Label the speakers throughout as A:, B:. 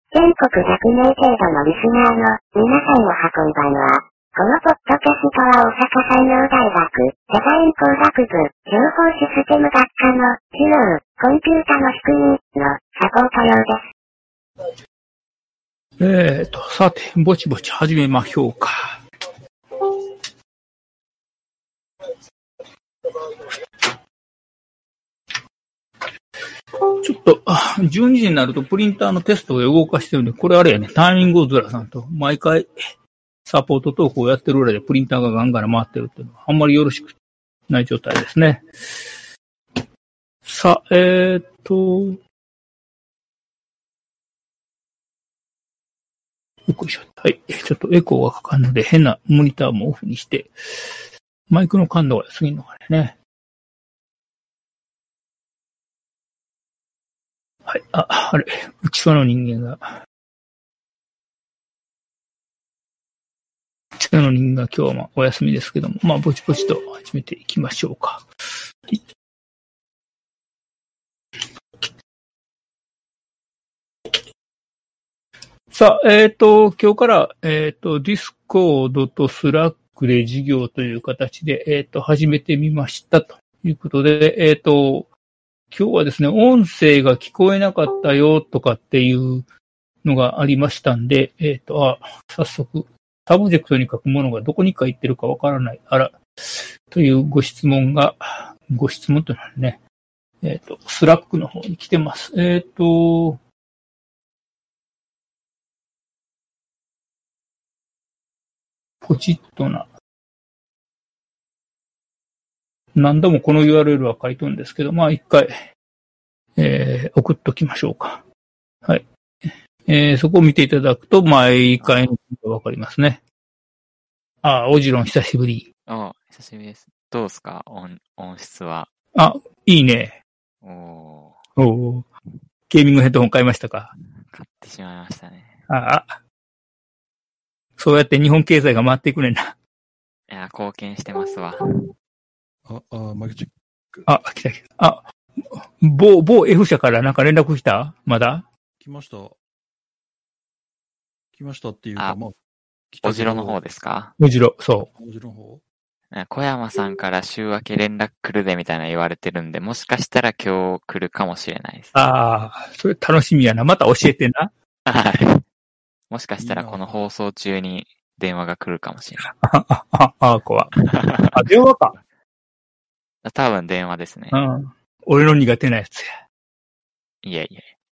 A: 全国100名程度のリスナーの皆さんおはこんばんは。このポッドキャストは大阪産業大学デザイン工学部情報システム学科の機能コンピュータの仕組みのサポート用です。
B: さて、ぼちぼち始めましょうか。ちょっと、12時になるとプリンターのテストで動かしてるんで、これあれやね、タイミングをずらさんと、毎回サポートトークをやってる裏でプリンターがガンガン回ってるっていうのは、あんまりよろしくない状態ですね。さあ、よいしょ。はい。ちょっとエコーがかかるので、変なモニターもオフにして、マイクの感度が良すぎるのかね。はい。あれ、うちわの人間が、今日はお休みですけども、ぼちぼちと始めていきましょうか。はい、さあ、今日から、Discord と Slack で授業という形で、始めてみましたということで、今日はですね、音声が聞こえなかったよとかっていうのがありましたんで、早速、サブジェクトに書くものがどこに書いてるかわからない、というご質問というのはね、スラックの方に来てます。ポチッとな。何度もこの URL は書いとるんですけど、一回、送っときましょうか。はい。そこを見ていただくと、毎回のことがわかりますね。オジロン久しぶり。
C: 久しぶりです。どうですか音質は。
B: いいね。ゲーミングヘッドホン買いましたか？
C: 買ってしまいましたね。
B: そうやって日本経済が回っていくねんな。
C: いや、貢献してますわ。
D: マイクチェック。
B: 来た。某 F 社からなんか連絡来た？まだ？
D: 来ましたっていうか、
C: おじろの方ですか？
B: おじろ、そう。
D: おじろの方？
C: 小山さんから週明け連絡来るでみたいな言われてるんで、もしかしたら今日来るかもしれないです。
B: それ楽しみやな。また教えてな。
C: はい。もしかしたらこの放送中に電話が来るかもしれない。
B: 怖電話か。
C: 多分電話ですね。
B: 俺の苦手なやつや。
C: いえ。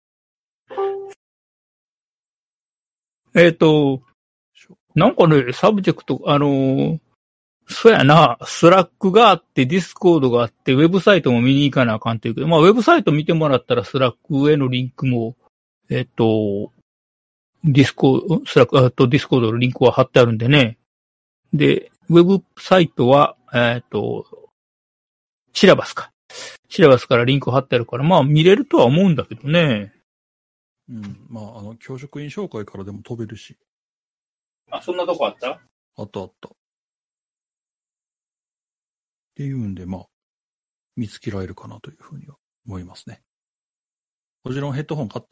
B: なんかね、サブジェクト、そうやな、スラックがあって、ディスコードがあって、ウェブサイトも見に行かなあかんっていうけど、ウェブサイト見てもらったら、スラックへのリンクも、スラック、ディスコードのリンクは貼ってあるんでね。で、ウェブサイトは、シラバスからリンク貼ってあるから、見れるとは思うんだけどね。
D: 教職員紹介からでも飛べるし。
B: そんなとこあった？
D: あった。っていうんで、見つけられるかなというふうには思いますね。おじろんヘッドホン買った？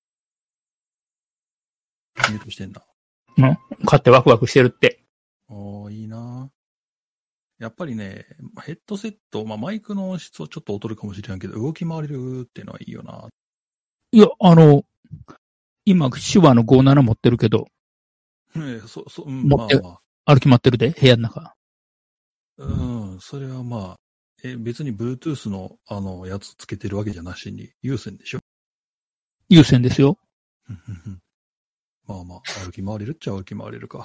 D: ミュートしてんだ。
B: 買ってワクワクしてるって。
D: いいな。やっぱりね、ヘッドセット、マイクの質はちょっと劣るかもしれんけど、動き回れるっていうのはいいよな。
B: いや、今、手話の57持ってるけど。持って、歩き回ってるで、部屋の中。
D: それは別に Bluetooth のやつつけてるわけじゃなしに、有線でしょ？
B: 有線ですよ。
D: 歩き回れるっちゃ歩き回れるか。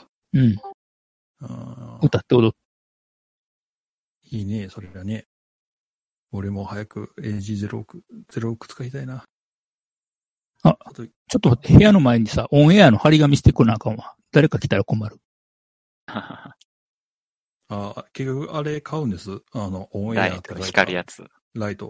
B: 歌って踊って。
D: いいね、それがね。俺も早く AG06 使いたいな。
B: ちょっと待って、部屋の前にさ、オンエアの張り紙してこなあかんわ。誰か来たら困る。
D: 結局、あれ買うんです。オンエアって
C: 光るやつ。
D: ライト。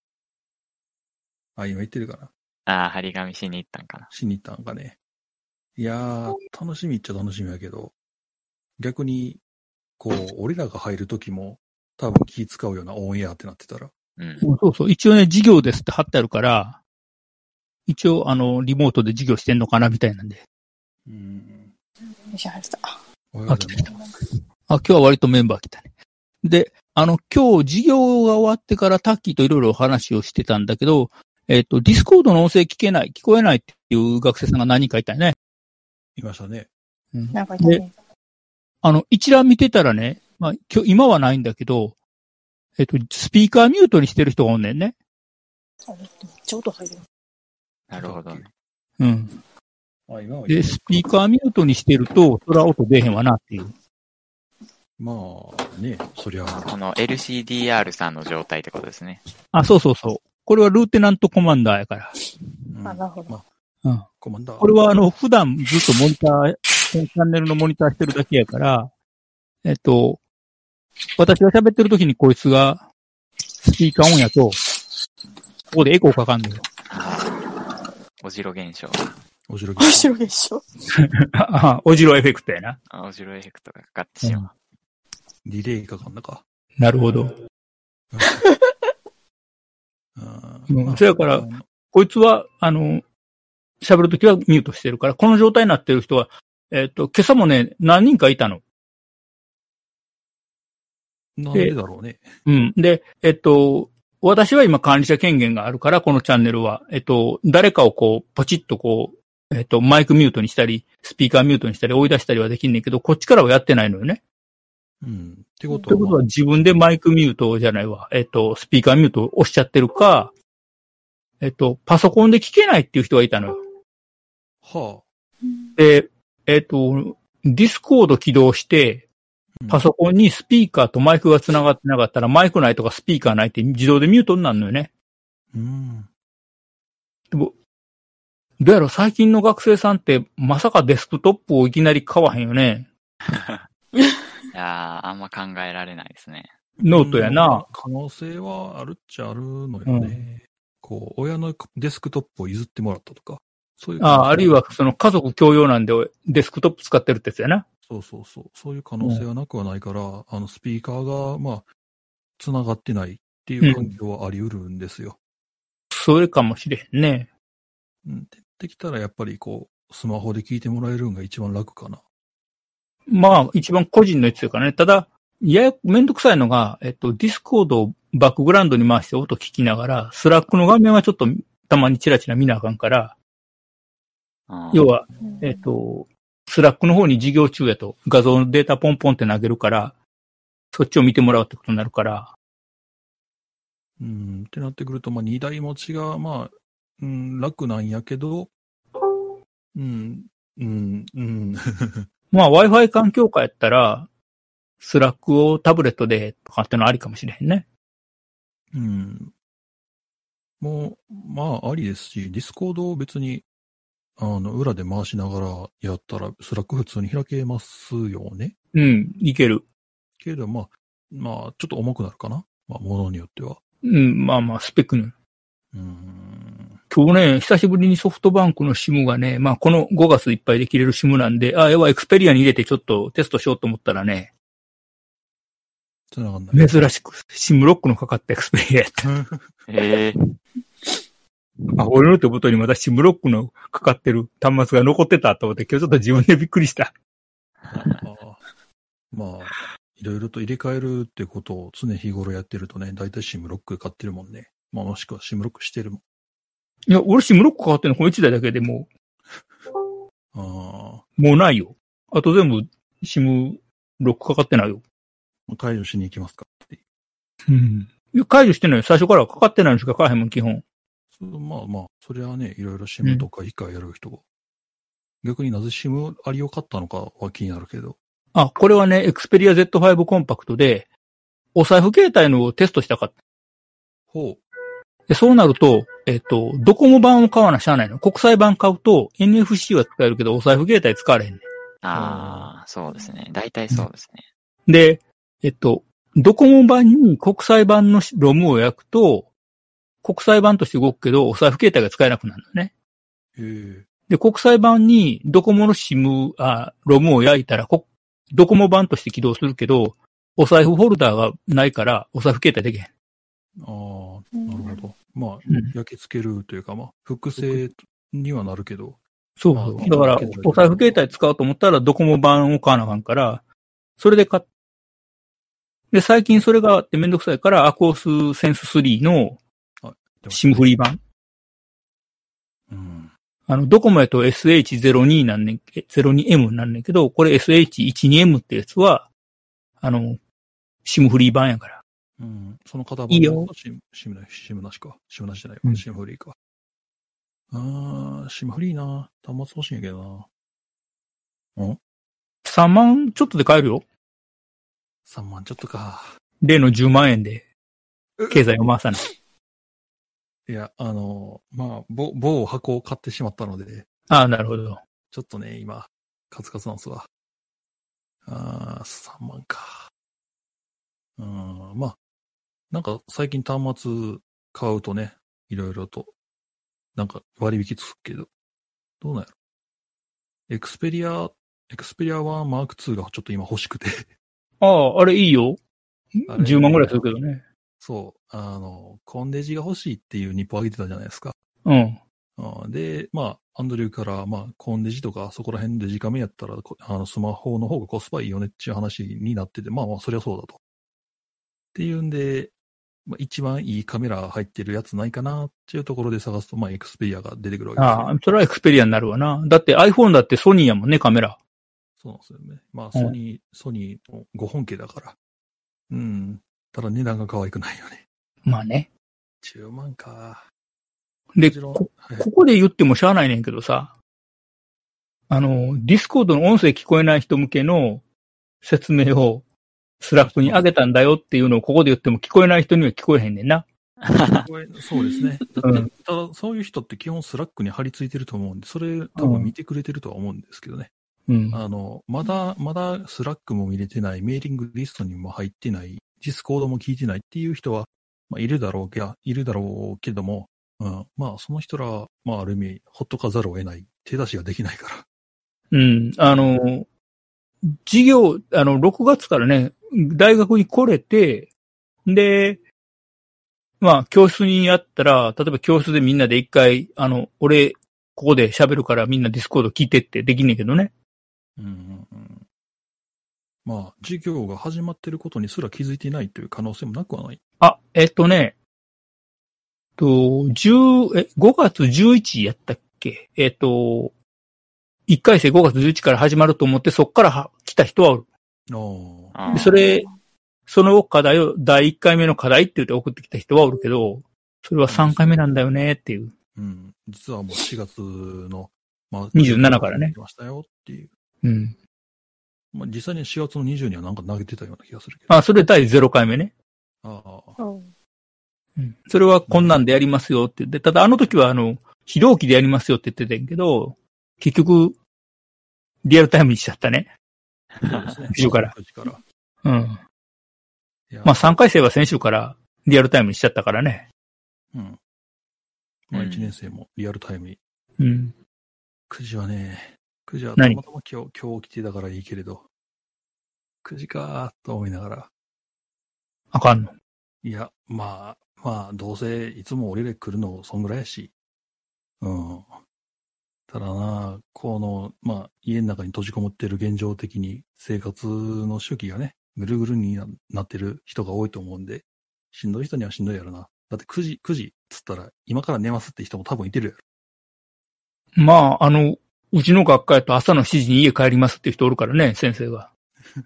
D: 今言ってるかな。
C: 張り紙しに行ったんかな。
D: しに行ったんかね。いやー、楽しみっちゃ楽しみやけど、逆に、俺らが入るときも、多分気使うようなオンエアってなってたら。
B: そう。一応ね、授業ですって貼ってあるから、 一応、リモートで授業してんのかなみたいなんで。
E: よし、入った。
B: 来た。今日は割とメンバー来たね。で、今日授業が終わってからタッキーといろいろ話をしてたんだけど、ディスコードの音声聞こえないっていう学生さんが何人かいたよね。
D: いましたね。
E: なんかいたね。
B: 一覧見てたらね、今はないんだけど、スピーカーミュートにしてる人がおんねんね。
E: ちょうど入る。
C: なるほどね。
B: うん。
D: 今は
B: で、スピーカーミュートにしてると、それは音出へんわなっていう。
D: まあね、そりゃ。
C: この LCDR さんの状態ってことですね。
B: そうそうそう。これはルーテナントコマンダーやから。
E: なるほど。
D: コマンダー。
B: これは普段ずっとモニター、チャンネルのモニターしてるだけやから、私が喋ってる時にこいつがスピーカーオンやと、ここでエコーかかんのよ。
C: オジロ現象。
E: 面白いでしょ。
B: オジロエフェクトやな。
C: オジロエフェクトがかかってしまう。
D: リレーかかんなか。
B: なるほど。そやから、こいつは、喋るときはミュートしてるから、この状態になってる人は、今朝もね、何人かいたの。
D: なんでだろうね。
B: うん。で、私は今管理者権限があるから、このチャンネルは、誰かをポチッとマイクミュートにしたり、スピーカーミュートにしたり、追い出したりはできんねんけど、こっちからはやってないのよね。
D: ってこと
B: は自分でマイクミュートじゃないわ。スピーカーミュートを押しちゃってるか、パソコンで聞けないっていう人がいたのよ。で、ディスコード起動して、パソコンにスピーカーとマイクが繋がってなかったら、マイクないとかスピーカーないって自動でミュートになるのよね。でも、どうやろ最近の学生さんってまさかデスクトップをいきなり買わへんよね。
C: いやー、あんま考えられないですね。
B: ノートやな。
D: 可能性はあるっちゃあるのよね。親のデスクトップを譲ってもらったとか。そういう。
B: あるいはその家族共用なんでデスクトップ使ってるってやつやな。
D: そう。そういう可能性はなくはないから、スピーカーが、繋がってないっていう環境はあり得るんですよ。
B: それかもしれへんね。
D: できたらやっぱりスマホで聞いてもらえるのが一番楽かな。
B: 一番個人のやつやからね。ただ、めんどくさいのが、ディスコードをバックグラウンドに回して音聞きながら、スラックの画面はちょっとたまにチラチラ見なあかんから、要は、スラックの方に授業中やと画像のデータポンポンって投げるから、そっちを見てもらうってことになるから。
D: ってなってくると、二台持ちが、楽なんやけど、
B: Wi-Fi 環境下やったら、スラックをタブレットでとかってのありかもしれへんね。
D: ありですし、ディスコードを別に、裏で回しながらやったら、スラック普通に開けますよね。
B: いける。
D: けど、ちょっと重くなるかな。ものによっては。
B: スペックに。今日ね、久しぶりにソフトバンクの SIM がね、この5月いっぱいで切れる SIM なんで、エクスペリアに入れてちょっとテストしようと思ったらね、
D: 繋がんない。
B: 珍しく SIM ロックのかかったエクスペリアやった。俺の手元にまだ SIM ロックのかかってる端末が残ってたと思って、今日ちょっと自分でびっくりした。
D: いろいろと入れ替えるってことを常日頃やってるとね、だいたい SIM ロック買ってるもんね。もしくは SIM ロックしてるもん。
B: いや、俺 SIM ロックかかってるのこの1台だけでもうないよ。あと全部 SIM ロックかかってないよ。
D: 解除しに行きますか？
B: いや、解除してないよ。最初からかかってないのしか買えへんもん、基本。
D: それはね、いろいろ SIM とか以下やる人が。逆になぜ SIM ありを買ったのかは気になるけど。
B: これはね、エクスペリア Z5 コンパクトで、お財布携帯のをテストしたかった。でそうなると、ドコモ版を買わなしゃあないの。国際版買うと NFC は使えるけど、お財布携帯使われへんね。
C: そうですね。大体そうですね。
B: で、ドコモ版に国際版のロムを焼くと、国際版として動くけど、お財布携帯が使えなくなるのね。で、国際版にドコモのロムを焼いたら、ドコモ版として起動するけど、お財布ホルダーがないから、お財布携帯できへん。
D: なるほど。 まあ、焼き付けるというか、まあ、複製にはなるけど。
B: そうそう。だから、お財布携帯使おうと思ったらドコモ版を買わなあかんから、それで買っで、最近それがあってめんどくさいから、アコースセンス3のシムフリー版。
D: うん。
B: ドコモやと SH02 なんねん、02M なんねんけど、これ SH12M ってやつは、シムフリー版やから。
D: うん。その型番
B: いいよ。
D: シムなしか。シムなしじゃないわ、
B: うん、
D: シムフリーか。シムフリーな。端末欲しいんやけどな。
B: 3万ちょっとで買えるよ。
D: 3万ちょっとか。
B: 例の10万円で、経済を回さない。
D: いや、まあ、某箱を買ってしまったので。
B: ああ、なるほど。
D: ちょっとね、今、カツカツなんすわ。3万か。まあ、なんか最近端末買うとね、いろいろと、なんか割引つくけど、どうなんやろ。エクスペリア1 Mark II がちょっと今欲しくて。
B: ああ、あれいいよ。10万ぐらいするけどね。
D: そう、コンデジが欲しいっていう日報あげてたじゃないですか。
B: うん。
D: で、まあ、アンドリューから、まあ、コンデジとかそこら辺でデジカメやったら、スマホの方がコスパいいよねっていう話になってて、まあまあ、そりゃそうだと。っていうんで、まあ、一番いいカメラ入ってるやつないかなっていうところで探すと、まあ、エクスペリアが出てくるわけですよ。
B: ああ、それはエクスペリアになるわな。だって iPhone だってソニーやもんね、カメラ。
D: そうなんですよね。まあ、ソニーの5本家だから。うん。ただ値段が可愛くないよね。
B: まあね。
D: 10万か。
B: で、ここで言ってもしゃあないねんけどさ、ディスコードの音声聞こえない人向けの説明をスラックに上げたんだよっていうのをここで言っても聞こえない人には聞こえへんねんな。
D: そうですね。だってただそういう人って基本スラックに張り付いてると思うんで、それ多分見てくれてるとは思うんですけどね。
B: うん、
D: まだスラックも見れてない、メーリングリストにも入ってない、ディスコードも聞いてないっていう人は、まあ、いるだろうけども、まあ、その人ら、まあ、ある意味、ほっとかざるを得ない、手出しができないから。
B: うん。授業、6月からね、大学に来れて、で、まあ、教室にやったら、例えば教室でみんなで一回、俺、ここで喋るからみんなディスコード聞いてってできんねんけどね。
D: まあ、授業が始まってることにすら気づいていないという可能性もなくはない。
B: 5月11やったっけ1回生5月11から始まると思ってそっから来た人はおる。でその課題を第1回目の課題って言って送ってきた人はおるけど、それは3回目なんだよねっていう。
D: うん。実はもう4月の、まあ、
B: 27からね。
D: 来ましたよっていう。
B: うん。
D: まあ、実際に4月の20にはなんか投げてたような気がするけど。
B: あ、それ第0回目ね。うん。それはこんなんでやりますよって言って、ただあの時は非同期でやりますよって言ってたんやけど、結局、リアルタイムにしちゃったね。
D: そうですね。
B: 先週から。うん。まあ3回生は先週からリアルタイムにしちゃったからね。
D: うん。まあ1年生もリアルタイムに。
B: うん。
D: 9時はたまたま今日来てたからいいけれど、9時かーと思いながら。
B: あかんの？
D: いや、まあ、どうせいつも俺ら来るのそんぐらいやし。うん。ただな、まあ、家の中に閉じこもってる現状的に生活の周期がね、ぐるぐるになってる人が多いと思うんで、しんどい人にはしんどいやろな。だって9時つったら今から寝ますって人も多分いてるや
B: ろ。まあ、うちの学科やと朝の7時に家帰りますって人おるからね、先生が。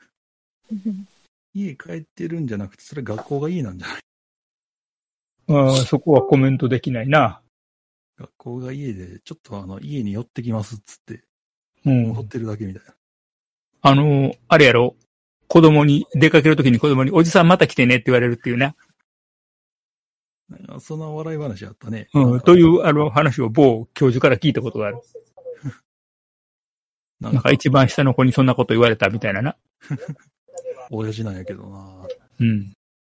D: 家帰ってるんじゃなくて、それ学校が家なんじゃない？
B: そこはコメントできないな。
D: 学校が家で、ちょっと家に寄ってきますっつって、
B: 戻
D: ってるだけみたいな。
B: あれやろ、出かけるときに子供に、おじさんまた来てねって言われるっていうね。
D: そんな笑い話あったね。
B: という話を某教授から聞いたことがある。なんか一番下の子にそんなこと言われたみたいなな。
D: 親父なんやけどな。
B: うん。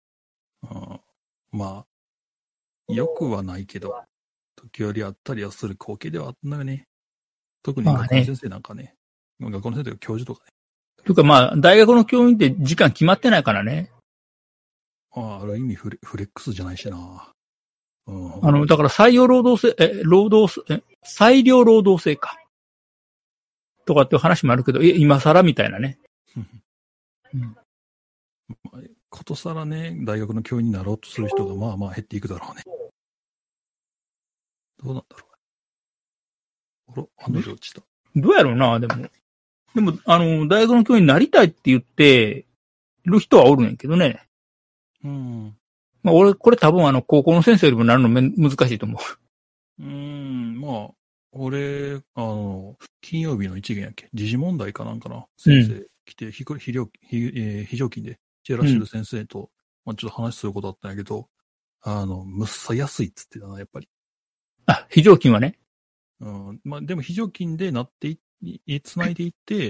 D: まあ、よくはないけど、時折あったりはする光景ではあったんだよね。特に学校の先生なんかね。学校の先生とか教授とかね。
B: というかまあ、大学の教員って時間決まってないからね。
D: ある意味フレックスじゃないしな。
B: だから採用労働制、裁量労働制か。とかっていう話もあるけど、今更みたいなね。
D: ことさらね、大学の教員になろうとする人がまあまあ減っていくだろうね。どうなんだろう。雨が落ちた。
B: どうやろうな、でも、大学の教員になりたいって言ってる人はおるんやけどね。まあ、これ多分高校の先生よりもなるの難しいと思う。
D: まあ、俺、金曜日の一元やっけ、時事問題かなんかな、先生来て、非常勤でチェラしてる先生と、まあちょっと話することあったんやけど、むっさ安いっつってたな、やっぱり。
B: あ、非常勤はね。
D: まあでも非常勤でなって繋いでいって、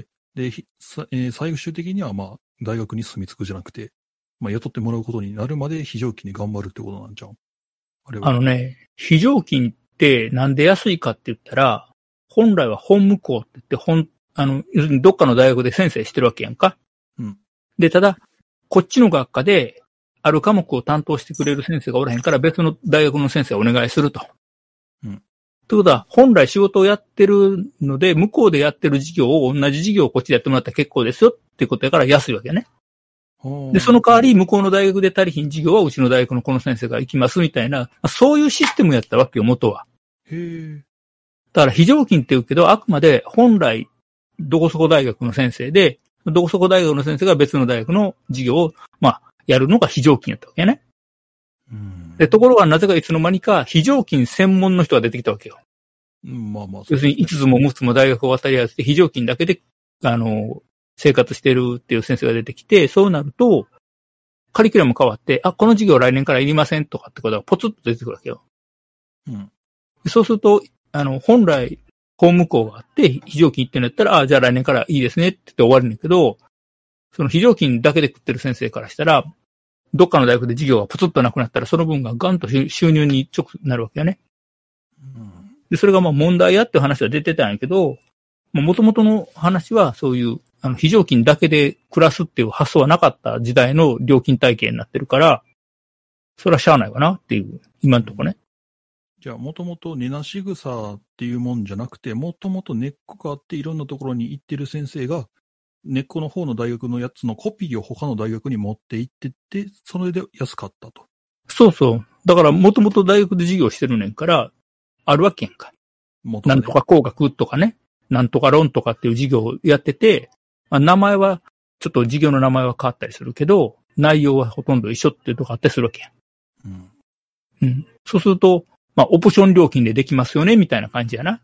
D: で、最終的にはまあ、大学に住み着くじゃなくて、まあ雇ってもらうことになるまで非常勤で頑張るってことなんじゃん。あれは。
B: 非常勤ってなんで安いかって言ったら、本来は本務校って言って要するにどっかの大学で先生してるわけやんか。で、ただ、こっちの学科で、ある科目を担当してくれる先生がおらへんから別の大学の先生をお願いすると。ということは、本来仕事をやってるので、向こうでやってる事業を同じ事業をこっちでやってもらったら結構ですよってことやから安いわけね。で、その代わり、向こうの大学で足りひん事業はうちの大学のこの先生が行きますみたいな、そういうシステムやったわけよ、元は。だから非常勤って言うけど、あくまで本来、どこそこ大学の先生で、どこそこ大学の先生が別の大学の授業を、まあ、やるのが非常勤やったわけね。で、ところがなぜかいつの間にか非常勤専門の人が出てきたわけよ。要するに5つも6つも大学を渡り合って非常勤だけで、生活してるっていう先生が出てきて、そうなると、カリキュラム変わって、この授業来年からいりませんとかってことがポツッと出てくるわけよ。そうすると、本来、法務校があって、非常勤ってなったら、じゃあ来年からいいですねって言って終わるんだけど、その非常勤だけで食ってる先生からしたら、どっかの大学で授業がポツッとなくなったら、その分がガンと収入に直なるわけよね。で、それがまあ問題やっていう話は出てたんやけど、元々の話はそういう、非常勤だけで暮らすっていう発想はなかった時代の料金体系になってるから、それはしゃあないわなっていう、今のとこね。
D: じゃあ、もともと根なし草っていうもんじゃなくて、もともと根っこがあっていろんなところに行ってる先生が、根っこの方の大学のやつのコピーを他の大学に持って行ってって、それで安かったと。
B: そうそう。だから、もともと大学で授業してるねんから、あるわけやんか。なんとか工学とかね、なんとか論とかっていう授業をやってて、名前は、ちょっと授業の名前は変わったりするけど、内容はほとんど一緒っていうとこあったりするわけやん。そうすると、まあ、オプション料金でできますよね、みたいな感じやな。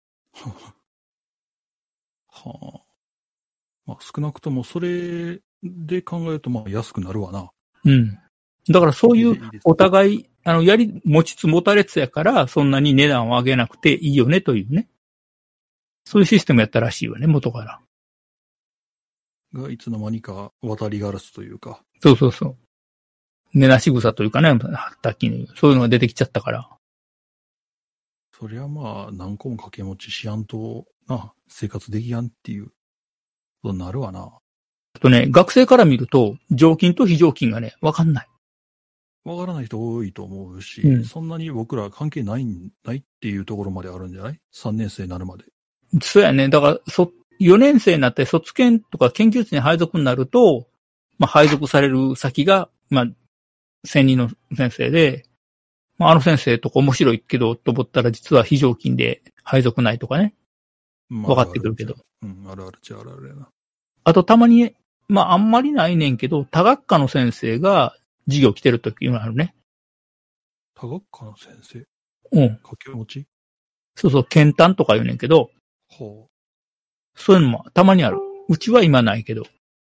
D: まあ、少なくともそれで考えると、まあ、安くなるわな。
B: だからそういう、お互い、持ちつ持たれつやから、そんなに値段を上げなくていいよね、というね。そういうシステムやったらしいわね、元から。
D: が、いつの間にか渡りガラスというか。
B: そうそうそう。根なし草というかね、さっきの、そういうのが出てきちゃったから。
D: そりゃまあ、何個も掛け持ちしやんと、生活できやんっていうことになるわな。
B: あとね、学生から見ると、常勤と非常勤がね、わかんない。
D: わからない人多いと思うし、そんなに僕ら関係ないっていうところまであるんじゃない ?3 年生になるまで。
B: そうやね。だから、4年生になって卒研とか研究室に配属になると、まあ、配属される先が、まあ、専任の先生で、まあ、あの先生とか面白いけど、と思ったら実は非常勤で配属ないとかね。分かってくるけど。
D: あるあるっちゃあるあるやな。
B: あとたまに、まあ、あんまりないねんけど、多学科の先生が授業来てるときいうのあるね。
D: 多学科の先生掛け持ち
B: そうそう、研鑽とか言うねんけど、そういうのもたまにある。うちは今ないけど。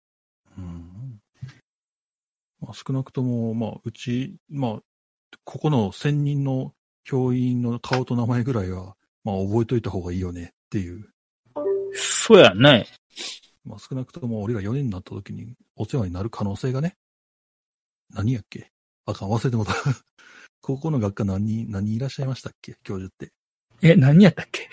D: まあ、少なくとも、まあ、うち、まあ、ここの専任の教員の顔と名前ぐらいは、まあ、覚えといた方がいいよねっていう。
B: そうやね。
D: まあ、少なくとも俺が4年になった時にお世話になる可能性がね。何やっけ忘れてもた。高校の学科何いらっしゃいましたっけ教授って。
B: 何やったっけ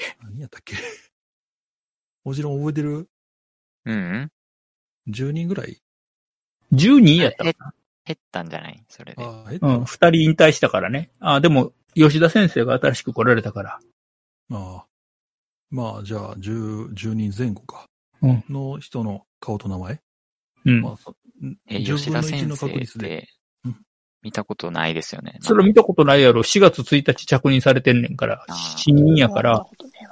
D: もちろん覚えてる？10人ぐらい
C: ?10
B: 人やったかな。
C: 減ったんじゃないそれで。
D: 減った
B: 二人引退したからね。でも、吉田先生が新しく来られたから。
D: まあ、じゃあ、10人前後か。の人の顔と名前。
C: 吉田先生って見たことないですよね。
B: それ見たことないやろ。4月1日着任されてんねんから。新任やから。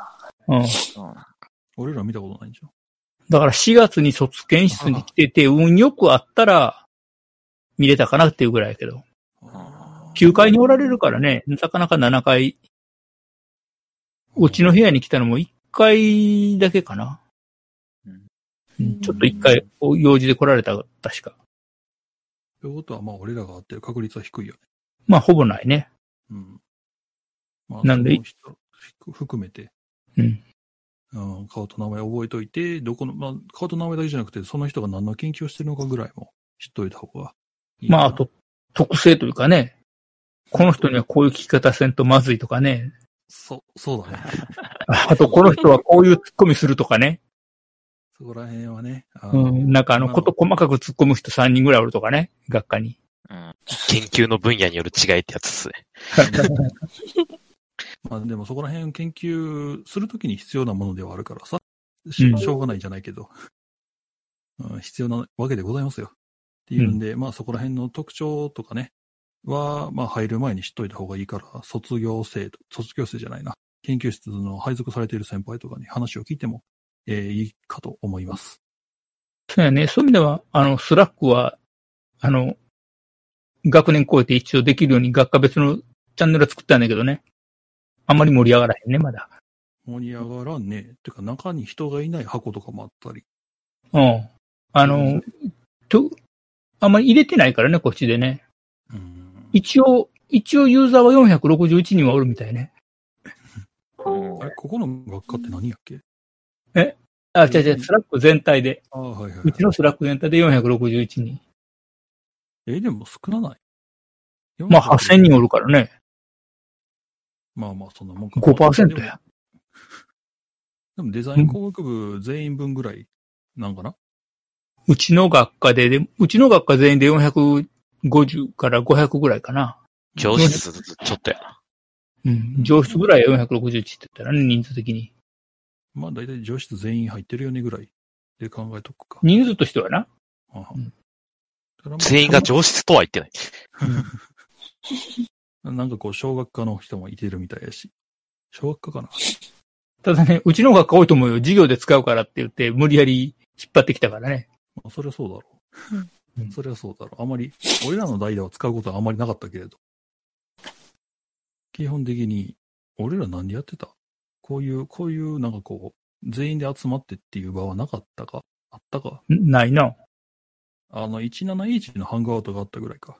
D: 俺ら見たことないんじゃん。
B: だから4月に卒検室に来てて、運よくあったら、見れたかなっていうぐらいやけど。9階におられるからね、なかなか7階。うちの部屋に来たのも1階だけかな。ちょっと1回用事で来られた、確か。
D: ということは、まあ、俺らが会ってる確率は低いよね。
B: まあ、ほぼないね。
D: まあ、
B: なんで、
D: 含めて、顔と名前覚えといて、顔と名前だけじゃなくて、その人が何の研究をしてるのかぐらいも知っといた方がいい。
B: まあ、あと、特性というかね、この人にはこういう聞き方せんとまずいとかね。
D: そうだね。
B: あと、この人はこういう突っ込みするとかね。
D: そこら辺はね。
B: なんかこと細かく突っ込む人3人ぐらいおるとかね、学科に。
F: 研究の分野による違いってやつですね。
D: まあでもそこら辺研究するときに必要なものではあるからさ、しょうがないじゃないけど、必要なわけでございますよ。っていうんで、まあそこら辺の特徴とかね、は、まあ入る前に知っといた方がいいから、卒業生じゃないな。研究室の配属されている先輩とかに話を聞いても、いいかと思います。
B: そうやね。そういう意味では、スラックは、学年超えて一応できるように学科別のチャンネル作ったんだけどね。あんまり盛り上がらへんね、まだ。
D: 盛り上がらんね。てか中に人がいない箱とかもあったり。
B: あんまり入れてないからね、こっちでね。一応ユーザーは461人はおるみたいね。
D: ここの学科って何やっけ？
B: 違う、スラック全体で。うちのスラック全体で461人。
D: でも少なない？
B: まあ8000人おるからね。
D: まあまあ、そんなもんか。
B: 5% や。
D: でもデザイン工学部全員分ぐらいなんかな？
B: うちの学科全員で450から500ぐらいかな。
F: 上質ちょっとやな。
B: 上質ぐらいは461って言ったらね、人数的に。
D: まあ大体上質全員入ってるよねぐらいで考えとくか。
B: 人数としてはな。
F: 全員が上質とは言ってない。
D: なんかこう、小学科の人もいてるみたいやし。小学科かな。
B: ただね、うちの学科多いと思うよ。授業で使うからって言って、無理やり引っ張ってきたからね。
D: まあ、そりゃそうだろう。そりゃそうだろう。あまり、俺らの代では使うことはあまりなかったけれど。基本的に、俺ら何でやってた？こういうなんかこう、全員で集まってっていう場はなかったか？あったか？
B: ないな。
D: 17H のハングアウトがあったぐらいか。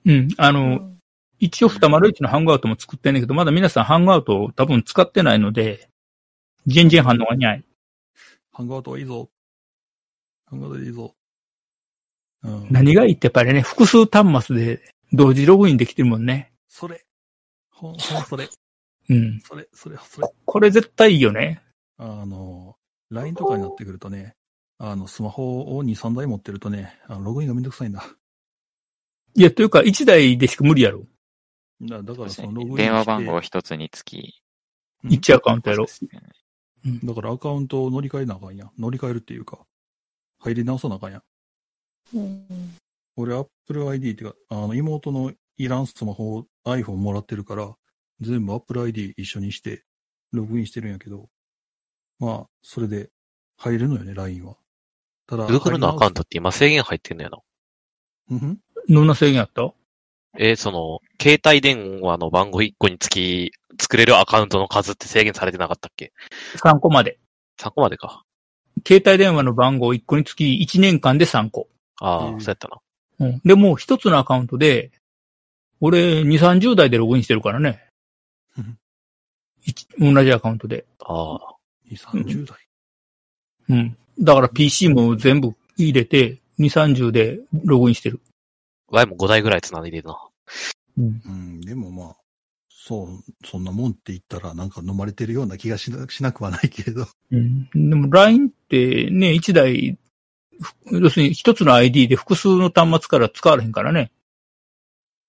B: 一応201のハングアウトも作ってんねんけど、まだ皆さんハングアウトを多分使ってないので、全然反応がない。
D: ハングアウトはいいぞ。ハングアウトいいぞ。
B: 何がいいってやっぱりね、複数端末で同時ログインできてるもんね。
D: それ。それ。それ。
B: これ絶対いいよね。
D: LINE とかになってくるとね、スマホを2、3台持ってるとね、ログインがめんどくさいんだ。
C: い
B: や、というか、1台でしか無理やろ。
D: だからそのログイン
C: 電話番号一つにつき。
B: 1アカウントやろ。
D: だからアカウントを乗り換えなあかんやん。乗り換えるっていうか、入り直さなあかんやん。俺、Apple ID っていうか、妹のいらんスマホ、iPhone もらってるから、全部 Apple ID 一緒にして、ログインしてるんやけど、まあ、それで入るのよね、LINE は。ただ、
F: Google のアカウントって今制限入ってんのやな。
B: どんな制限あった？
F: 携帯電話の番号1個につき、作れるアカウントの数って制限されてなかったっけ？
B: 3 個まで。
F: 3個までか。
B: 携帯電話の番号1個につき1年間で3個。
F: ああ、そうやったな。
B: でも、一つのアカウントで、俺、2、30代でログインしてるからね。同じアカウントで。
F: ああ。
D: 2、30代。
B: だから PC も全部入れて、2、30でログインしてる。
F: Y も5台ぐらい繋いでるな。
D: でもまあ、そんなもんって言ったらなんか飲まれてるような気がしなくはないけれど。
B: でも LINE ってね、1台、要するに一つの ID で複数の端末から使われへんからね。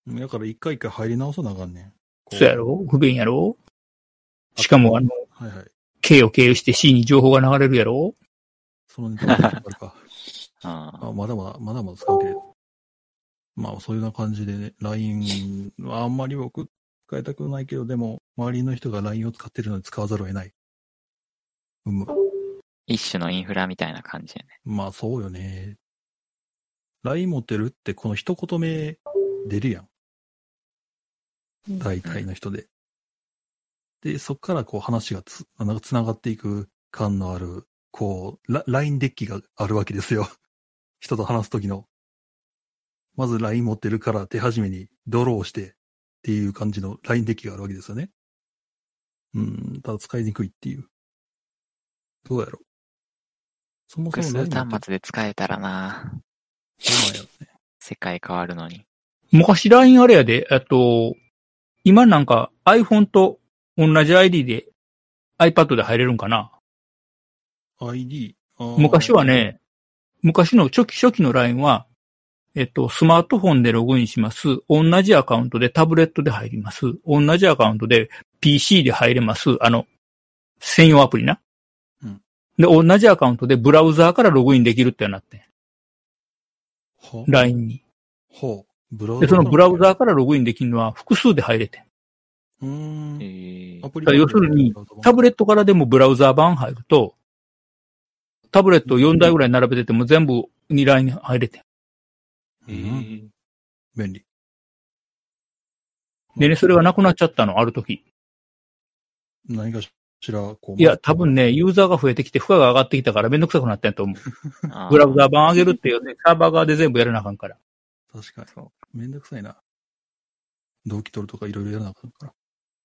D: だから一回一回入り直さなあかんねん。
B: そうやろ？不便やろ？しかも
D: はいはい。
B: K を経由して C に情報が流れるやろ？
D: そのネタがあるか。
C: あ
D: まだまだ使うけど。まあそういうような感じでね、LINE はあんまり僕使いたくないけど、でも周りの人が LINE を使ってるので使わざるを得ない。
C: 一種のインフラみたいな感じやね。
D: まあそうよね。LINE 持ってるってこの一言目出るやん。大体の人で。で、そっからこう話が繋がっていく感のある、こう、LINE デッキがあるわけですよ。人と話すときの。まず LINE 持ってるから手始めにドローしてっていう感じの LINE デッキがあるわけですよね。ただ使いにくいっていう。どうやろう。そもそも
C: 複数端末で使えたらな。
D: そうなんやろね。
C: 世界変わるのに。
B: 昔 LINE あれやで、今なんか iPhone と同じ ID で iPad で入れるんかな？
D: ID？
B: 昔はね、昔の初期の LINE は、スマートフォンでログインします。同じアカウントでタブレットで入ります。同じアカウントで PC で入れます。専用アプリな。で、同じアカウントでブラウザーからログインできるってなって。LINE に。で、そのブラウザーからログインできるのは複数で入れて。
D: アプリ
B: 要するに、タブレットからでもブラウザー版入ると、タブレットを4台ぐらい並べてても全部に LINE に入れて。
D: 便利。
B: でね、それがなくなっちゃったの、ある時。
D: 何かしら、こう。
B: いや、多分ね、ユーザーが増えてきて負荷が上がってきたからめんどくさくなったんやと思う。ブラウザー版上げるっていうね、サーバー側で全部やらなあかんから。
D: 確かに。めんどくさいな。同期取るとかいろいろやらなあかんから。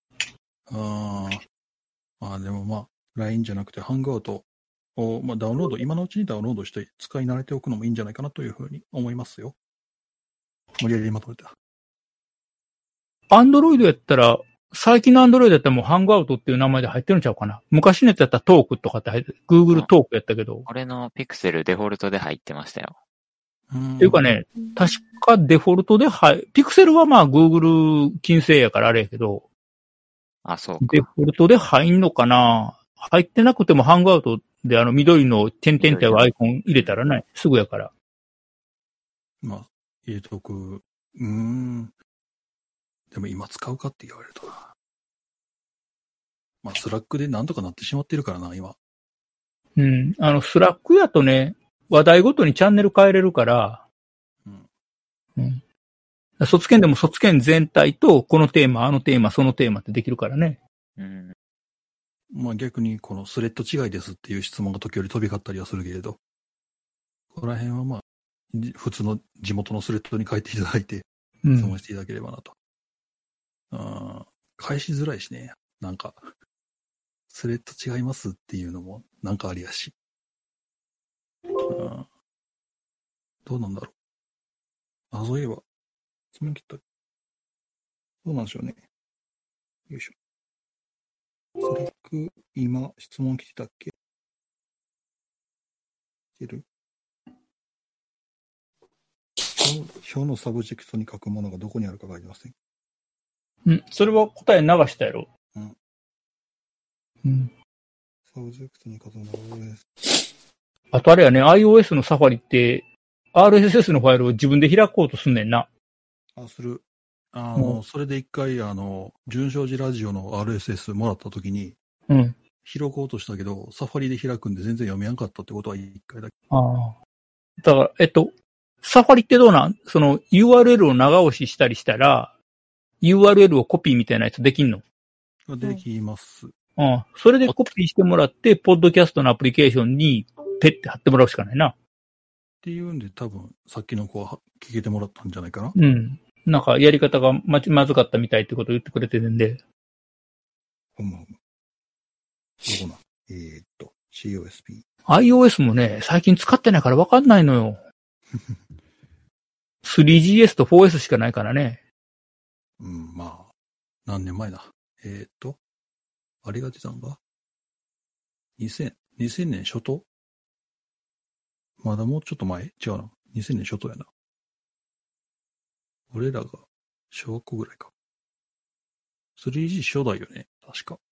D: でもまあ、LINE じゃなくてハングアウトを、まあダウンロード、今のうちにダウンロードして使い慣れておくのもいいんじゃないかなというふうに思いますよ。無理やりまとめた。
B: Android やったら、最近の Android やったらもうハングアウトっていう名前で入ってるんちゃうかな。昔のやつやったらトークとかって入ってる。Google トークやったけど。
C: 俺の Pixel デフォルトで入ってましたよ。
B: っていうかね、確かデフォルトでPixel はまあ Google 金星やからあれやけど。
C: そうか。
B: デフォルトで入んのかな？入ってなくてもハングアウトで緑の点々ってアイコン入れたらね、すぐやから。
D: まあ、入れとく。でも今使うかって言われるとな。まあ、スラックでなんとかなってしまってるからな、今。
B: スラックやとね、話題ごとにチャンネル変えれるから、卒検でも卒検全体と、このテーマ、あのテーマ、そのテーマってできるからね。
D: まあ逆にこのスレッド違いですっていう質問が時折飛び交ったりはするけれど、ここら辺はまあ、普通の地元のスレッドに変えていただいて、質問していただければなと。返しづらいしね。なんか、スレッド違いますっていうのもなんかありやし。どうなんだろう。そういえば、質問切った。どうなんでしょうね。よいしょ。スラック、今、質問来てたっけ？来てる？表のサブジェクトに書くものがどこにあるかがありません。
B: それは答え流したやろ。
D: サブジェクトに書くものです。
B: あとあれやね、iOS のサファリって、RSS のファイルを自分で開こうとすんねんな。
D: する。それで一回、純正寺ラジオの RSS もらったときに、開こうとしたけど、サファリで開くんで全然読めやんかったってことは一回だけ。
B: だから、サファリってどうなん？その URL を長押ししたりしたら、URL をコピーみたいなやつできんの？
D: できます。
B: それでコピーしてもらって、ポッドキャストのアプリケーションにペッて貼ってもらうしかないな。
D: っていうんで多分、さっきの子は聞けてもらったんじゃないかな。
B: なんかやり方がまずかったみたいってことを言ってくれてるんで。
D: どこなCOSP。
B: iOS もね、最近使ってないから分かんないのよ。3GS と 4S しかないからね。
D: まあ、何年前だ。あれが出たのが2000年初頭？まだもうちょっと前？違うな。2000年初頭やな。俺らが小学校ぐらいか。3G 初代よね、確か。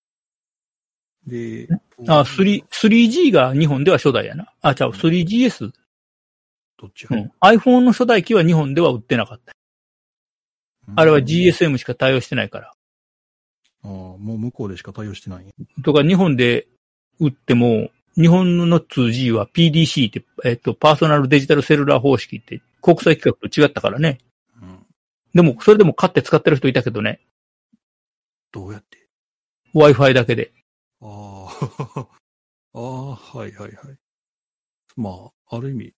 D: で、
B: 3G が日本では初代やな。あ、違う、3GS。
D: どっちや、
B: iPhone の初代機は日本では売ってなかった。あれは GSM しか対応してないから。
D: ああ、もう向こうでしか対応してないんや。
B: とか日本で売っても、日本の 2G は PDC って、パーソナルデジタルセルラー方式って国際規格と違ったからね。
D: うん。
B: でも、それでも買って使ってる人いたけどね。
D: どうやって
B: Wi-Fi だけで。
D: ああ、ああ、はいはいはい。まあ、ある意味、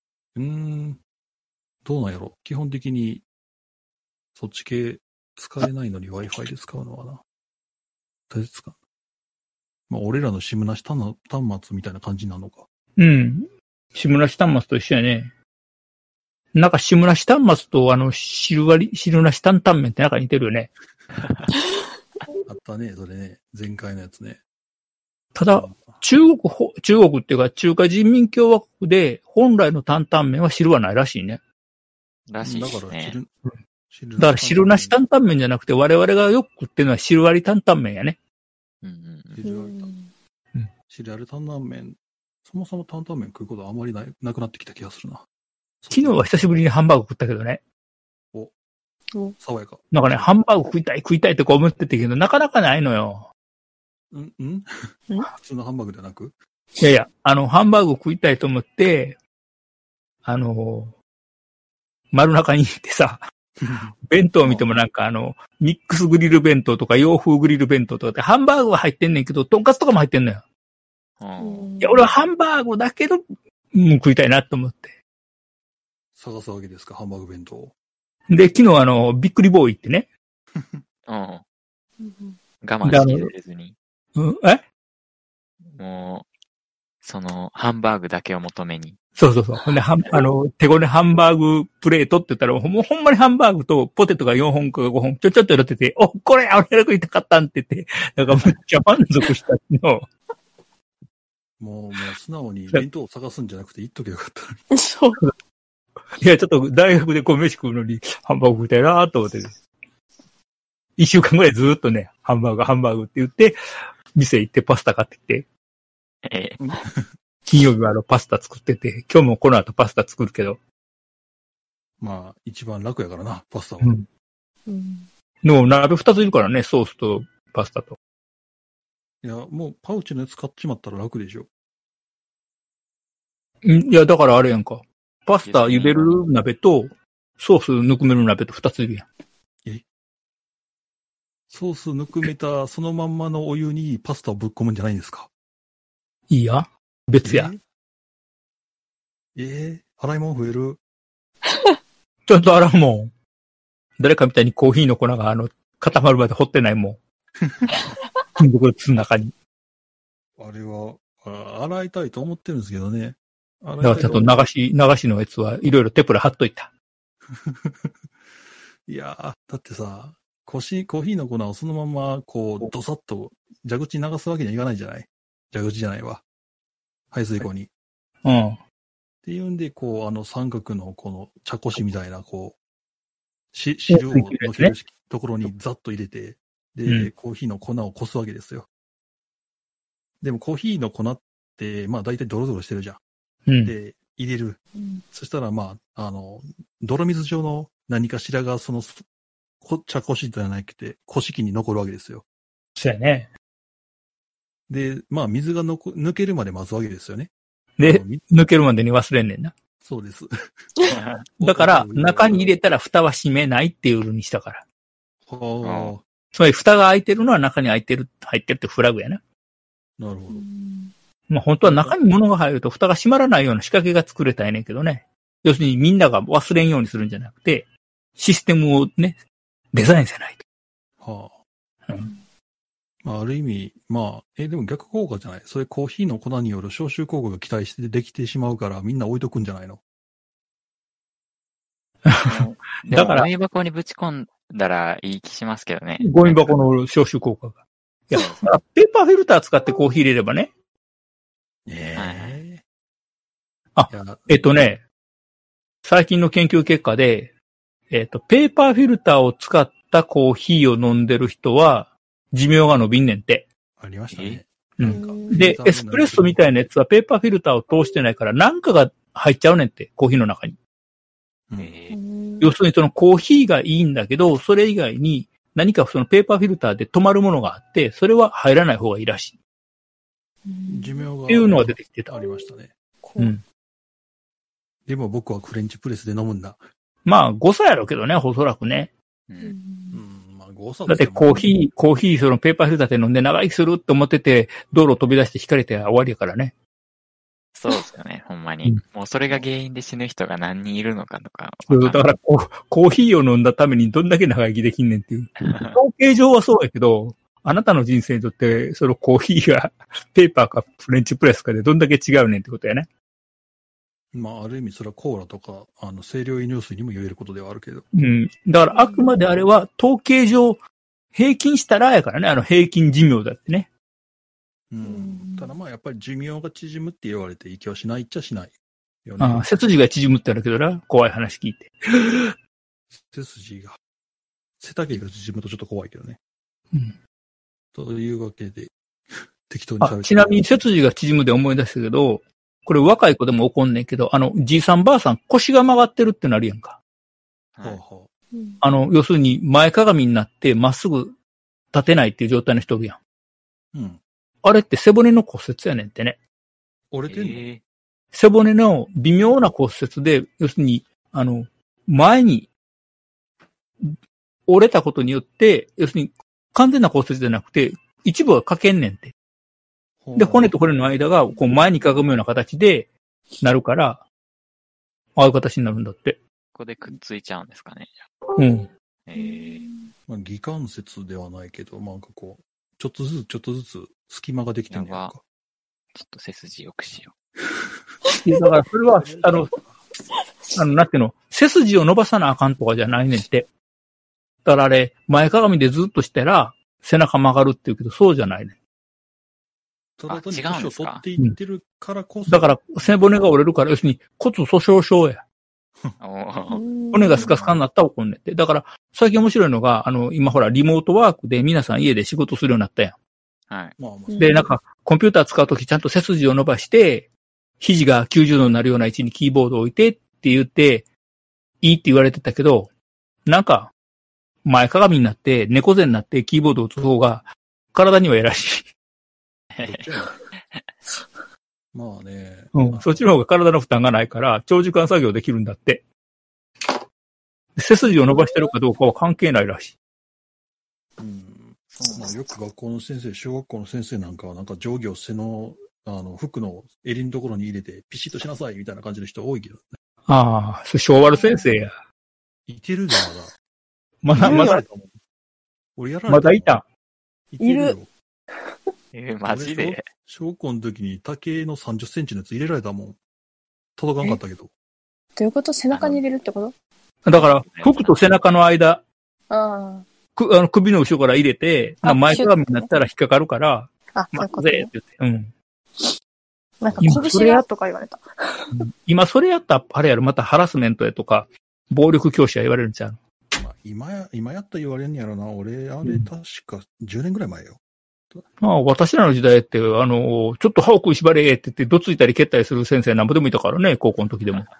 D: どうなんやろ。基本的に、そっち系使えないのに Wi-Fi で使うのはな。大切か。まあ、俺らのSIMなし端末みたいな感じなのか。
B: うん。SIMなし端末と一緒やね。なんかSIMなし端末と汁なし担々麺ってなんか似てるよね。
D: あったね、それね。前回のやつね。
B: ただ、中国っていうか中華人民共和国で本来の担々麺は汁はないらしいね。
C: らしいですね。
B: だから汁なし担々麺じゃなくて我々がよく食ってるのは汁あり担々麺やね。
D: 汁あり担々麺。そもそも担々麺食うことはあまりなくなってきた気がするな。
B: 昨日は久しぶりにハンバーグ食ったけどね。
D: お、爽やか。
B: なんかね、ハンバーグ食いたいって思ってたけど、なかなかないのよ。
D: 普通のハンバーグではなく？
B: いやいや、ハンバーグ食いたいと思って、丸中に行ってさ、弁当見てもなんかミックスグリル弁当とか洋風グリル弁当とかってハンバーグは入ってんねんけど、トンカツとかも入ってんのよ。いや、俺はハンバーグだけど、食いたいなと思って。
D: 探すわけですか、ハンバーグ弁当。
B: で、昨日びっくりボーイってね。
C: 我慢しきれずに。もう、ハンバーグだけを求めに。
B: そう。ほんで、手ごねハンバーグプレートって言ったら、もうほんまにハンバーグとポテトが4本か5本、ちょっとやってて、これ、俺が食いたかったんって言って、なんかめっちゃ満足したの。
D: もう素直に弁当を探すんじゃなくて言っとけばよかった。
E: そう。
B: いや、ちょっと大学で飯食うのにハンバーグ食いたいなと思って、1週間ぐらいずーっとね、ハンバーグって言って、店行ってパスタ買ってきて、金曜日はパスタ作ってて、今日もこの後パスタ作るけど。
D: まあ、一番楽やからな、パスタは。
B: でも鍋2ついるからね、ソースとパスタと。
D: いや、もうパウチのやつ買っちまったら楽でしょ。
B: いや、だからあれやんか。パスタ茹でる鍋と、ソースぬくめる鍋と2ついるやん。
D: ソースぬくめたそのまんまのお湯にパスタをぶっ込むんじゃないんですか？
B: いいや。別や。
D: 洗い物増える？
B: ちゃんと洗うもん。誰かみたいにコーヒーの粉が固まるまで掘ってないもん。僕の中に。
D: あれは、洗いたいと思ってるんですけどね。
B: だからちょっと流しのやつはいろいろテプラ貼っといた。
D: いやー、だってさ、コーヒーの粉をそのまま、ドサッと蛇口に流すわけにはいかないじゃない？蛇口じゃないわ。排水溝に。っていうんで、三角のこの茶こしみたいな、汁をのけるところにザッと入れて、で、コーヒーの粉をこすわけですよ。でもコーヒーの粉って、まあ大体ドロドロしてるじゃん。で、入れる。そしたらまあ、泥水状の何かしらが茶こしじゃなくて、こし器に残るわけですよ。
B: そうやね。
D: で、まあ水が抜けるまで待つわけですよね。
B: で、抜けるまでに忘れんねんな。
D: そうです。
B: だから、中に入れたら蓋は閉めないっていうルールにしたから。つまり蓋が開いてるのは中に入ってるってフラグやな。
D: なるほど。
B: まあ本当は中に物が入ると蓋が閉まらないような仕掛けが作れたいねんけどね。要するにみんなが忘れんようにするんじゃなくて、システムをね、デザインせないと。
D: ある意味、まあ、でも逆効果じゃない？それコーヒーの粉による消臭効果が期待してできてしまうからみんな置いとくんじゃないの？
C: だから。ゴミ箱にぶち込んだらいい気しますけどね。
B: ゴミ箱の消臭効果が。いや、ペーパーフィルター使ってコーヒー入れればね。最近の研究結果で、 ペーパーフィルターを使ったコーヒーを飲んでる人は、寿命が伸びんねんて。
D: ありましたね。
B: で、エスプレッソみたいなやつはペーパーフィルターを通してないから、なんかが入っちゃうねんって、コーヒーの中に。要するにそのコーヒーがいいんだけど、それ以外に何かそのペーパーフィルターで止まるものがあって、それは入らない方がいいらしい。
D: 寿命が。
B: っていうのが出てきてた。
D: ありましたね。
B: うん。
D: でも僕はフレンチプレスで飲むんだ。
B: まあ、誤差やろうけどね、おそらくね。
D: まあ、誤差
B: だってコーヒーそのペーパーフィルターで飲んで長生きするって思ってて、道路飛び出して引かれて終わりやからね。
C: そうですよね、ほんまに。もうそれが原因で死ぬ人が何人いるのかとか。
B: だからコーヒーを飲んだためにどんだけ長生きできんねんっていう。統計上はそうやけど、あなたの人生にとって、そのコーヒーがペーパーかフレンチプレスかでどんだけ違うねんってことやね。
D: まあ、ある意味それはコーラとか、清涼飲料水にも言えることではあるけど。
B: うん。だからあくまであれは統計上、平均したらやからね、平均寿命だってね。
D: ただまあやっぱり寿命が縮むって言われて息はしないっちゃしないよね。
B: ああ、背筋が縮むってあるけどな、怖い話聞いて。
D: 背丈が縮むとちょっと怖いけどね。
B: うん。
D: というわけで、適当に喋って。
B: ちなみに背筋が縮むで思い出したけど、これ若い子でも起こんねんけど、じいさんばあさん腰が曲がってるってなるやんか。
C: はい、
B: 要するに前かがみになってまっすぐ立てないっていう状態の人おるやん。
D: うん。
B: あれって背骨の骨折やねんってね。
D: 折れてんの？
B: 背骨の微妙な骨折で、要するに、前に折れたことによって、要するに完全な骨折じゃなくて、一部が欠けんねんって。で、骨と骨の間がこう前にかがむような形でなるから、ああいう形になるんだって。
C: ここでくっついちゃうんですかね。
B: うん。
D: まあ、擬関節ではないけど、なんかこう、ちょっとずつ隙間ができてるんだよか。
C: ちょっと背筋よくしよ
B: う。だからそれは、なんていうの、背筋を伸ばさなあかんとかじゃないねんって。だからあれ、前かがみでずっとしたら、背中曲がるって言うけど、そうじゃないねん。
D: ただ単に年を取っていってるからこそ。
B: だから、背骨が折れるから、要するに骨粗鬆症や。骨がスカスカになったら起こんねんって。だから、最近面白いのが、今ほら、リモートワークで皆さん家で仕事するようになったや
C: ん。はい。
B: で、なんか、コンピューター使うときちゃんと背筋を伸ばして、肘が90度になるような位置にキーボードを置いてって言って、いいって言われてたけど、なんか、前かがみになって、猫背になってキーボードを打つ方が、体には偉いし。
D: まあね。
B: そっちの方が体の負担がないから、長時間作業できるんだって。背筋を伸ばしてるかどうかは関係ないらしい。
D: まあ、よく学校の先生、小学校の先生なんかは、なんか定規を背の、服の襟のところに入れて、ピシッとしなさいみたいな感じの人多いけどね。
B: ああ、それ昭和の先生や。
D: いてるで、まだ。
B: まだ、
D: 俺やられた。
B: まだいた。
E: いる。
C: マジで
D: 小学校の時に竹の30センチのやつ入れられたもん。届かんかったけど。
E: どういうこと？背中に入れるってこと？
B: だから、服と背中の間、首の後ろから入れて、前かがみになったら引っかかるから、
E: そういうことね。
B: って言って、
E: なんか拳やとか言われた。
B: 今それやったら、あれやろ、またハラスメントやとか、暴力教師は言われるんちゃう？
D: 今やったら言われんやろな。俺、あれ確か10年ぐらい前よ。
B: 私らの時代って、ちょっと歯を食いしばれって言って、どついたり蹴ったりする先生なんぼでもいたからね、高校の時でも。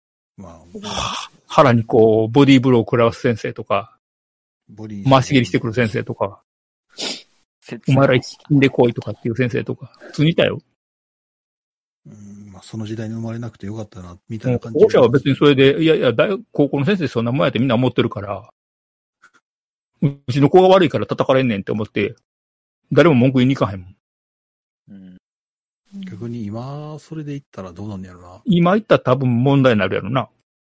B: 腹にこう、ボディーブローを食らわす先生とか、回し蹴りしてくる先生とか、お前ら一斤で来いとかっていう先生とか、普通にいたよ。
D: まあ、その時代に生まれなくてよかったな、みたいな感じ。
B: 保護者は別にそれで、いや、高校の先生そんなもんやってみんな思ってるから、うちの子が悪いから叩かれんねんって思って、誰も文句言いに行かへんもん。
D: 逆に今、それで言ったらどうなんやろな。
B: 今言ったら多分問題になるやろな。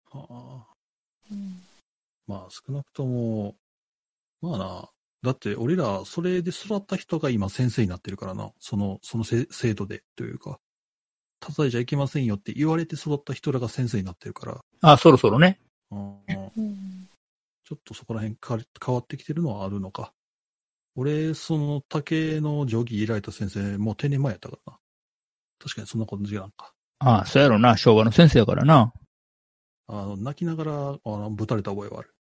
D: まあ少なくとも、まあな、だって俺らそれで育った人が今先生になってるからな。その制度でというか、叩いちゃいけませんよって言われて育った人らが先生になってるから。
B: そろそろね。
D: ちょっとそこら辺変わってきてるのはあるのか。俺、その竹の定規入れられた先生、もう定年前やったからな。確かにそんなことじゃんか。
B: そうやろな。昭和の先生やからな。
D: 泣きながら、ぶたれた覚えはある。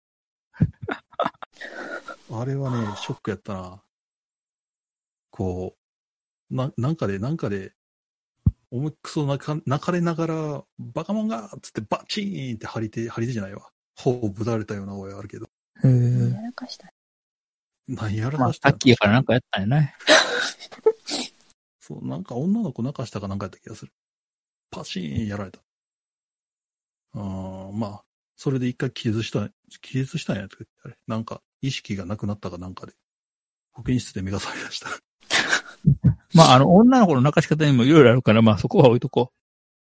D: あれはね、ショックやったな。こう、なんかで、思いっくそ泣かれながら、バカモンがーっつってバチーンって張り手じゃないわ。頬ぶたれたような覚えはあるけど。
E: やらかした。
D: 何やら
B: まあ、
D: かした
B: さっきやからなんかやったんやね。
D: そう、なんか女の子泣かしたかなんかやった気がする。パチーンやられた。まあ、それで一回気絶したんやつあれ。なんか、意識がなくなったかなんかで、保健室で目が覚めました。
B: まあ、女の子の泣かし方にもいろいろあるから、まあそこは置いとこ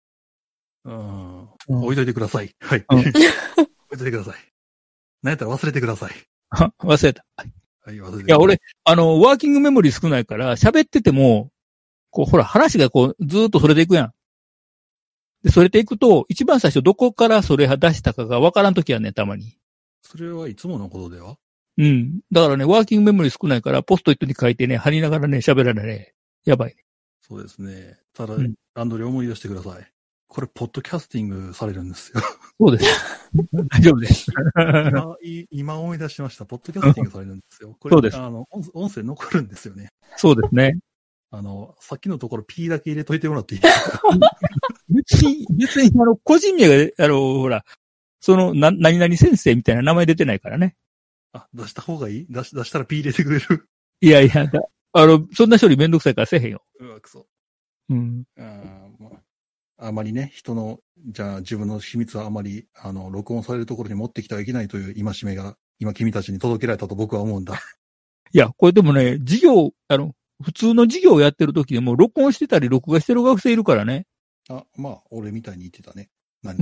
D: 置いといてください。はい。置いといてください。なんやったら忘れてください。
B: 忘れた。
D: はい、忘れてください。
B: いや、俺、ワーキングメモリー少ないから、喋ってても、こう、ほら、話がこう、ずーっとそれていくやん。で、それていくと、一番最初どこからそれ出したかがわからんときはね、たまに。
D: それはいつものことでは？
B: うん。だからね、ワーキングメモリー少ないから、ポストイットに書いてね、貼りながらね、喋らないね。やばいね。
D: そうですね。ただ、
B: うん
D: アンドレ思い出してください。これ、ポッドキャスティングされるんですよ。
B: そうです。大丈夫です。
D: 今思い出しました。ポッドキャスティングされるんですよ。これ、
B: そうです
D: 音声残るんですよね。
B: そうですね。
D: さっきのところ P だけ入れといてもらっていいですか？
B: 別に、個人名が、ほら、何々先生みたいな名前出てないからね。
D: 出した方がいい？出したら P 入れてくれる？
B: いやいや、そんな処理めんどくさいからせえへんよ。
D: くそ。
B: うん。
D: あまりね、じゃあ自分の秘密はあまり、録音されるところに持ってきてはいけないという戒めが、今君たちに届けられたと僕は思うんだ。
B: いや、これでもね、普通の授業をやってる時でも、録音してたり録画してる学生いるからね。
D: まあ、俺みたいに言ってたね。
B: うん。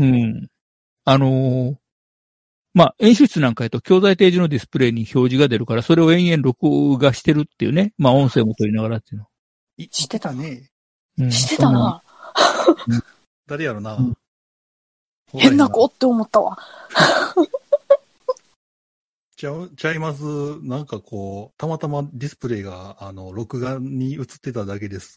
B: まあ、演習室なんかやと教材提示のディスプレイに表示が出るから、それを延々録画してるっていうね。まあ、音声も取りながらっていうの。
E: してた
D: ね。
B: うん、
E: してたな。
D: 誰やろな。
E: 変な子って思ったわ。
D: ちゃいます。なんかこう、たまたまディスプレイが、録画に映ってただけです。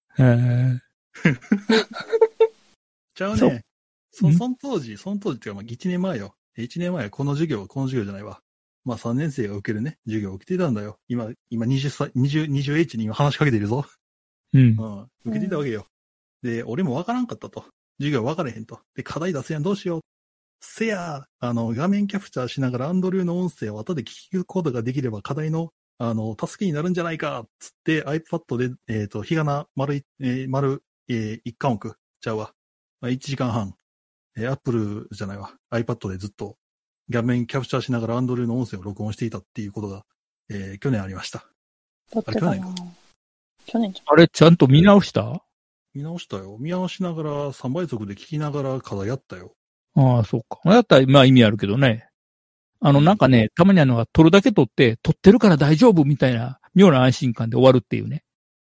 D: ちゃうね。その当時っていうか、まあ、1年前よ。1年前、この授業じゃないわ。まあ、3年生が受けるね、授業を受けてたんだよ。今20H に今話しかけてるぞ。
B: うん。
D: 受けてたわけよ。で、俺もわからんかったと。授業わからへんと。で、課題出すやん、どうしよう。せや、画面キャプチャーしながらアンドリューの音声を後で聞くことができれば課題の、助けになるんじゃないか、つって iPad で、日がな、丸1科目ちゃうわ。1時間半。Apple じゃないわ。iPad でずっと画面キャプチャーしながらアンドリューの音声を録音していたっていうことが、去年ありました。
E: 去年
B: あれ、ちゃんと見直した？
D: 見直したよ。見直しながら3倍速で聞きながら課題やったよ。
B: ああ、そうか。だったら、まあ意味あるけどね。なんかね、たまに撮るだけ撮って、撮ってるから大丈夫みたいな、妙な安心感で終わるっていうね。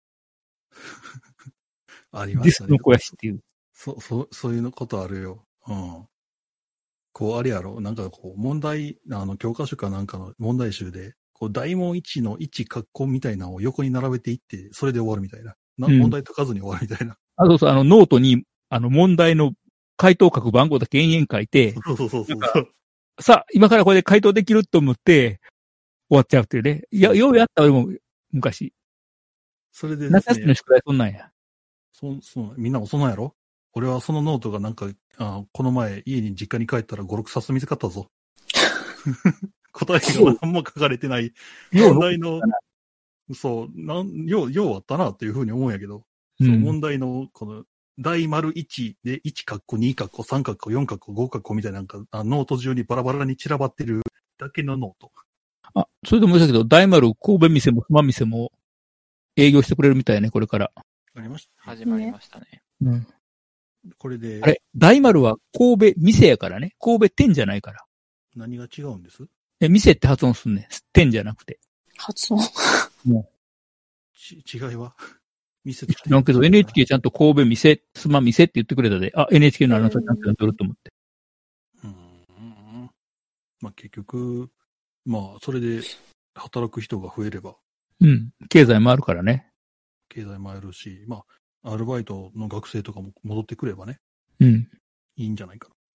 D: ありましたね。
B: ディスクの肥やしっていう。
D: そういうことあるよ。うん。こう、あれやろ。なんかこう、問題、教科書かなんかの問題集で、こう、大問1の1括弧みたいなのを横に並べていって、それで終わるみたいな。問題解かずに終わるみたいな。
B: そうそう、ノートに、問題の回答書く番号だけ延々書いて、
D: そう。
B: さあ、今からこれで回答できると思って、終わっちゃうっていうね。いや、ようやった俺も、昔。
D: それで
B: 夏休みの宿題そんなんや。
D: みんなもそんなんやろ？俺はそのノートがなんか、この前家に実家に帰ったら5、6冊見つかったぞ。答えが何も書かれてない。問題の、そう、ようあったなっていうふうに思うんやけど、その問題の、この、大丸1で1括弧2括弧3括弧4括弧5括弧みたいななんか、ノート中にバラバラに散らばってるだけのノート。
B: それでもいいだけど、大丸神戸店も熊店も営業してくれるみたいね、これから。
D: ありました。
C: 始まりましたね。
B: うん。
D: これで。
B: あれ、大丸は神戸店やからね。神戸店じゃないから。
D: 何が違うんです？
B: 店って発音すんねん。店じゃなくて。
E: 発音
D: もう。違いは店って。
B: なんけど NHK ちゃんと神戸店、スマ店って言ってくれたで。NHK のあなたちゃんとやってると思って。
D: まあ結局、まあそれで働く人が増えれば。
B: うん。経済もあるからね。
D: 経済もあるし、まあ、アルバイトの学生とかも戻ってくればね。
B: うん。
D: いいんじゃないかな。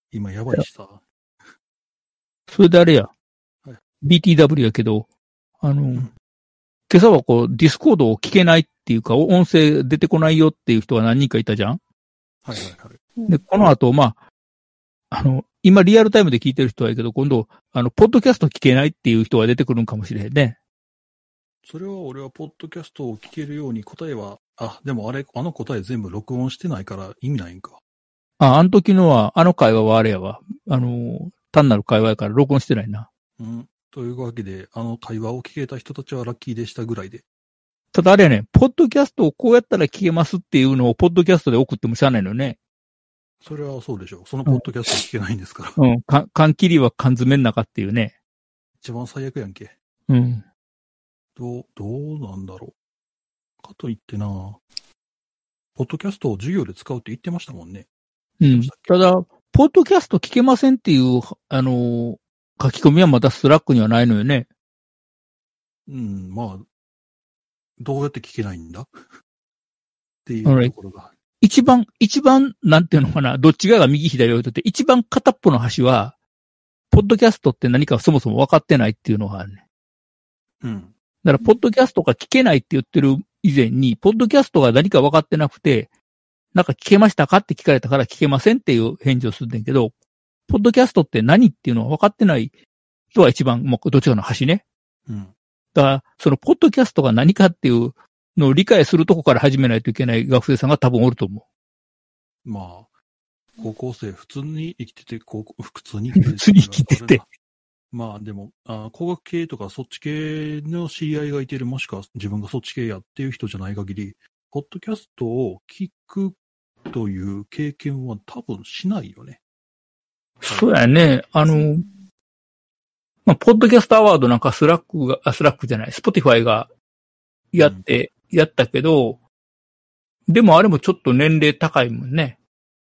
D: 今やばいしさ。
B: それであれや。
D: はい
B: BTW やけど、
D: ん
B: 今朝はこう、ディスコードを聞けないっていうか、音声出てこないよっていう人が何人かいたじゃん。
D: はいはいはい。
B: で、この後、今リアルタイムで聞いてる人はいいけど、今度、ポッドキャスト聞けないっていう人が出てくるんかもしれへんね。
D: それは俺はポッドキャストを聞けるように答えは、でもあの答え全部録音してないから意味ないんか。
B: あの時のは、あの会話はあれやわ。単なる会話やから録音してないな。
D: うん。というわけで、あの会話を聞けた人たちはラッキーでしたぐらいで。
B: ただあれやね、ポッドキャストをこうやったら聞けますっていうのを、ポッドキャストで送ってもしゃあないのよね。
D: それはそうでしょう。そのポッドキャスト聞けないんですから。
B: うん。缶切りは缶詰の中っていうね。
D: 一番最悪やんけ。
B: うん。
D: どうなんだろう。かといってな、ポッドキャストを授業で使うって言ってましたもんね。
B: うん。ただ、ポッドキャスト聞けませんっていう、書き込みはまたスラックにはないのよね。
D: うん、まあ、どうやって聞けないんだっていうところが。
B: 一番、なんていうのかな、どっち側が右左を置いとって、一番片っぽの端は、ポッドキャストって何かそもそも分かってないっていうのがあるね。
D: うん。
B: だから、ポッドキャストが聞けないって言ってる以前に、ポッドキャストが何か分かってなくて、なんか聞けましたかって聞かれたから聞けませんっていう返事をするんだけど、ポッドキャストって何っていうのは分かってない人は一番、もうどっちかの端ね。
D: うん。
B: だから、そのポッドキャストが何かっていうのを理解するとこから始めないといけない学生さんが多分おると思
D: まあ、高校生普通に生きてて、普通に生きてて。
B: 普通に生きてて。
D: まあでも、工学系とかそっち系の知り合いがいている、もしくは自分がそっち系やっていう人じゃない限り、ポッドキャストを聞くという経験は多分しないよね。
B: そうやね。ポッドキャストアワードなんかスラックじゃない、スポティファイがやったけど、でもあれもちょっと年齢高いもんね。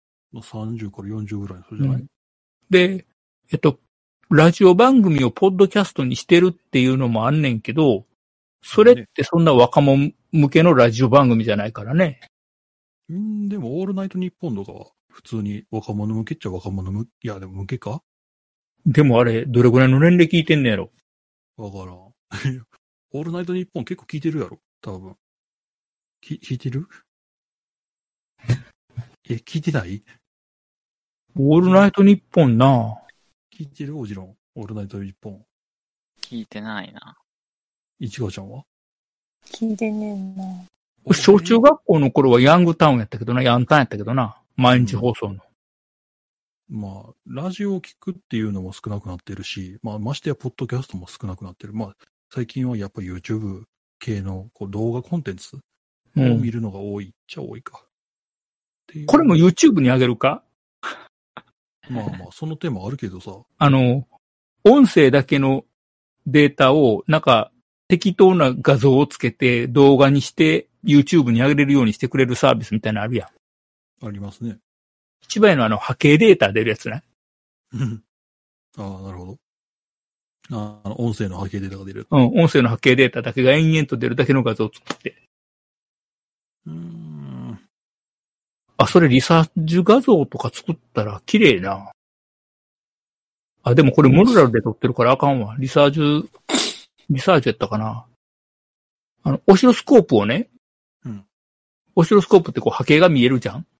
D: 30から40ぐらいの人じゃない、
B: で、ラジオ番組をポッドキャストにしてるっていうのもあんねんけど、それってそんな若者向けのラジオ番組じゃないからね。
D: でも、オールナイトニッポンとかは普通に若者向けっちゃ若者向け、いやでも向けか
B: でもあれ、どれぐらいの年齢聞いてんねやろ。
D: わからん。オールナイトニッポン結構聞いてるやろ多分。聞いてる聞いてない
B: オールナイトニッポンな。
D: 聞いてるもちろん。オールナイトニッポン。
C: 聞いてないな。
D: いちごちゃんは
E: 聞いてねえな。
B: 小中学校の頃はヤングタウンやったけどな、ヤンタンやったけどな。毎日放送の。
D: まあ、ラジオを聞くっていうのも少なくなってるし、まあ、ましてやポッドキャストも少なくなってる。まあ、最近はやっぱ YouTube 系の動画コンテンツを見るのが多いっちゃ多いか。
B: これも YouTube に上げるか？
D: まあまあ、その手もあるけどさ。
B: 音声だけのデータを、なんか、適当な画像をつけて動画にして YouTube に上げれるようにしてくれるサービスみたいなのあるやん。
D: ありますね。
B: 一番の波形データ出るやつね。
D: ああ、なるほど。音声の波形データが出る。
B: 音声の波形データだけが延々と出るだけの画像を作って。それリサーチ画像とか作ったら綺麗な。でもこれモルラルで撮ってるからあかんわ。リサーチやったかな。オシロスコープをね。オシロスコープって波形が見えるじゃん。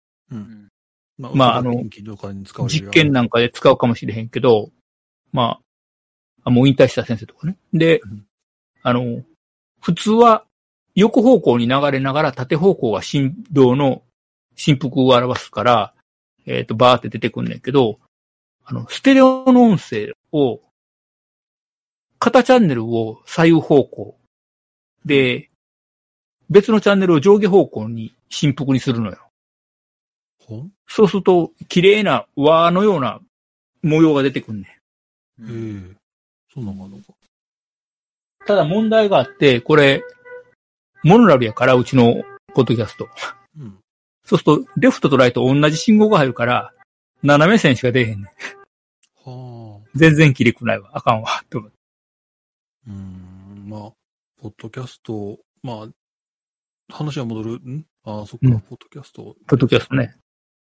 B: 実験なんかで使うかもしれへんけど、もう引退した先生とかね。で、普通は横方向に流れながら縦方向が振動の振幅を表すから、バーって出てくんねんけど、ステレオの音声を、片チャンネルを左右方向で、別のチャンネルを上下方向に振幅にするのよ。そうすると、綺麗な輪のような模様が出てくんね
D: ん。そうなのか。
B: ただ問題があって、これ、モノラルやから、うちのポッドキャスト。そうすると、レフトとライト同じ信号が入るから、斜め線しか出えへんねん。全然切りくないわ。あかんわ。と思って。
D: まあ、ポッドキャスト、まあ、話は戻る。そっか、ポッドキャスト。
B: ポッドキャストね。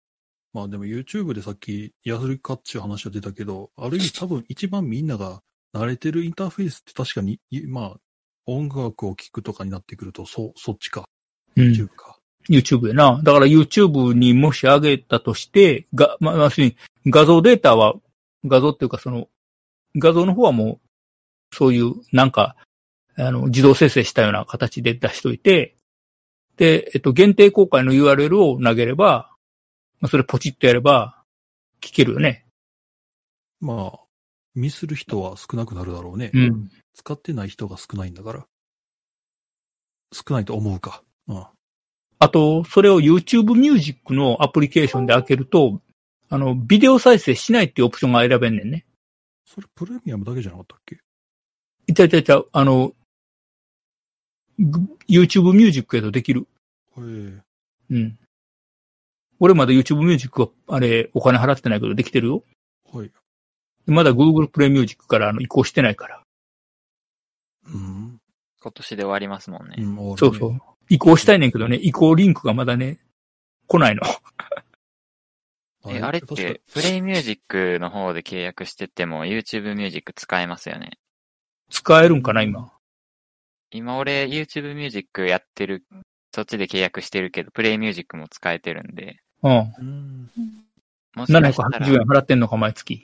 D: まあでも YouTube でさっきやるかっていう話は出たけど、ある意味多分一番みんなが慣れてるインターフェースって確かに、まあ音楽を聴くとかになってくると、そっちか。YouTube か。
B: YouTube やな。だから YouTube にもし上げたとして、まあ、要するに画像データは、画像っていうか画像の方はもう、そういう、なんか、自動生成したような形で出しといて、で、限定公開の URL を投げれば、まあ、それポチッとやれば、聞けるよね。
D: まあ、見する人は少なくなるだろうね。
B: うん。
D: 使ってない人が少ないんだから。少ないと思うか。うん。
B: あと、それを YouTube Music のアプリケーションで開けると、ビデオ再生しないっていうオプションが選べんねんね。
D: それプレミアムだけじゃなかったっけ？
B: いた、YouTube Music やとできる。
D: へえ。
B: うん。俺まだ YouTube Music は、お金払ってないけどできてるよ。
D: はい。
B: まだ Google Play Music から移行してないから。
D: うん。
C: 今年で終わりますもんね。
D: うん、ね、
B: そうそう。移行したいねんけどね、移行リンクがまだね、来ないの。
C: あれって、プレイミュージックの方で契約してても YouTube ミュージック使えますよね。
B: 使えるんかな、今。
C: 今俺 YouTube ミュージックやってる、そっちで契約してるけど、プレイミュージックも使えてるんで。
B: うん。
D: うん。
C: もしかしたら
B: 780円払ってんのか、毎月。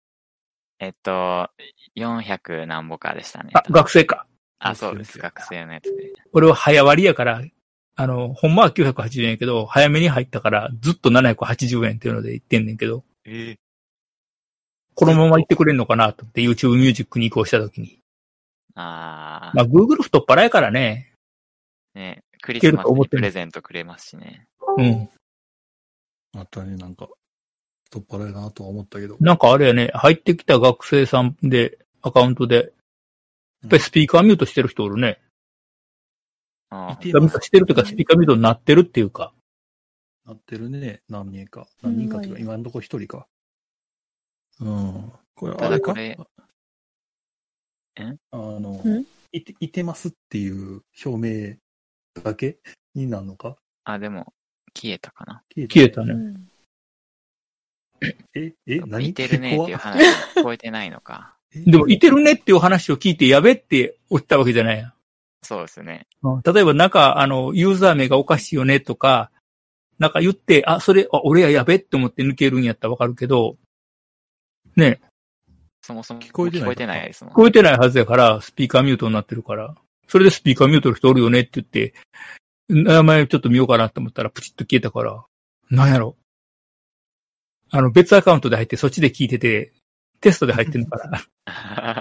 C: 400何ぼかでしたね。
B: あ、学生か。
C: あ、そうです。学生のやつで。
B: 俺は早割りやから、ほんまは980円やけど、早めに入ったから、ずっと780円っていうので言ってんねんけど。このまま言ってくれんのかなと思って、YouTube ミュージックに移行したときに。
C: まあ、
B: Google 太っ腹やからね。
C: ね、クリスマスにプレゼントくれますしね。
B: うん。
D: あったね、なんか、太っ腹やなとは思ったけど。
B: なんかあれやね、入ってきた学生さんで、アカウントで、やっぱりスピーカーミュートしてる人おるね。スピーカーミュートしてるというか、スピーカーミュートになってるっていうか。
D: なってるね、何人か。何人かっていうか、今のとこ一人か。うん。これ、あれかいてますっていう表明だけになるのか？
C: あ、でも、消えたかな。
B: 消えたね。
D: 何？
C: いてるねっていう話聞こえてないのか。
B: でも、いてるねっていう話を聞いてやべって落ちたわけじゃないや。
C: そうですね。
B: 例えば、なんか、ユーザー名がおかしいよねとか、なんか言って、俺はやべって思って抜けるんやったらわかるけど、ね。
C: そもそも聞こえてないですもん。
B: 聞こえてないはずやから、スピーカーミュートになってるから、それでスピーカーミュートの人おるよねって言って、名前ちょっと見ようかなと思ったらプチッと消えたから、なんやろ。別アカウントで入ってそっちで聞いてて、テストで入ってるから。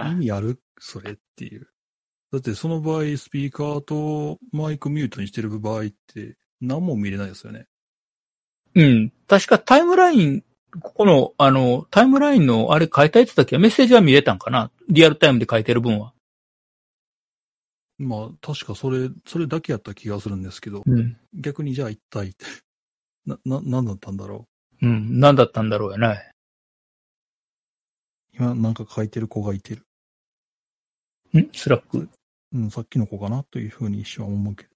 D: 意味ある？それっていう。だってその場合、スピーカーとマイクミュートにしてる場合って、何も見れないですよね。
B: うん。確かタイムライン、ここの、タイムラインのあれ書いたやつだけはメッセージは見れたんかな？リアルタイムで書いてる分は。
D: まあ、確かそれだけやった気がするんですけど、
B: うん、
D: 逆にじゃあ一体、何だったんだろ
B: う。うん、何だったんだろうやな。
D: 今なんか書いてる子がいてる。
B: スラック？
D: うん、さっきの子かなというふうに一瞬は思うけ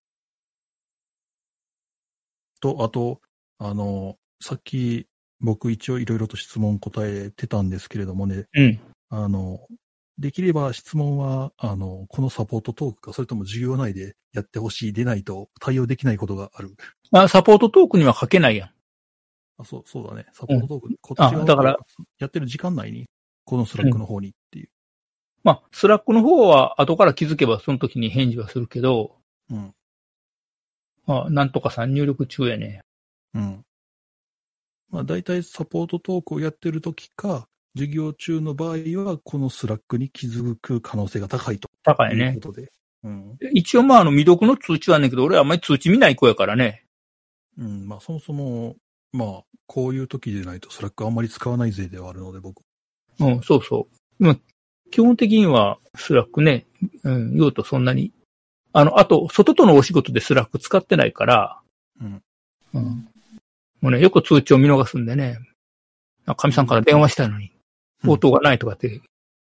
D: ど。あと、さっき僕一応いろいろと質問答えてたんですけれどもね、
B: うん。
D: できれば質問は、このサポートトークか、それとも授業内でやってほしいでないと対応できないことがある。
B: サポートトークには書けないやん。
D: そうだね。サポートトーク、こっち側
B: だから、
D: やってる時間内に、このスラックの方にっていう。
B: スラックの方は後から気づけばその時に返事はするけど、
D: うん。
B: なんとかさん入力中やね。
D: うん。大体サポートトークをやってる時か、授業中の場合は、このスラックに気づく可能性が高いと。
B: 高いね。
D: いうことで。うん。
B: 一応未読の通知はあんねんけど、俺はあんまり通知見ない子やからね。
D: うん。そもそも、こういう時でないとスラックあんまり使わない勢ではあるので、僕。
B: うん、そうそう。基本的にはスラックね、用途そんなに。あと、外とのお仕事でスラック使ってないから、
D: うん。
B: うん。もうね、よく通知を見逃すんでね。神さんから電話したのに、応答がないとかって。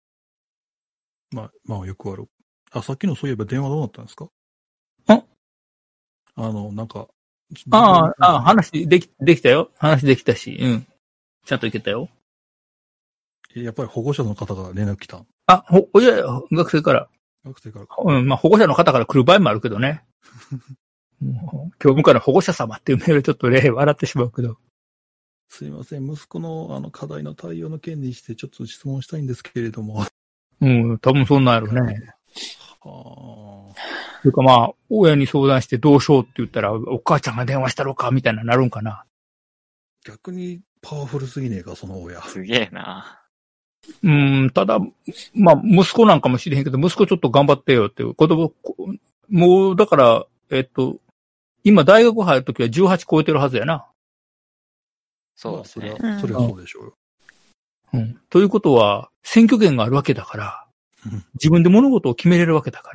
D: よくある。さっきのそういえば電話どうなったんですか？なんか、
B: 話できたよ。話できたし、うん。ちゃんといけたよ。
D: やっぱり保護者の方が連絡来た。
B: いやいや、学生から。
D: 学生からか。
B: うん、まあ保護者の方から来る場合もあるけどね。教務課の保護者様っていうメールちょっと笑ってしまうけど。
D: すいません、息子の課題の対応の件にしてちょっと質問したいんですけれども。
B: うん、多分そんなんやろね。
D: はあ。
B: というかまあ、親に相談してどうしようって言ったら、お母ちゃんが電話したろかみたいななるんかな。
D: 逆にパワフルすぎねえか、その親。
C: すげえな。
B: ただ、まあ、息子なんかもしれへんけど、息子ちょっと頑張ってよっていう。子供、もう、だから、今大学入るときは18超えてるはずやな。
C: そうですね。
D: それはそうでしょうよ。
B: うん。ということは、選挙権があるわけだから、自分で物事を決めれるわけだから。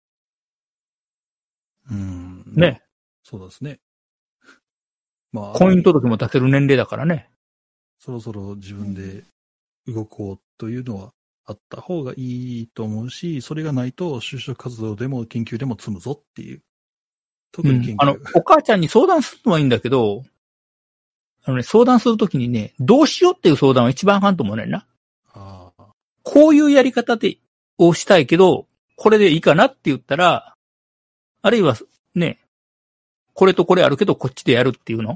B: ね。
D: そうですね。まあ、
B: 婚姻届も出せる年齢だからね。
D: そろそろ自分で動こうというのはあった方がいいと思うし、それがないと就職活動でも研究でも積むぞっていう。特に研究。
B: お母ちゃんに相談するのはいいんだけど、相談するときにね、どうしようっていう相談は一番あかんと思うねんな。こういうやり方をしたいけど、これでいいかなって言ったら、あるいはね、これとこれあるけどこっちでやるっていうの。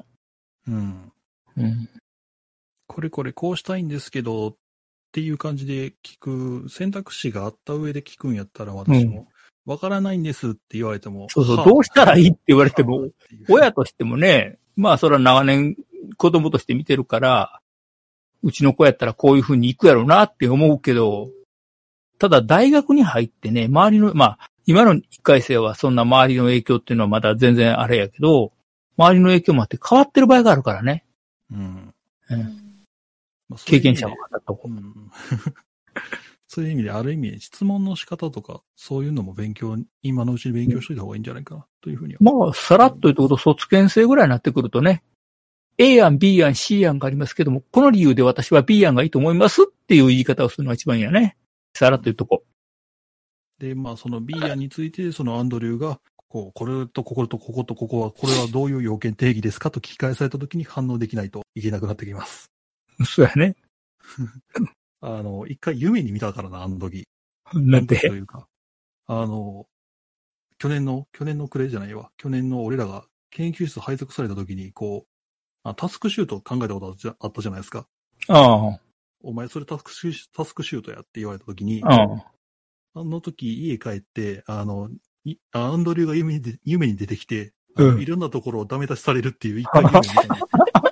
D: これこうしたいんですけどっていう感じで聞く、選択肢があった上で聞くんやったら私も、わからないんですって言われても。
B: そう、どうしたらいいって言われても、親としてもね、まあそれは長年子供として見てるから、うちの子やったらこういう風に行くやろうなって思うけど、ただ大学に入ってね、周りの、まあ今の一回生はそんな周りの影響っていうのはまだ全然あれやけど、周りの影響もあって変わってる場合があるからね。経験者の方と。
D: そういう意味で、ある意味、質問の仕方とか、そういうのも今のうちに勉強しといた方がいいんじゃないかな、というふうには。
B: まあ、さらっと言うこと、卒検生ぐらいになってくるとね、A 案、B 案、C 案がありますけども、この理由で私は B 案がいいと思いますっていう言い方をするのが一番いいよね。さらっと言うとこ。
D: で、まあ、その B 案について、そのアンドリューが、これとこことこことここは、これはどういう要件定義ですかと聞き返されたときに反応できないといけなくなってきます。
B: そうやね。
D: 一回夢に見たからな、あの時。
B: なんで？
D: というか、去年の暮れじゃないわ。去年の俺らが研究室配属された時に、タスクシュート考えたことあったじゃないですか。お前それタスクシュートやって言われた時に、あの時家帰って、アンドリューが夢に出てきて、いろんなところをダメ出しされるっていう一回夢見たの。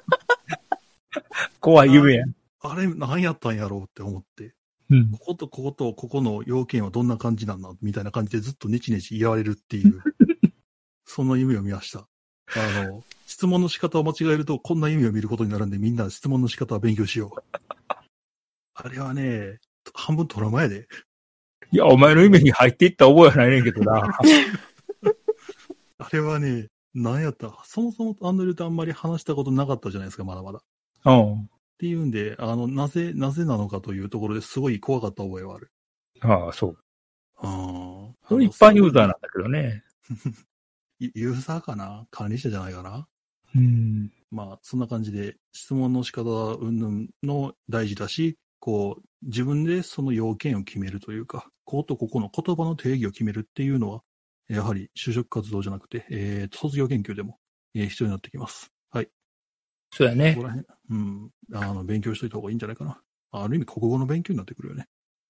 B: 怖い夢や。
D: あれ何やったんやろうって思って。こことこことここの要件はどんな感じなんだみたいな感じでずっとネチネチ言われるっていう、そんな夢を見ました。質問の仕方を間違えるとこんな夢を見ることになるんでみんな質問の仕方は勉強しよう。あれはね、半分トラウマやで。
B: いや、お前の夢に入っていった覚えはないねんけどな。
D: あれはね、何やった。そもそもアンドリューとあんまり話したことなかったじゃないですか、まだまだ。っていうんで、なぜなのかというところですごい怖かった覚えはある。
B: そう。それ一般ユーザーなんだけどね。
D: ユーザーかな？管理者じゃないかな？まあ、そんな感じで、質問の仕方云々の大事だし、自分でその要件を決めるというか、こことここの言葉の定義を決めるっていうのは、やはり就職活動じゃなくて、卒業研究でも、必要になってきます。はい。
B: そうやね。
D: ここら辺、勉強しといた方がいいんじゃないかな。ある意味国語の勉強になってくるよね。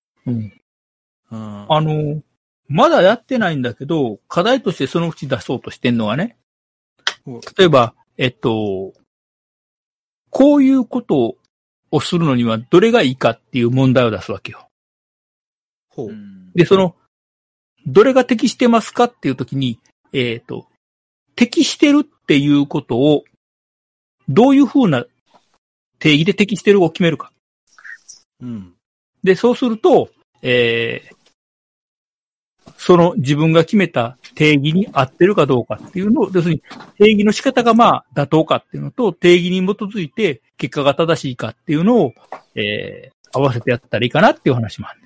B: まだやってないんだけど、課題としてそのうち出そうとしてんのはね。例えば、こういうことをするのにはどれがいいかっていう問題を出すわけよ。で、どれが適してますかっていうときに、適してるっていうことを、どういうふうな定義で適してるを決めるか。で、そうすると、その自分が決めた定義に合ってるかどうかっていうのを、要するに定義の仕方が妥当かっていうのと、定義に基づいて結果が正しいかっていうのを、合わせてやったらいいかなっていう話もある。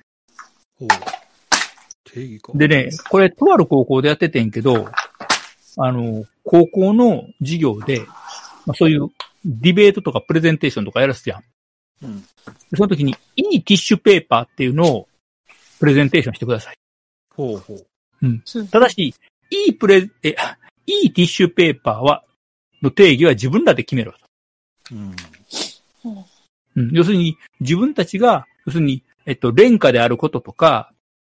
B: 定義か。でね、これとある高校でやっててんけど、 高校の授業で、まあ、そういうディベートとかプレゼンテーションとかやらすじゃん。
D: うん。
B: その時に、いいティッシュペーパーっていうのをプレゼンテーションしてください。
D: ほうほう。
B: うん。ただし、いいティッシュペーパーの定義は自分らで決めろと。
D: うん。
B: うん。要するに、自分たちが、要するに、廉価であることとか、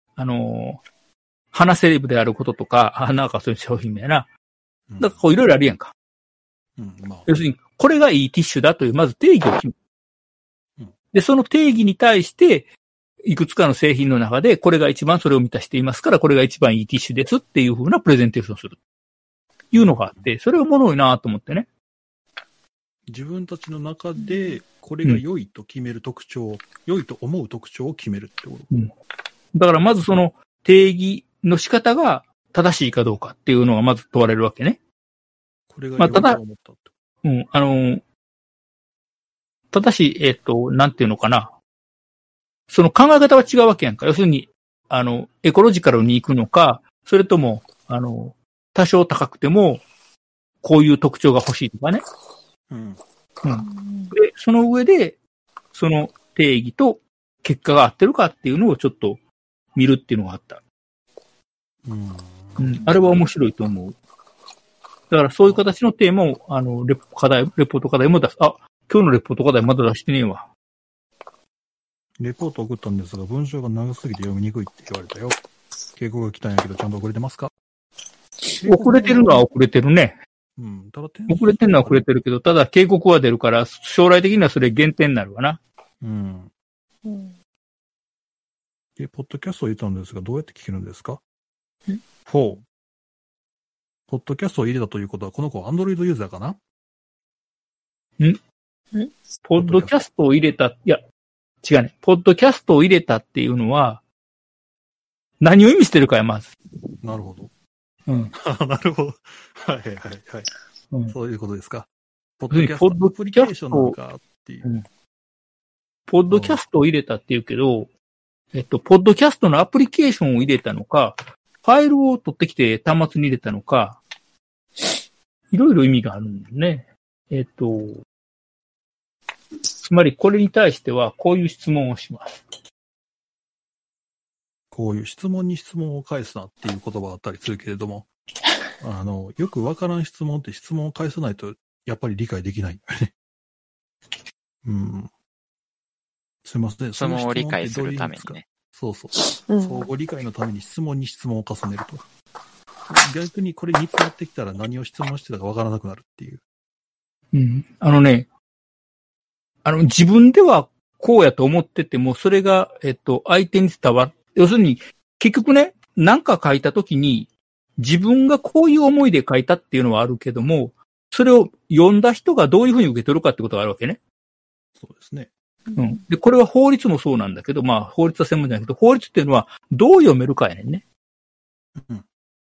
B: 花セレブであることとか、なんかそういう商品名やな。だからこういろいろあるやんか。
D: うん。まあ。
B: 要するに、これがいいティッシュだという、まず定義を決める。
D: うん。
B: で、その定義に対して、いくつかの製品の中で、これが一番それを満たしていますから、これが一番いいティッシュですっていう風なプレゼンテーションをする。いうのがあって、それがおもろいなと思ってね。
D: 自分たちの中で、これが良いと決める特徴、良いと思う特徴を決めるってこと。
B: うん。だからまずその定義の仕方が正しいかどうかっていうのがまず問われるわけね。
D: これが良いと思ったって。
B: うん。ただし、なんていうのかな。その考え方は違うわけやんか。要するに、エコロジカルに行くのか、それとも、多少高くても、こういう特徴が欲しいとかね。
D: うん。
B: うん。で、その上で、その定義と結果が合ってるかっていうのをちょっと見るっていうのがあった。うん。あれは面白いと思う。だからそういう形のテーマを、レポート課題も出す。あ、今日のレポート課題まだ出してねえわ。
D: レポート送ったんですが、文章が長すぎて読みにくいって言われたよ。警告が来たんやけど、ちゃんと遅れてますか？
B: 遅れてるのは遅れてるね。
D: うん。ただ
B: 遅れてるのは遅れてるけど、ただ警告は出るから、将来的にはそれ限定になるわな。
D: うん。で、ポッドキャストを入れたんですが、どうやって聞けるんですか？ほう。ポッドキャストを入れたということは、この子は Android ユーザーかな？
B: ポッドキャストを入れた、いや、違うね。ポッドキャストを入れたっていうのは、何を意味してるかや、まず。
D: なるほど。
B: うん。
D: なるほど。はいはいはい。うん、そういうことですか。ポッドキャスト
B: アプリケーションなの
D: かっていう。
B: うん。ポッドキャストを入れたっていうけど、ポッドキャストのアプリケーションを入れたのか、ファイルを取ってきて端末に入れたのか、いろいろ意味があるんだよね。つまりこれに対してはこういう質問をします。
D: こういう質問に質問を返すなっていう言葉があったりするけれども、よくわからん質問って質問を返さないとやっぱり理解できない。うん。すみません。
C: 質問を理解するためにね。
D: そうそう。相互理解のために質問に質問を重ねると。逆にこれ煮詰まってきたら何を質問してたかわからなくなるっていう。
B: うん。自分ではこうやと思ってても、それが、相手に伝わる。要するに、結局ね、なんか書いたときに、自分がこういう思いで書いたっていうのはあるけども、それを読んだ人がどういうふうに受け取るかってことがあるわけね。
D: そうですね。
B: うん。で、これは法律もそうなんだけど、まあ、法律は専門じゃないけど、法律っていうのはどう読めるかやねんね。
D: うん。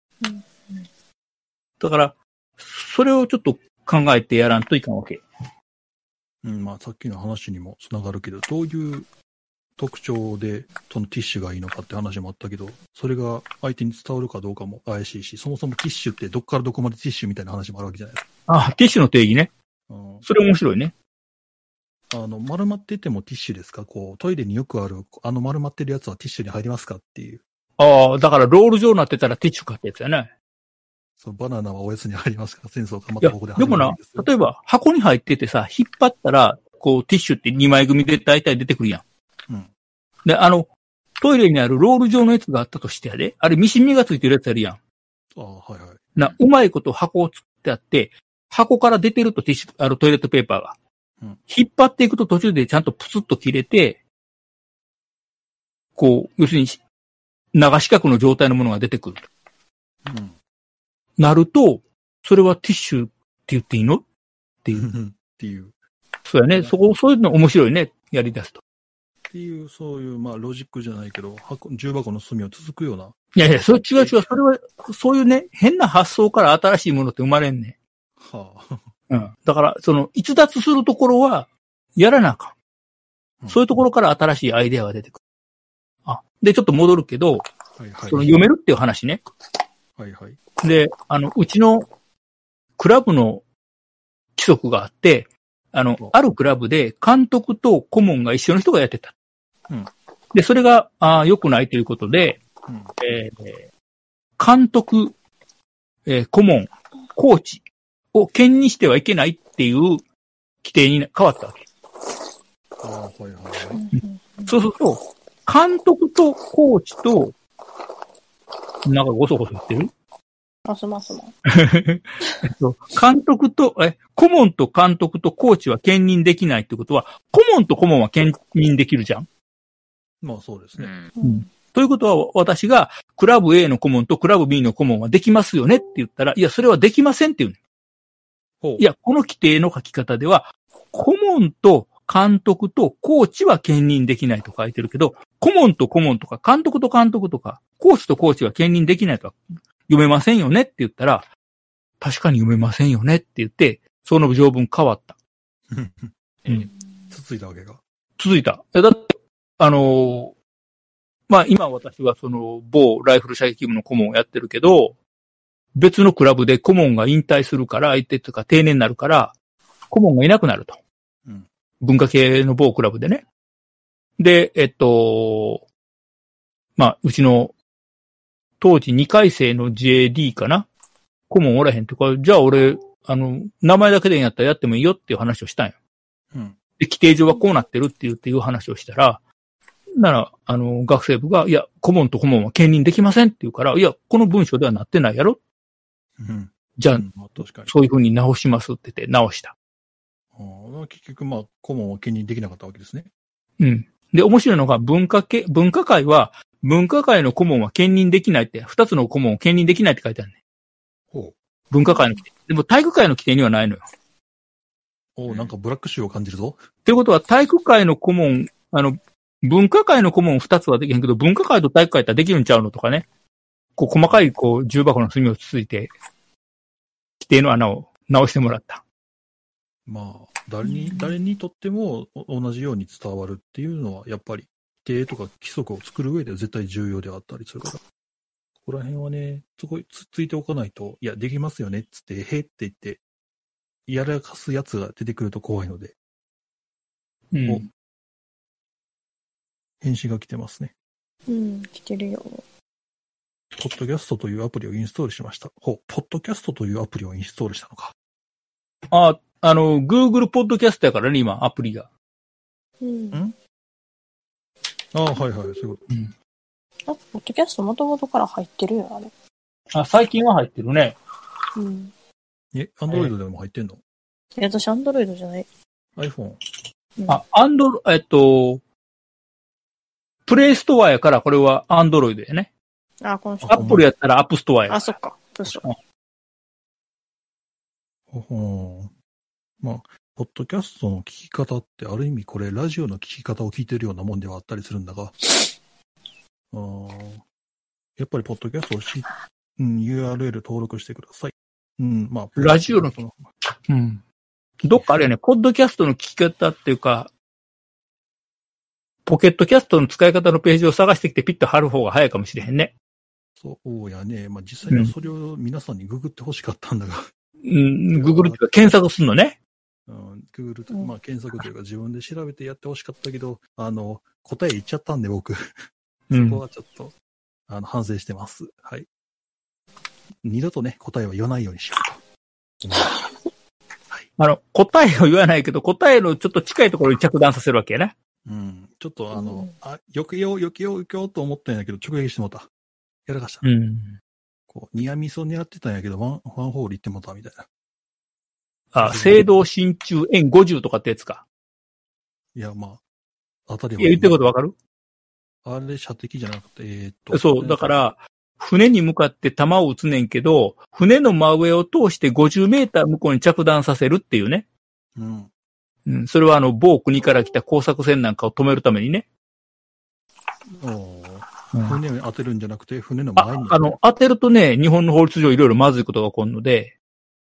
B: だから、それをちょっと考えてやらんといかんわけ。
D: うん、まあさっきの話にもつながるけど、どういう特徴でそのティッシュがいいのかって話もあったけど、それが相手に伝わるかどうかも怪しいし、そもそもティッシュってどっからどこまでティッシュみたいな話もあるわけじゃないですか。
B: あ、ティッシュの定義ね。それ面白いね。
D: 丸まっててもティッシュですか？こう、トイレによくある、丸まってるやつはティッシュに入りますかっていう。
B: ああ、だからロール状になってたらティッシュかってやつやね。
D: そう、バナナはおやつに入りますか？戦争がまたここで
B: でもな、例えば箱に入っててさ、引っ張ったら、こう、ティッシュって2枚組で大体出てくるやん。うん。で、トイレにあるロール状のやつがあったとしてやで、あれミシン目がついてるやつあるやん。
D: ああ、はいはい。
B: うまいこと箱を作ってあって、箱から出てるとティッシュ、トイレットペーパーが。うん、引っ張っていくと途中でちゃんとプツッと切れて、こう、要するに、長四角の状態のものが出てくる。うん。なると、それはティッシュって言っていいのっていう。
D: っていう。
B: そうやね。そういうの面白いね。やり出すと。
D: っていう、そういう、まあ、ロジックじゃないけど、重箱の隅を続くような。
B: いやいや、それ違う。それは、そういうね、変な発想から新しいものって生まれんね。
D: はあ。
B: うん。だから、逸脱するところは、やらなあかん。うん、そういうところから新しいアイデアが出てくる。で、ちょっと戻るけど、はいはい、読めるっていう話ね。
D: はいはい。
B: で、うちのクラブの規則があって、あるクラブで監督と顧問が一緒の人がやってた。
D: うん、
B: で、それが、良くないということで、
D: うん、
B: 監督、顧問、コーチを兼任してはいけないっていう規定に変わったわけ。
D: はいはいはい。
B: そうすると、監督とコーチと、なんかごそごそ言ってる？
E: ますますも。
B: 監督と、顧問と監督とコーチは兼任できないってことは、顧問と顧問は兼任できるじゃん。
D: まあそうですね。
B: ということは、私がクラブ A の顧問とクラブ B の顧問はできますよねって言ったら、いや、それはできませんって言うね。いや、この規定の書き方では、顧問と監督とコーチは兼任できないと書いてるけど、顧問と顧問とか監督と監督とか、コーチとコーチは兼任できないとか読めませんよねって言ったら、確かに読めませんよねって言って、その条文変わった。
D: 続いたわけが。
B: 続いた。だって、まあ今私はその某ライフル射撃部の顧問をやってるけど、別のクラブで顧問が引退するから、相手とか定年になるから、顧問がいなくなると。
D: うん、
B: 文化系の某クラブでね。で、まあ、うちの当時2回生の JD かな。顧問おらへんってか、じゃあ俺、名前だけでやったらやってもいいよっていう話をしたんよ。
D: うん。
B: で、規定上はこうなってるっていう話をしたら、なら、学生部が、いや、顧問と顧問は兼任できませんって言うから、いや、この文章ではなってないやろ。
D: うん。
B: じゃあ、
D: 確かに
B: そういう風に直しますって言って直した。
D: 結局、まあ、顧問は兼任できなかったわけですね。
B: うん。で、面白いのが文化会は、文化会の顧問は兼任できないって、二つの顧問を兼任できないって書いてあるね。
D: ほう。
B: 文化会の規定。でも体育会の規定にはないのよ。
D: なんかブラック臭を感じるぞ。
B: ってことは体育会の顧問、文化会の顧問二つはできへんけど、文化会と体育会ってできるんちゃうのとかね。こう、細かい、こう、重箱の隅をつついて、規定の穴を直してもらった。
D: まあ、誰にとっても同じように伝わるっていうのは、やっぱり、規定とか規則を作る上では絶対重要であったりするから。ここら辺はね、そこつついておかないと、いや、できますよねっつって、へって言って、やらかすやつが出てくると怖いので。
B: うん。
D: 返信が来てますね。
E: うん、来てるよ。
D: ポッドキャストというアプリをインストールしました。ポッドキャストというアプリをインストールしたのか。
B: Google ポッドキャストやからね、今、アプリが。
E: うん。
D: はいはい、そういうこと。
E: うん。ポッドキャスト元々から入ってるよ、あれ。
B: 最近は入ってるね。
E: うん。
D: アンドロイドでも入ってんの？
E: 私、アンドロイドじゃない。
D: iPhone。
B: プレイストアやからこれはアンドロイドやね。
E: この人。
B: アップルやったらアップストアや。
E: そっか。
D: まあ、ポッドキャストの聞き方ってある意味これラジオの聞き方を聞いてるようなもんではあったりするんだが、やっぱりポッドキャストをURL 登録してください。まあ、
B: ラジオの、どっかあれやね、ポッドキャストの聞き方っていうか、ポケットキャストの使い方のページを探してきてピッと貼る方が早いかもしれへんね。
D: そうやね。まあ実際にはそれを皆さんにググってほしかったんだが。
B: ググるっていうか検索するのね。
D: ググると、まあ検索というか自分で調べてやってほしかったけど、答え言っちゃったんで僕。そこはちょっと、反省してます。はい。二度とね、答えを言わないようにしようと。
B: はい、答えを言わないけど、答えのちょっと近いところに着弾させるわけやね。
D: ちょっと避けようと思ったんやけど、直撃してもた。やらかした。こう、ニアミスを狙ってたんやけど、ワンホール行ってもたみたいな。
B: 青銅真鍮円50とかってやつか。
D: いや、まあ、当たりは。
B: 言ってることわかる？
D: あれ、射的じゃなくて、
B: そう、だから、船に向かって弾を撃つねんけど、船の真上を通して50メーター向こうに着弾させるっていうね。それは某国から来た工作船なんかを止めるためにね。
D: 船に当てるんじゃなくて、船の前に。
B: 当てるとね、日本の法律上いろいろまずいことが起こるので。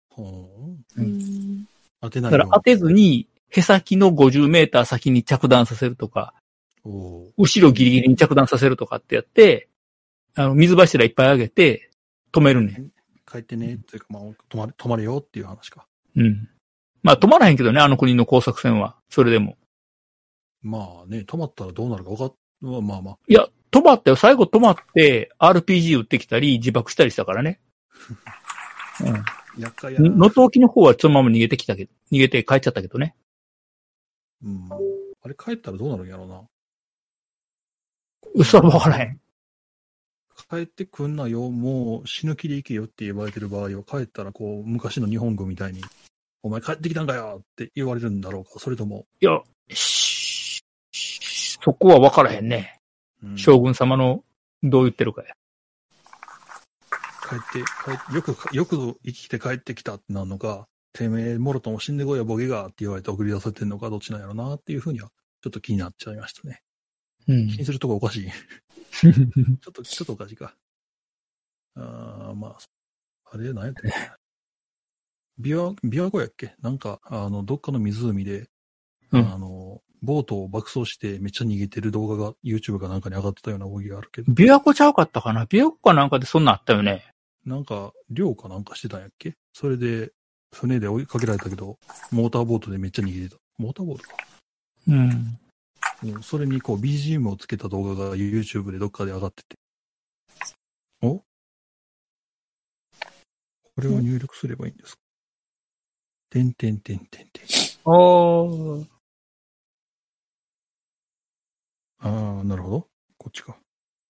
D: 当てない。
B: だから当てずに、へさきの50メーター先に着弾させるとか、後ろギリギリに着弾させるとかってやって、水柱いっぱい上げて、止めるね。
D: 帰ってね、っていうか、まあ、止まれよっていう話か。
B: うん。まあ止まらへんけどね、あの国の工作船は。それでも。
D: まあね、止まったらどうなるかまあまあ。
B: いや、止まったよ。最後止まって、RPG 撃ってきたり、自爆したりしたからね。うん。
D: 厄介やな。
B: 能登沖の方はそのまま逃げて帰っちゃったけどね。
D: うん。あれ帰ったらどうなるんやろうな。
B: 嘘は分からへん。
D: 帰ってくんなよ、もう死ぬ気で行けよって言われてる場合は、帰ったらこう、昔の日本軍みたいに、お前帰ってきたんかよって言われるんだろうか、それとも。
B: いや、そこは分からへんね。うん、将軍様のどう言ってるかや。
D: よく生きて帰ってきたってなるのか、てめえ、もろとも死んでこいやボケがって言われて送り出されてんのか、どっちなんやろなっていうふうには、ちょっと気になっちゃいましたね。うん。気にするとこおかしい。ちょっとおかしいか。まあ、あれ、何やったっけ。琵琶湖やっけなんか、どっかの湖で、ボートを爆走してめっちゃ逃げてる動画が YouTube かなんかに上がってたような動きがあるけど。
B: 琵琶湖ちゃうかったかな琵琶湖かなんかでそんなあったよね。
D: なんか、漁かなんかしてたんやっけそれで、船で追いかけられたけど、モーターボートでめっちゃ逃げてた。モーターボートか。うん。それにこう BGM をつけた動画が YouTube でどっかで上がってて。お？これを入力すればいいんですか？てん。なるほど。こっちか。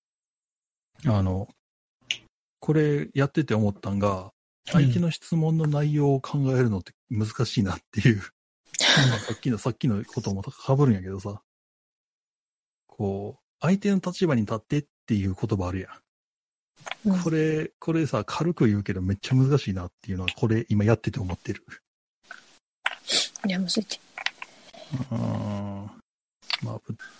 D: これやってて思ったんが、相手の質問の内容を考えるのって難しいなっていう。さっきのことも被るんやけどさ。こう、相手の立場に立ってっていう言葉あるやん。これさ、軽く言うけどめっちゃ難しいなっていうのは、これ今やってて思ってる。
E: いや、むずい。
D: まあ、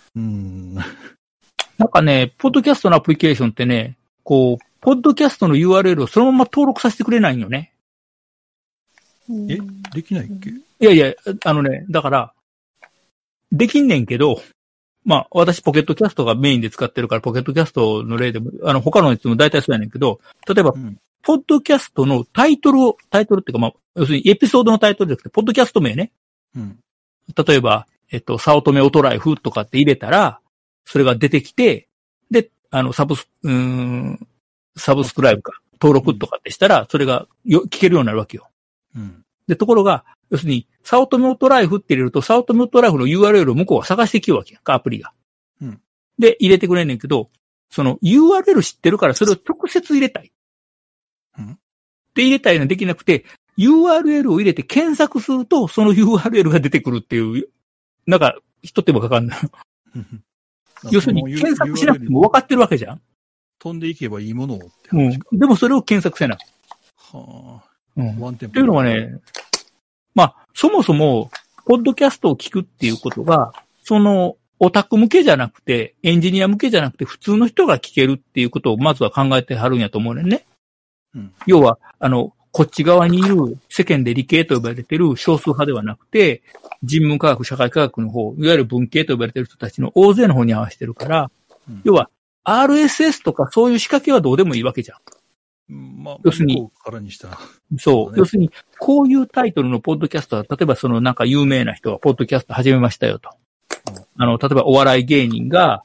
B: なんかね、ポッドキャストのアプリケーションってね、こう、ポッドキャストの URL をそのまま登録させてくれないんよね。
D: できないっけ？
B: いや、だから、できんねんけど、まあ、私、ポケットキャストがメインで使ってるから、ポケットキャストの例でも、他のやつも大体そうやねんけど、例えば、ポッドキャストのタイトルっていうか、まあ、要するにエピソードのタイトルじゃなくて、ポッドキャスト名ね。例えば、早乙女オトライフとかって入れたら、それが出てきて、で、サブスクライブか、登録とかってしたら、それが聞けるようになるわけよ。で、ところが、要するに、早乙女オトライフって入れると、早乙女オトライフの URL を向こうは探してきようわけやんか、アプリが。で、入れてくれんねんけど、その URL 知ってるから、それを直接入れたい。で、入れたいのはできなくて、URL を入れて検索すると、その URL が出てくるっていう、なんか、一手間かかんない。要するに、検索しなくても分かってるわけじゃん。
D: 飛んでいけばいいものをって話か。
B: でもそれを検索せない。
D: ワンテンポ。
B: というのはね、まあ、そもそも、ポッドキャストを聞くっていうことが、その、オタク向けじゃなくて、エンジニア向けじゃなくて、普通の人が聞けるっていうことを、まずは考えてはるんやと思うねんね。要は、こっち側にいる世間で理系と呼ばれている少数派ではなくて、人文科学、社会科学の方、いわゆる文系と呼ばれている人たちの大勢の方に合わせてるから、要は RSS とかそういう仕掛けはどうでもいいわけじゃん。
D: まあ、要するに、
B: そう。要するに、こういうタイトルのポッドキャストは、例えばそのなんか有名な人がポッドキャスト始めましたよと。例えばお笑い芸人が、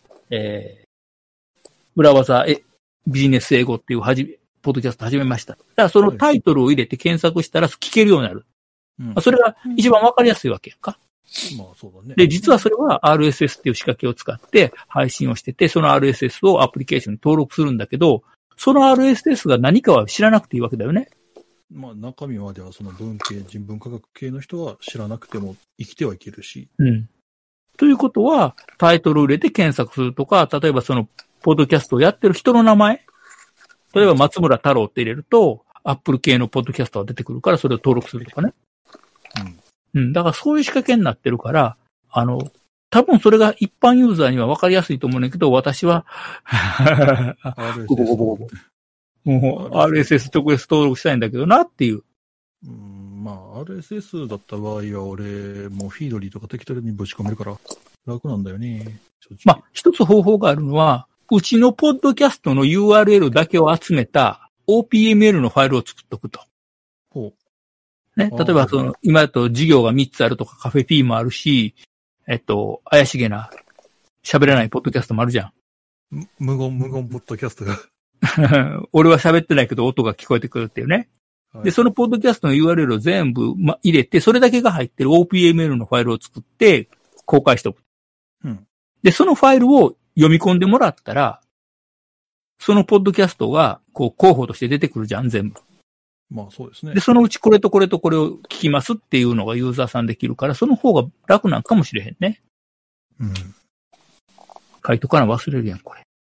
B: 裏技ビジネス英語っていうポッドキャスト始めました。だからそのタイトルを入れて検索したら聞けるようになる。それが一番わかりやすいわけやんか。
D: まあそうだね。
B: で、実はそれは RSS っていう仕掛けを使って配信をしてて、その RSS をアプリケーションに登録するんだけど、その RSS が何かは知らなくていいわけだよね。
D: まあ中身まではその文系、人文科学系の人は知らなくても生きてはいけるし。
B: ということは、タイトルを入れて検索するとか、例えばその、ポッドキャストをやってる人の名前、例えば松村太郎って入れると、アップル系のポッドキャストが出てくるから、それを登録するとかね。だからそういう仕掛けになってるから、多分それが一般ユーザーには分かりやすいと思うんだけど、私は、RSS 直接登録したいんだけどなっていう。
D: まあ、RSS だった場合は、俺、もうフィードリーとか適当にぶち込めるから、楽なんだよね。
B: まあ、一つ方法があるのは、うちのポッドキャストの URL だけを集めた OPML のファイルを作っとくと。
D: ほ
B: ね。例えば、今だと事業が3つあるとか、カフェ P もあるし、怪しげな、喋らないポッドキャストもあるじゃん。
D: 無言ポッドキャストが。
B: 俺は喋ってないけど音が聞こえてくるっていうね。
D: はい、
B: で、そのポッドキャストの URL を全部、入れて、それだけが入ってる OPML のファイルを作って公開しておく。
D: うん。
B: で、そのファイルを読み込んでもらったら、そのポッドキャストが、候補として出てくるじゃん、全部。
D: まあそうですね。
B: で、そのうちこれとこれとこれを聞きますっていうのがユーザーさんできるから、その方が楽なんかもしれへんね。
D: うん。
B: 書いとかな忘れるやん、これ。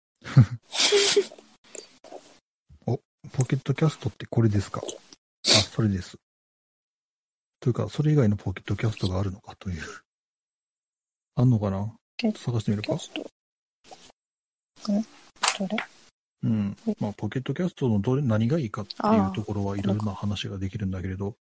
D: ポケットキャストってこれですか？それです。というか、それ以外のポケットキャストがあるのかという。あんのかな？探してみるか。
E: それ？
D: うん。まあ、ポケットキャストの何がいいかっていうところはいろいろな話ができるんだけれど、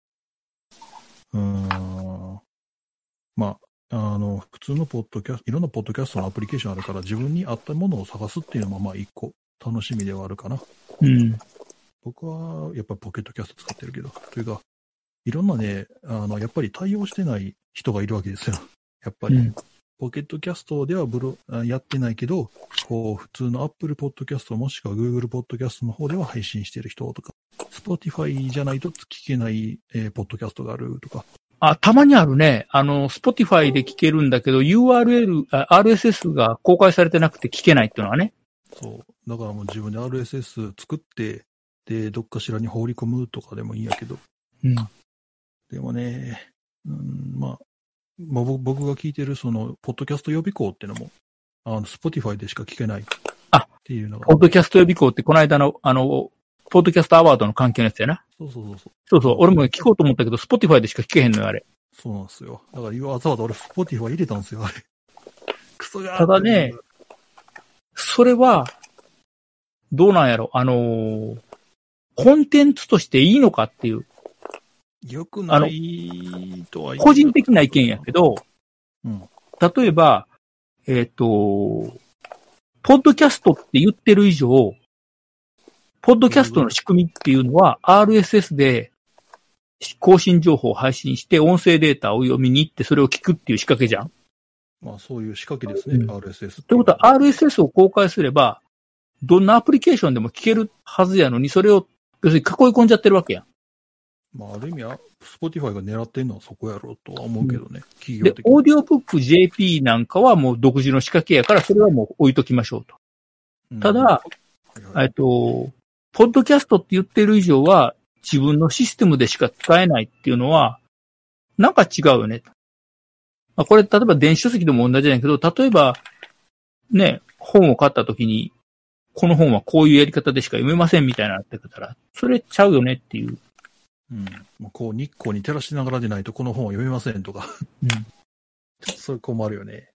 D: まあ、普通のポッドキャスト、いろんなポッドキャストのアプリケーションあるから、自分に合ったものを探すっていうのも、まあ、一個楽しみではあるかな。
B: うん。
D: 僕は、やっぱりポケットキャスト使ってるけど、というか、いろんなね、やっぱり対応してない人がいるわけですよ。やっぱり。
B: うん、
D: ポケットキャストではやってないけど、普通の Apple Podcast もしくは Google Podcast の方では配信してる人とか、Spotify じゃないと聞けない、ポッドキャストがあるとか。
B: たまにあるね。Spotify で聞けるんだけど、RSS が公開されてなくて聞けないっていうのはね。
D: そう。だからもう自分で RSS 作って、で、どっかしらに放り込むとかでもいいんやけど。
B: うん。
D: でもね、まあ僕が聞いてるその、ポッドキャスト予備校っていうのも、Spotify でしか聞けないっていうのが。
B: ポッドキャスト予備校ってこの間の、ポッドキャストアワードの関係のやつやな。そう。俺も聞こうと思ったけど、Spotify でしか聞けへんのよ、あれ。
D: そうなんですよ。だからわざわざ俺 Spotify 入れたんですよ、あれ。クソが。
B: ただね、それは、どうなんやろ、コンテンツとしていいのかっていう。
D: よくないとは言う。
B: 個人的な意見やけど、
D: うん、
B: 例えば、ポッドキャストって言ってる以上、ポッドキャストの仕組みっていうのは RSS で更新情報を配信して音声データを読みに行ってそれを聞くっていう仕掛けじゃん。
D: まあそういう仕掛けですね、RSS。
B: ということは RSS を公開すれば、どんなアプリケーションでも聞けるはずやのに、それを要するに囲い込んじゃってるわけやん。
D: まあある意味は、Spotify が狙ってるのはそこやろうとは思うけどね、企業
B: で、
D: 的に。
B: オーディオブック JP なんかはもう独自の仕掛けやから、それはもう置いときましょうと。ただ、ポッドキャストって言ってる以上は、自分のシステムでしか使えないっていうのは、なんか違うよね。まあ、これ、例えば電子書籍でも同じじゃないけど、例えば、ね、本を買った時に、この本はこういうやり方でしか読めませんみたいなのってたら、それちゃうよねっていう。
D: うん。まあ、こう日光に照らしながらでないとこの本は読めませんとか。
B: うん。
D: ちょっとそれ困るよね。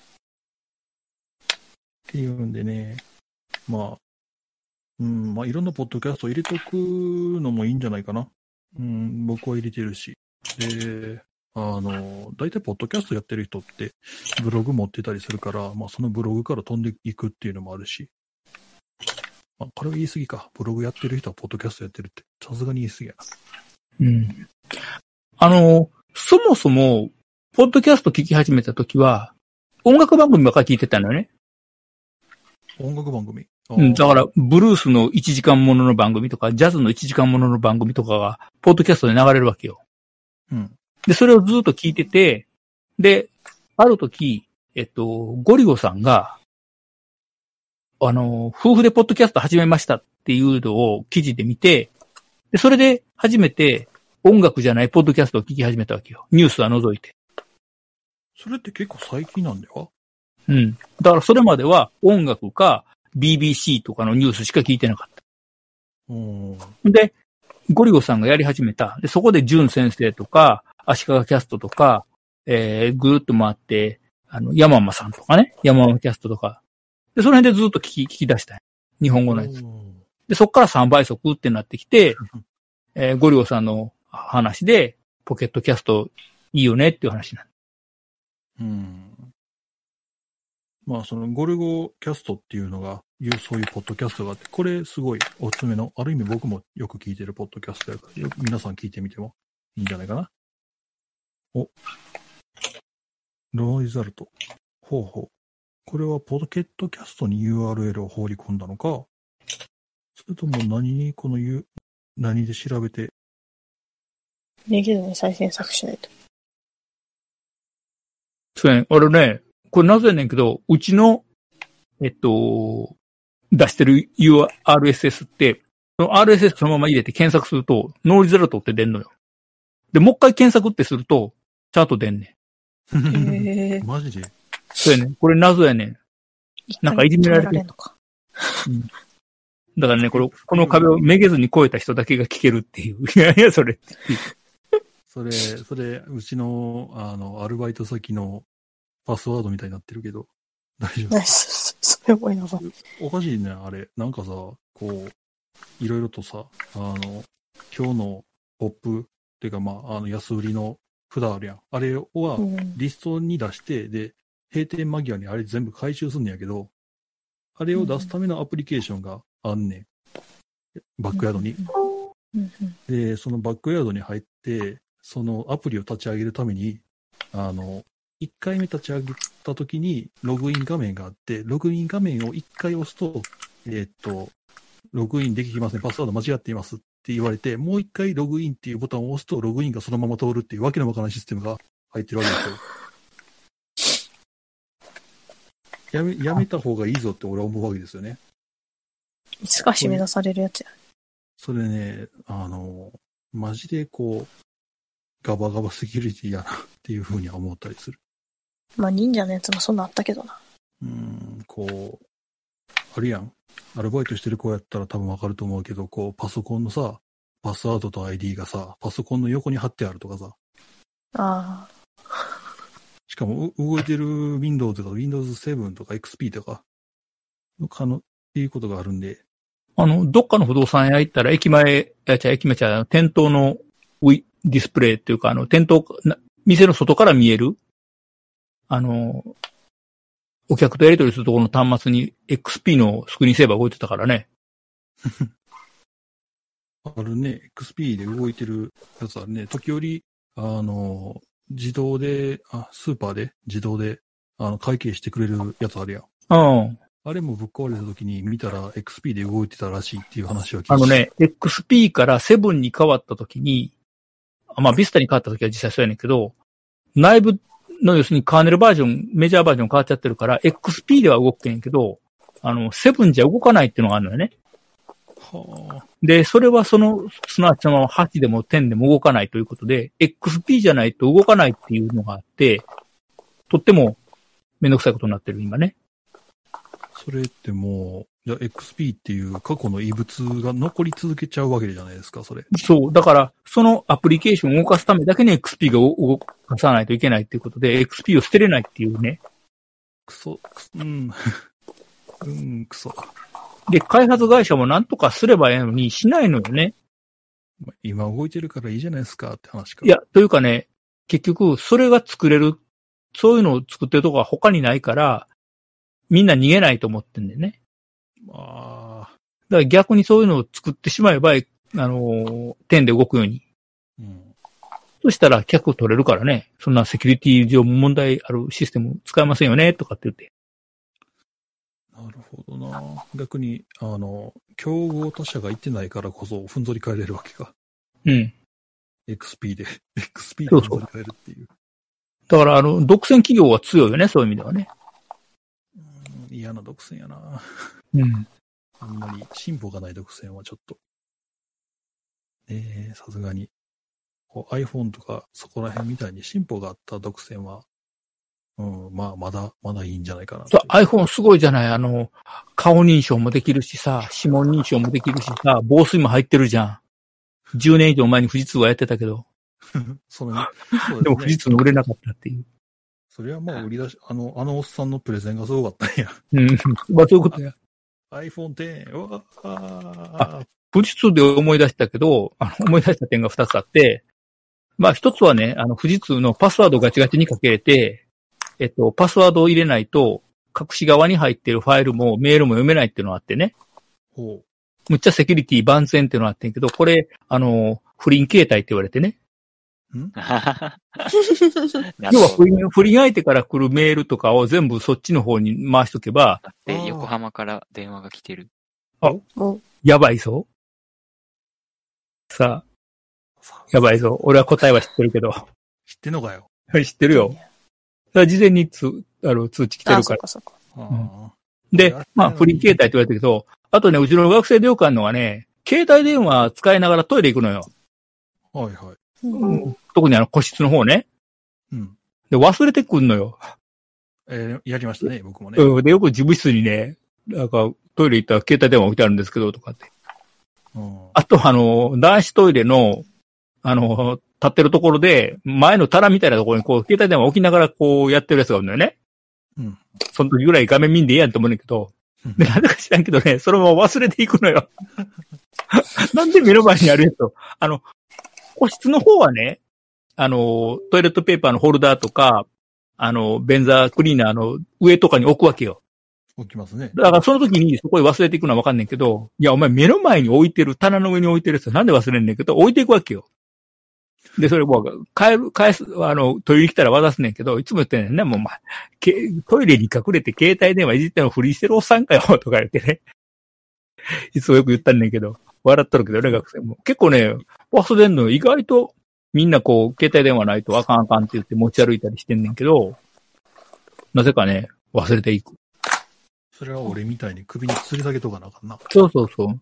D: っていうんでね。まあ、まあいろんなポッドキャスト入れとくのもいいんじゃないかな。僕は入れてるし。で、大体ポッドキャストやってる人ってブログ持ってたりするから、まあそのブログから飛んでいくっていうのもあるし。まあこれは言い過ぎか。ブログやってる人はポッドキャストやってるって。さすがに言い過ぎや
B: な。そもそも、ポッドキャスト聞き始めたときは、音楽番組ばっかり聞いてたのよね。
D: 音楽番組？
B: だから、ブルースの1時間ものの番組とか、ジャズの1時間ものの番組とかが、ポッドキャストで流れるわけよ。で、それをずっと聞いてて、で、ある時、ゴリゴさんが、夫婦でポッドキャスト始めましたっていうのを記事で見て、で、それで初めて音楽じゃないポッドキャストを聞き始めたわけよ。ニュースは除いて。
D: それって結構最近なんだよ。
B: だからそれまでは音楽か BBC とかのニュースしか聞いてなかった。で、ゴリゴさんがやり始めた。で、そこでジュン先生とか、足利キャストとか、ぐるっと回って、ヤママさんとかね、ヤママキャストとか。で、その辺でずっと聞き出した。日本語のやつ。で、そっから3倍速ってなってきて、ゴリゴさんの話で、ポケットキャストいいよねっていう話になる。
D: まあ、そのゴルゴキャストっていうのが、 そういうポッドキャストがあって、これすごいおすすめの、ある意味僕もよく聞いてるポッドキャストやから、皆さん聞いてみてもいいんじゃないかな。ロイザルト。ほうほう。これはポッドキャストに URL を放り込んだのか、それとも何で調べて。
E: できるね、再検索しないと。
B: そうやね。俺ね、これなぜやねんけど、うちの、出してる RSS って、その RSS そのまま入れて検索すると、ノーリザルトって出んのよ。で、もう一回検索ってすると、ちゃんと出んね
E: ん。
D: マジで？
B: そうやね。これ謎やねん。なんかいじめられてる。
E: のか。
B: うん。だからね、この壁をめげずに越えた人だけが聞けるっていう。いやいや、それ。
D: それ、うちの、アルバイト先のパスワードみたいになってるけど、大丈夫？
E: それもやばい。
D: おかしいね、あれ。なんかさ、こう、いろいろとさ、今日のポップっていうか、安売りの札あるやん。あれはリストに出して、で、閉店間際にあれ全部回収すんねやけど、あれを出すためのアプリケーションがあんねん。バックヤードに。で、そのバックヤードに入って、そのアプリを立ち上げるために、1回目立ち上げたときにログイン画面があって、ログイン画面を1回押すと、ログインできません、パスワード間違っていますって言われて、もう1回ログインっていうボタンを押すと、ログインがそのまま通るっていうわけのわからないシステムが入ってるわけですよ。やめた方がいいぞって俺は思うわけですよね。
E: いつか締め出されるやつや。
D: それね、マジでこう、ガバガバセキュリティやなっていうふうには思ったりする。
E: 忍者のやつもそんなあったけどな。
D: こう、あるやん。アルバイトしてる子やったら多分わかると思うけど、こう、パソコンのさ、パスワードと ID がさ、パソコンの横に貼ってあるとかさ。
E: ああ。
D: しかも、動いてる Windows とか Windows 7とか XP とか、っていうことがあるんで。
B: どっかの不動産屋行ったら店頭のディスプレイっていうか、店の外から見えるお客とやり取りするところの端末に XP のスクリーンセーバー動いてたからね。
D: あるね。XP で動いてるやつあるね。時折、自動で、スーパーで自動で、会計してくれるやつあるやん。
B: うん。
D: あれもぶっ壊れた時に見たら XP で動いてたらしいっていう話は聞いて。
B: XP から7に変わった時に、ビスタに変わった時は実際そうやねんけど、内部の要するにカーネルバージョン、メジャーバージョン変わっちゃってるから、XP では動くけんけど、7じゃ動かないっていうのがあるのよね。
D: はあ。
B: で、それはすなわちその8でも10でも動かないということで、XP じゃないと動かないっていうのがあって、とってもめんどくさいことになってる、今ね。
D: それってもう、じゃあ XP っていう過去の異物が残り続けちゃうわけじゃないですか、それ。
B: そう。だから、そのアプリケーションを動かすためだけに XP が動かさないといけないっていうことで、XP を捨てれないっていうね。
D: クソ。
B: で、開発会社もなんとかすればいいのにしないのよね。
D: 今動いてるからいいじゃないですかって話か。
B: いや、というかね、結局、それが作れる、そういうのを作ってるとこが他にないから、みんな逃げないと思ってんだよね。だから逆にそういうのを作ってしまえば、点で動くように。そしたら客を取れるからね。そんなセキュリティ上問題あるシステム使えませんよね、とかって言って。
D: なるほどな。逆に、競合他社が言ってないからこそ、ふんぞり返れるわけか。
B: うん。
D: XP でふんぞり返るっていう。
B: だから、独占企業は強いよね、そういう意味ではね。
D: 嫌な独占やな。
B: うん。
D: あんまり進歩がない独占はちょっと。さすがに。iPhone とかそこら辺みたいに進歩があった独占は、まだいいんじゃないかな。
B: iPhone すごいじゃない。顔認証もできるしさ、指紋認証もできるしさ、防水も入ってるじゃん。10年以上前に富士通はやってたけど。
D: そうですね。
B: でも富士通の売れなかったっていう。
D: それはもう売り出し、あのおっさんのプレゼンがすごかったんや。
B: そういうことや。
D: iPhone X、
B: 富士通で思い出したけど、思い出した点が2つあって、一つはね、富士通のパスワードガチガチにかけて、パスワードを入れないと、 隠し側に入ってるファイルもメールも読めないっていうのがあってね。
D: ほ
B: むっちゃセキュリティ万全っていうのがあってんけど、これ、不倫形態って言われてね。要は不倫相手から来るメールとかを全部そっちの方に回しとけば。
C: だって横浜から電話が来てる。
B: やばいぞ。さあ、やばいぞ。俺は答えは知ってるけど。
D: 知ってんのかよ。
B: 知ってるよ。事前に通知来てるから。
E: そうか。
B: で、まあ、不倫形態って言われてるけど、あとね、うちの学生でよくあるのがね、携帯電話使いながらトイレ行くのよ。
D: はいはい。
B: 特に個室の方ね。
D: うん。
B: で、忘れてくんのよ。
D: やりましたね、僕もね。
B: で、よく事務室にね、なんか、トイレ行ったら携帯電話置いてあるんですけど、とかって。あと、男子トイレの、立ってるところで、前の棚みたいなところにこう、携帯電話置きながらこうやってるやつがあるのよね。うん。その時ぐらい画面見んでいいやんと思うんだけど、で、なんでか知らんけどね、それも忘れていくのよ。なんで目の前にあるやつと。個室の方はね、トイレットペーパーのホルダーとか、便座クリーナーの上とかに置くわけよ。
D: 置きますね。
B: だからその時にそこへ忘れていくのはわかんねんけど、いや、お前目の前に置いてる、棚の上に置いてるやつなんで忘れんねんけど、置いていくわけよ。で、それもう、返す、トイレに来たら渡すねんけど、いつも言ってんねんね、もうお前、トイレに隠れて携帯電話いじってのふりしてるおっさんかよ、とか言ってね。いつもよく言ったんねんけど、笑っとるけどね、学生も。結構ね、忘れんのよ。意外と、みんなこう、携帯電話ないとあかんって言って持ち歩いたりしてんねんけど、なぜかね、忘れていく。
D: それは俺みたいに首に吊り下げとかなあかんな。
B: そうそうそう。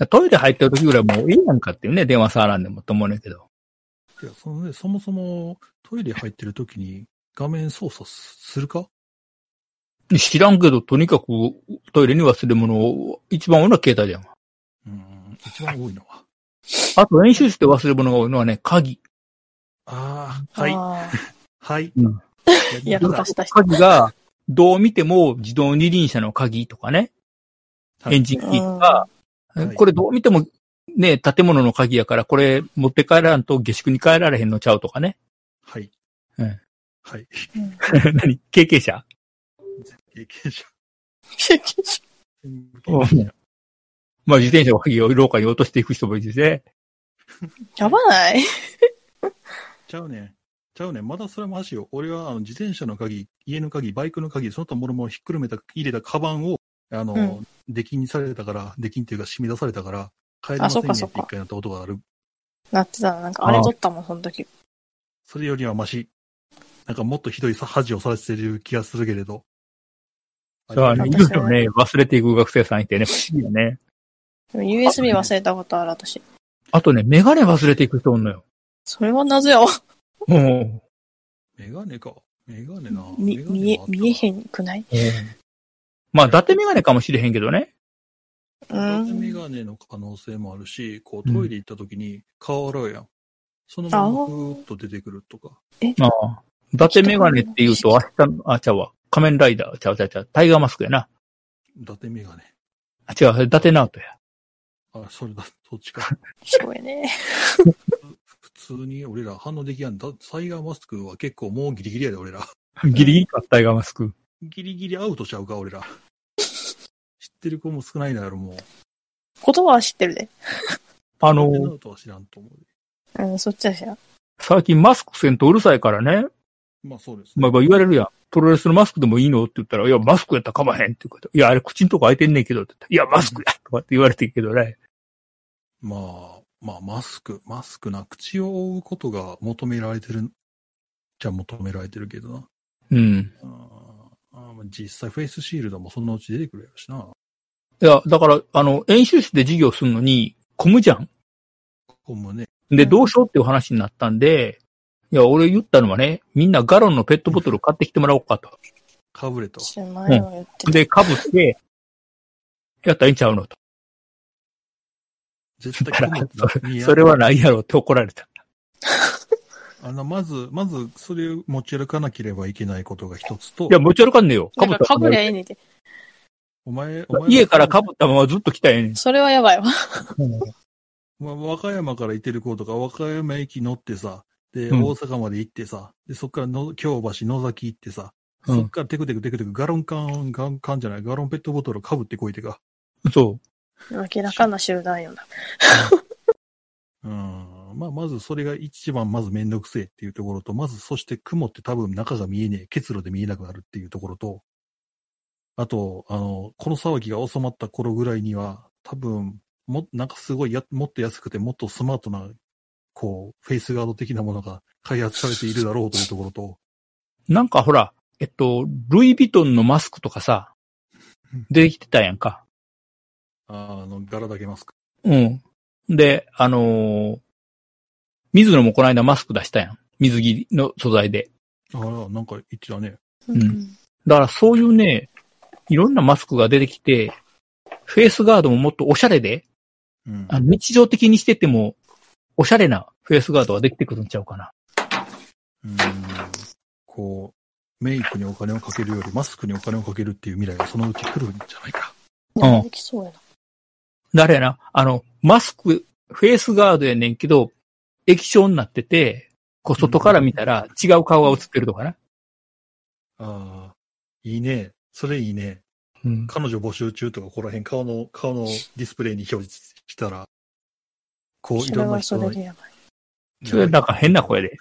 B: トイレ入ってる時ぐらいもういいやんかっていうね、電話触らんでもと思うねんけど。
D: いや、そもそもトイレ入ってる時に画面操作するか？
B: 知らんけど、とにかくトイレに忘れ物を一番多いのは携帯電話。
D: 一番多いのは。
B: あと練習して忘れ物が多いのはね、鍵。
D: はい。はい。
E: やったした人。
B: 鍵が、どう見ても自動二輪車の鍵とかね。エンジンキーとか、これどう見てもね、建物の鍵やから、これ持って帰らんと下宿に帰られへんのちゃうとかね。
D: はい。はい。
B: 何？経験者？
D: 経験者。
B: まあ自転車の鍵を廊下に落としていく人もいるしね。
E: やばない？
D: ちゃうね。まだそれもマシよ。俺は自転車の鍵、家の鍵、バイクの鍵、その他もろもろひっくるめた、入れたカバンを、出禁にされたから、出禁っていうか締め出されたから、帰りませんねって一回なったことがある。
E: なってたな。なんかあれ取ったもん、その時。
D: それよりはマシ。なんかもっとひどい恥をさせてる気がするけれど。
B: そうね。いるよね。忘れていく学生さんいてね。不思議よね。
E: でも USB 忘れたことある、私。
B: あとね、メガネ忘れていく人おんのよ。
E: それはなぜよ。
B: メ
D: ガネか。メガネな。
E: 見えへんくない？
B: まあ、伊達メガネかもしれへんけどね。
D: 伊達メガネの可能性もあるし、こうトイレ行った時に顔洗うやん。そのままふーっと出てくるとか。
B: 伊達メガネって言うとちゃうわ。仮面ライダー、ちゃう。タイガーマスクやな。
D: 伊達メガネ。
B: 違う、伊達ナウトや。
D: それだ、そっちか。
E: そうやね。
D: 普通に俺ら反応できやん。タイガーマスクは結構もうギリギリやで、俺ら。
B: ギリギリか、タイガーマスク。
D: ギリギリアウトちゃうか、俺ら。知ってる子も少ないんだろ、もう。
E: 言葉は知ってるで。
D: アウトは知らんと思
E: う。そっちは知らん。
B: 最近マスクせんとうるさいからね。
D: まあそうです、
B: ね。まあ言われるやん。プロレスのマスクでもいいのって言ったら、いや、マスクやったらかまへんって言うから、いや、あれ口んとこ開いてんねんけどって言ったら、いや、マスクやとかって言われてるけどね。
D: まあ、マスクな、口を覆うことが求められてる、じゃ求められてるけどな。実際フェイスシールドもそのうち出てくるやろしな。
B: いや、だから、演習室で授業するのに、混むじゃん。
D: 混むね。
B: で、どうしようっていう話になったんで、いや、俺言ったのはね、みんなガロンのペットボトル買ってきてもらおうかと。
D: かぶれと。
B: で、かぶって、やったらいいんちゃうのと。
D: 絶対
B: それはないやろって怒られた。
D: まず、それを持ち歩かなければいけないことが一つと。
B: いや、持ち歩かんねえよ。
E: かぶりゃええねんて。
D: お前
B: 家からかぶったままずっと来たやねん。
E: それはやばいわ。
D: 和歌山から行ってる子とか、和歌山駅乗ってさ、で、大阪まで行ってさ、で、そっから京橋、野崎行ってさ、 そっからテクテクガロンペットボトルをかぶってこいてか。
B: そ
E: 明らかな集団よな。
D: まずそれが一番まずめんどくせえっていうところと、まずそして雲って多分中が見えねえ、結露で見えなくなるっていうところと、あと、この騒ぎが収まった頃ぐらいには、多分、なんかすごいもっと安くてもっとスマートな、こう、フェイスガード的なものが開発されているだろうというところと。
B: なんかほら、ルイ・ヴィトンのマスクとかさ、出てきてたやんか。
D: 柄だけマスク。
B: うん。で、水野もこの間マスク出したやん。水着の素材で。
D: あら、なんか言ってたね。
B: うん。だからそういうね、いろんなマスクが出てきて、フェイスガードももっとおしゃれで、日常的にしてても、おしゃれなフェイスガードができてくるんちゃうかな。
D: こう、メイクにお金をかけるよりマスクにお金をかけるっていう未来がそのうち来るんじゃないか。
E: できそうやな。
B: だれやな、マスク、フェイスガードやねんけど、液晶になってて、こう外から見たら違う顔が映ってるとかな。
D: いいね。それいいね。彼女募集中とか、ここら辺顔のディスプレイに表示したら、こういろんな人が。
B: それなんか変な声で。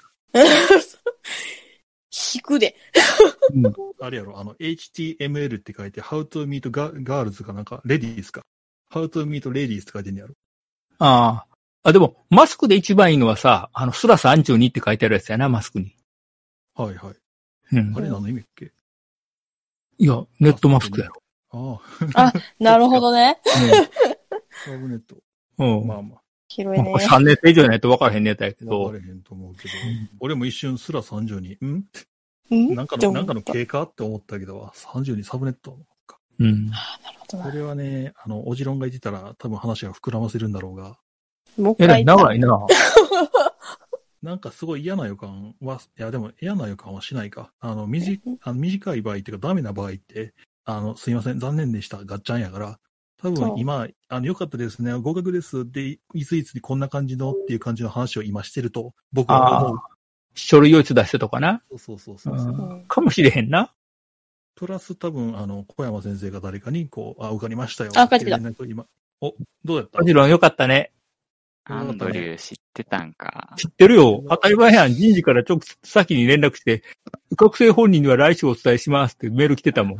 E: 引くで。
D: あれやろ、HTML って書いて、How to meet girls かなんか、ladies か。How to meet ladies って書いてんねやろ。
B: でも、マスクで一番いいのはさ、スラ32って書いてあるやつやな、マスクに。
D: はいはい。あれ何の意味っけ？
B: いや、ネットマスクやろ。
E: なるほどね。
D: サブネット。まあ。
E: 広いね。
B: 3年生以上ないと分からへんネタやけど。
D: 分からへんと思うけど。俺も一瞬スラ32、なんかの経過って思ったけど、32サブネットか。
E: なるほどな。
D: これはね、おじろんが言ってたら多分話が膨らませるんだろうが。
E: もう一回。
B: 長いな。
D: なんかすごい嫌な予感は、いやでも嫌な予感はしないか。短い場合っていうかダメな場合って、すいません、残念でした、ガッチャンやから、多分今、良かったですね、合格ですって、いついつにこんな感じのっていう感じの話を今してると、僕は思う。
B: 書類をいつ出してとかな。
D: そう。
B: かもしれへんな。
D: プラス多分、小山先生が誰かに、こう、受かりましたよ。
E: 帰ってきた。
D: 今、どうやった？
B: もちろんよかったね。
C: アンドリュー知ってたんか。
B: 知ってるよ。当たり前やん。人事から直接先に連絡して、学生本人には来週お伝えしますってメール来てたもん。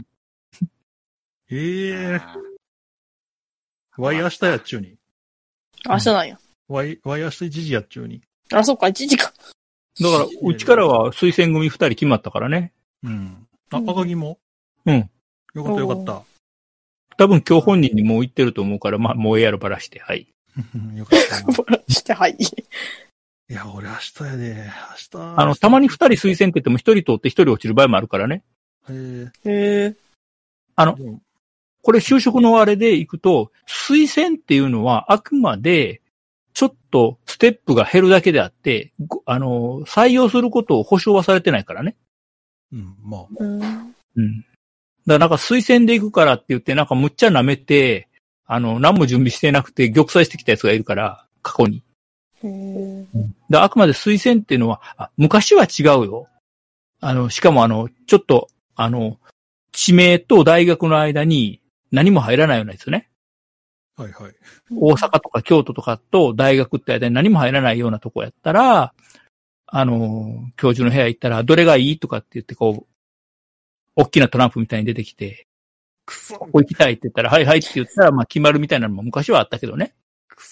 D: ワイ明日やっちゅうに。
E: 明日なんや。
D: ワイ明日1時やっちゅうに。
E: そっか、1時か。
B: だから、うちからは推薦組2人決まったからね。
D: 赤木も？よかった。
B: 多分今日本人にもう言ってると思うから、もうやるばらして、はい。
D: よかったな。
E: ばらして、はい。
D: いや、俺明日やで。明日。
B: たまに2人推薦って言っても1人通って1人落ちる場合もあるからね。
E: へえ。
B: これ就職のあれで行くと、推薦っていうのはあくまで、ちょっとステップが減るだけであって、採用することを保証はされてないからね。
D: まあ。
B: だからなんか推薦で行くからって言って、なんかむっちゃ舐めて、何も準備してなくて玉砕してきたやつがいるから、過去に。あくまで推薦っていうのは、昔は違うよ。しかもちょっと、地名と大学の間に何も入らないようなやつね。
D: はいはい。
B: 大阪とか京都とかと大学って間に何も入らないようなとこやったら、教授の部屋行ったら、どれがいいとかって言って、こう、大きなトランプみたいに出てきて、ここ行きたいって言ったら、はいはいって言ったら、まあ決まるみたいなのも昔はあったけどね。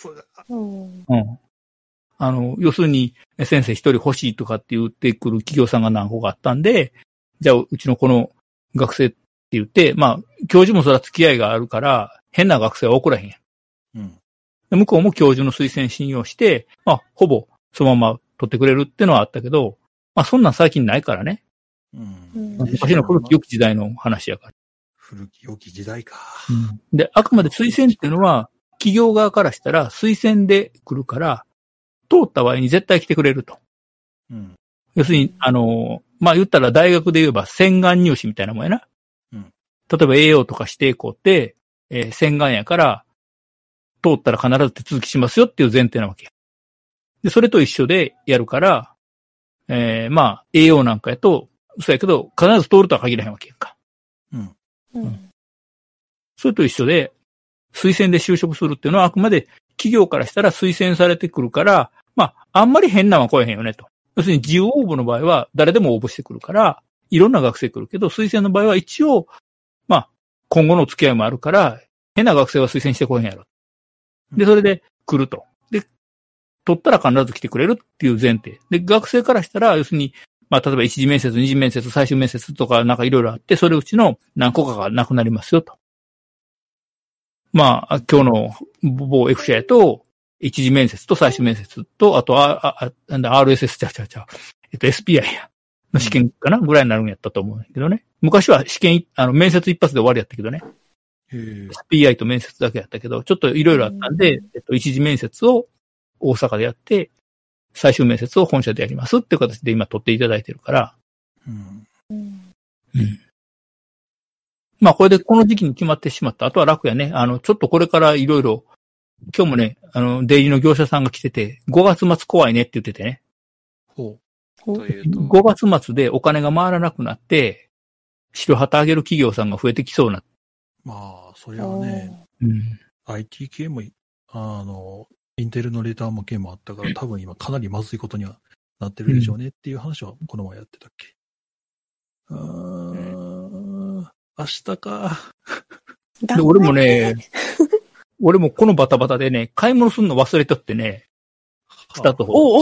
B: 要するに、先生一人欲しいとかって言ってくる企業さんが何個かあったんで、じゃあ、うちのこの学生って言って、まあ、教授もそれは付き合いがあるから、変な学生は送らへんやん。向こうも教授の推薦信用して、まあ、ほぼそのまま取ってくれるってのはあったけど、まあ、そんなん最近ないからね。昔の古き良き時代の話やから。
D: 古き良き時代か。
B: で、あくまで推薦っていうのは、企業側からしたら推薦で来るから、通った場合に絶対来てくれると。要するに、まあ、言ったら大学で言えば洗顔入試みたいなもんやな。例えば栄養とか指定校って、洗顔やから、通ったら必ず手続きしますよっていう前提なわけや。で、それと一緒でやるから、まあ、栄養なんかやと、 そうやけど、必ず通るとは限らへんわけやんか。
D: うん。
B: それと一緒で、推薦で就職するっていうのはあくまで企業からしたら推薦されてくるから、まあ、あんまり変なのは来えへんよねと。要するに自由応募の場合は誰でも応募してくるから、いろんな学生来るけど、推薦の場合は一応、まあ、今後の付き合いもあるから、変な学生は推薦してこへんやろ。で、それで来ると。で、取ったら必ず来てくれるっていう前提。で、学生からしたら、要するに、まあ、例えば一次面接、二次面接、最終面接とかなんかいろいろあって、それうちの何個かがなくなりますよと。まあ、今日の某 F 社やと、一次面接と最終面接と、あと、RSS SPI や。の試験かなぐらいになるんやったと思うんだけどね。昔は試験、面接一発で終わりやったけどね。SPI と面接だけやったけど、ちょっといろいろあったんで、一次面接を大阪でやって、最終面接を本社でやりますっていう形で今取っていただいてるから。まあこれでこの時期に決まってしまった。あとは楽やね。ちょっとこれからいろいろ、今日もね、出入りの業者さんが来てて、5月末怖いねって言っててね。
C: というと。
B: 5月末でお金が回らなくなって、白旗上げる企業さんが増えてきそうな。
D: まあ、そりゃあね、IT 系も、インテルのレターも系もあったから、多分今かなりまずいことにはなってるでしょうねっていう話はこの前やってたっけ。明日か。
B: で俺もね、俺もこのバタバタでね、買い物するの忘れとってね、スタート方。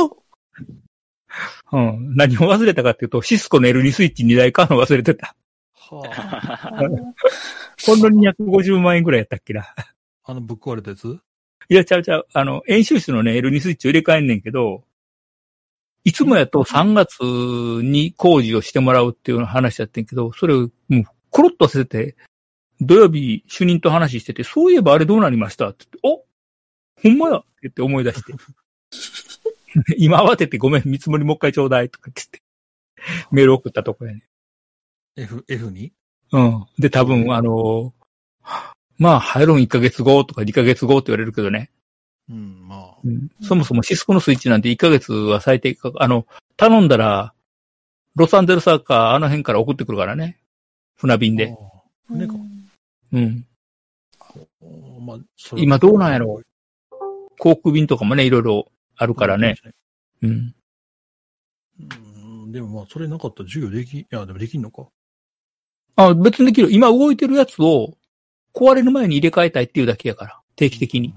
B: 何を忘れたかっていうと、シスコの L2 スイッチ2台買うの忘れてた。ほんの250万円ぐらいやったっけな。
D: ぶっ壊れたやつ？
B: いや、ちゃう。演習室のね、L2 スイッチを入れ替えんねんけど、いつもやと3月に工事をしてもらうっていう話やってんけど、それをもうコロッと忘れて、土曜日主任と話してて、そういえばあれどうなりましたって言って、ほんまやって言って思い出して。今慌ててごめん、見積もりもう一回ちょうだいとか言って、メール送ったとこやね。
D: F に？
B: で、多分、まあ、入るん1ヶ月後とか2ヶ月後って言われるけどね。そもそもシスコのスイッチなんて1ヶ月は最低か、頼んだら、ロサンゼルスかあの辺から送ってくるからね。船便で。
D: 船か。
B: まあ、今どうなんやろう。航空便とかもね、いろいろあるからね。
D: でもまあ、それなかったら授業できんのか。
B: 別にできる。今動いてるやつを壊れる前に入れ替えたいっていうだけやから。定期的に。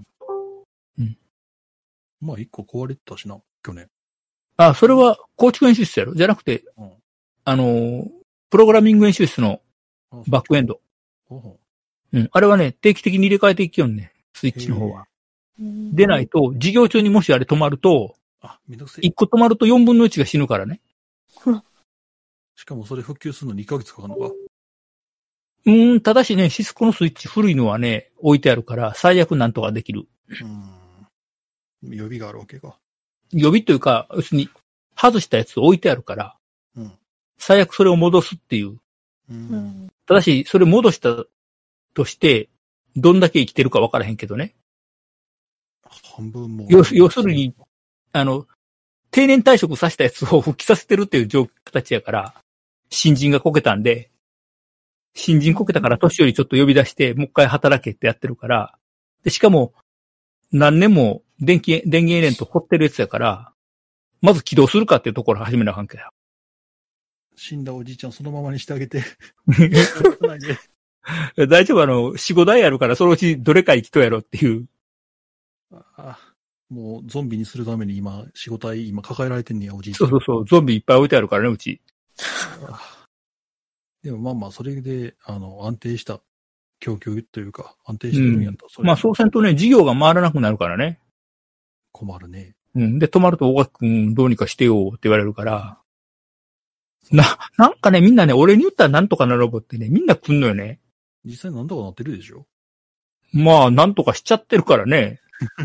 D: まあ、一個壊れてたしな、去年。
B: それは構築演習室やろじゃなくて、プログラミング演習室のバックエンド。あれはね、定期的に入れ替えていきよんね。スイッチの方は。でないと、授業中にもしあれ止まると、1個止まると4分の1が死ぬからね。
D: しかもそれ復旧するのに1ヶ月かかるのか。
B: ただしね、シスコのスイッチ古いのはね、置いてあるから、最悪なんとかできる。
D: 予備があるわけか。
B: 予備というか、要するに、外したやつを置いてあるから、最悪それを戻すっていう。ただし、それ戻したとして、どんだけ生きてるか分からへんけどね。
D: 半分も。
B: 要するに、定年退職させたやつを復帰させてるっていう形やから、新人がこけたんで、新人こけたから年寄りちょっと呼び出して、もう一回働けってやってるから、で、しかも、何年も電源エレント掘ってるやつやから、まず起動するかっていうところを始めなあかんけど。
D: 死んだおじいちゃんそのままにしてあげて。
B: 大丈夫、4、5台あるから、そのうちどれか生きとやろっていう。
D: もうゾンビにするために今、4、5体今抱えられてんねや、おじいちゃん。
B: そう、ゾンビいっぱい置いてあるからね、うち。
D: でもまあそれで、安定した供給というか、安定してるんやったら、
B: まあそうせんとね、事業が回らなくなるからね。
D: 困るね。
B: で、止まると大垣くんどうにかしてよって言われるから。なんかね、みんなね、俺に言ったらなんとかなろうってね、みんな来んのよね。
D: 実際なんとかなってるでしょ？
B: まあ、なんとかしちゃってるからね。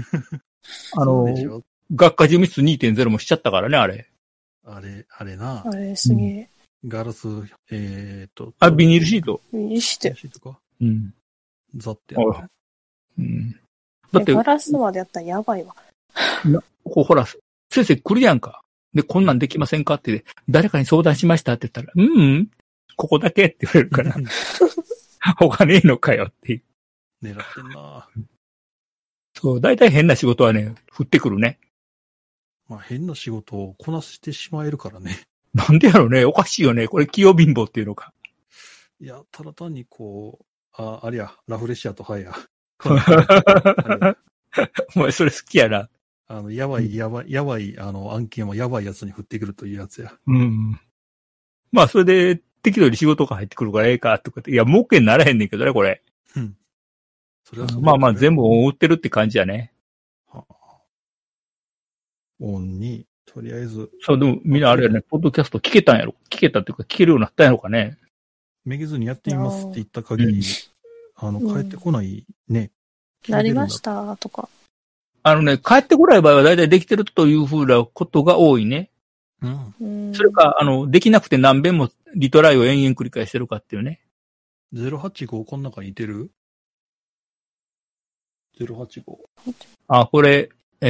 B: 学科事務室 2.0 もしちゃったからね、あれ。
D: あれな。
E: あれ、すげえ。
D: ガラス、
B: ビニールシート。
E: ビニールシート
D: か。ザって
B: やる。だって。
E: ガラスまでやったらやばいわ。
B: ほら、先生来るやんか。 で、こんなんできませんかって、誰かに相談しましたって言ったら、ここだけって言われるから、他ねえのかよっていう。
D: 狙ってんな。
B: そう、大体変な仕事はね、降ってくるね。
D: まあ変な仕事をこなしてしまえるからね。
B: なんでやろうね。おかしいよね。これ器用貧乏っていうのか。
D: いや、ただ単にこう、あれや、ラフレシアとハイや。
B: お前それ好きやな。
D: やばい、案件はやばいやつに降ってくるというやつや。
B: うん。まあ、それで、適度に仕事が入ってくるからええか、とかって。いや、儲けにならへんねんけどね、これ。
D: うん。それはそう
B: まあまあ、全部売ってるって感じやね。
D: はあ、オンに、とりあえず。
B: そう、でもみんなあれやね、ポッドキャスト聞けたんやろ。聞けたっていうか、聞けるようになったんやろかね。
D: めげずにやってみますって言った限り、帰ってこないね。
E: なりましたとか。
B: 帰ってこない場合は大体できてるというふうなことが多いね。
D: うん。
B: それか、できなくて何遍もリトライを延々繰り返してるかっていうね。
D: 085この中にいてる ?085。
B: あ、これ、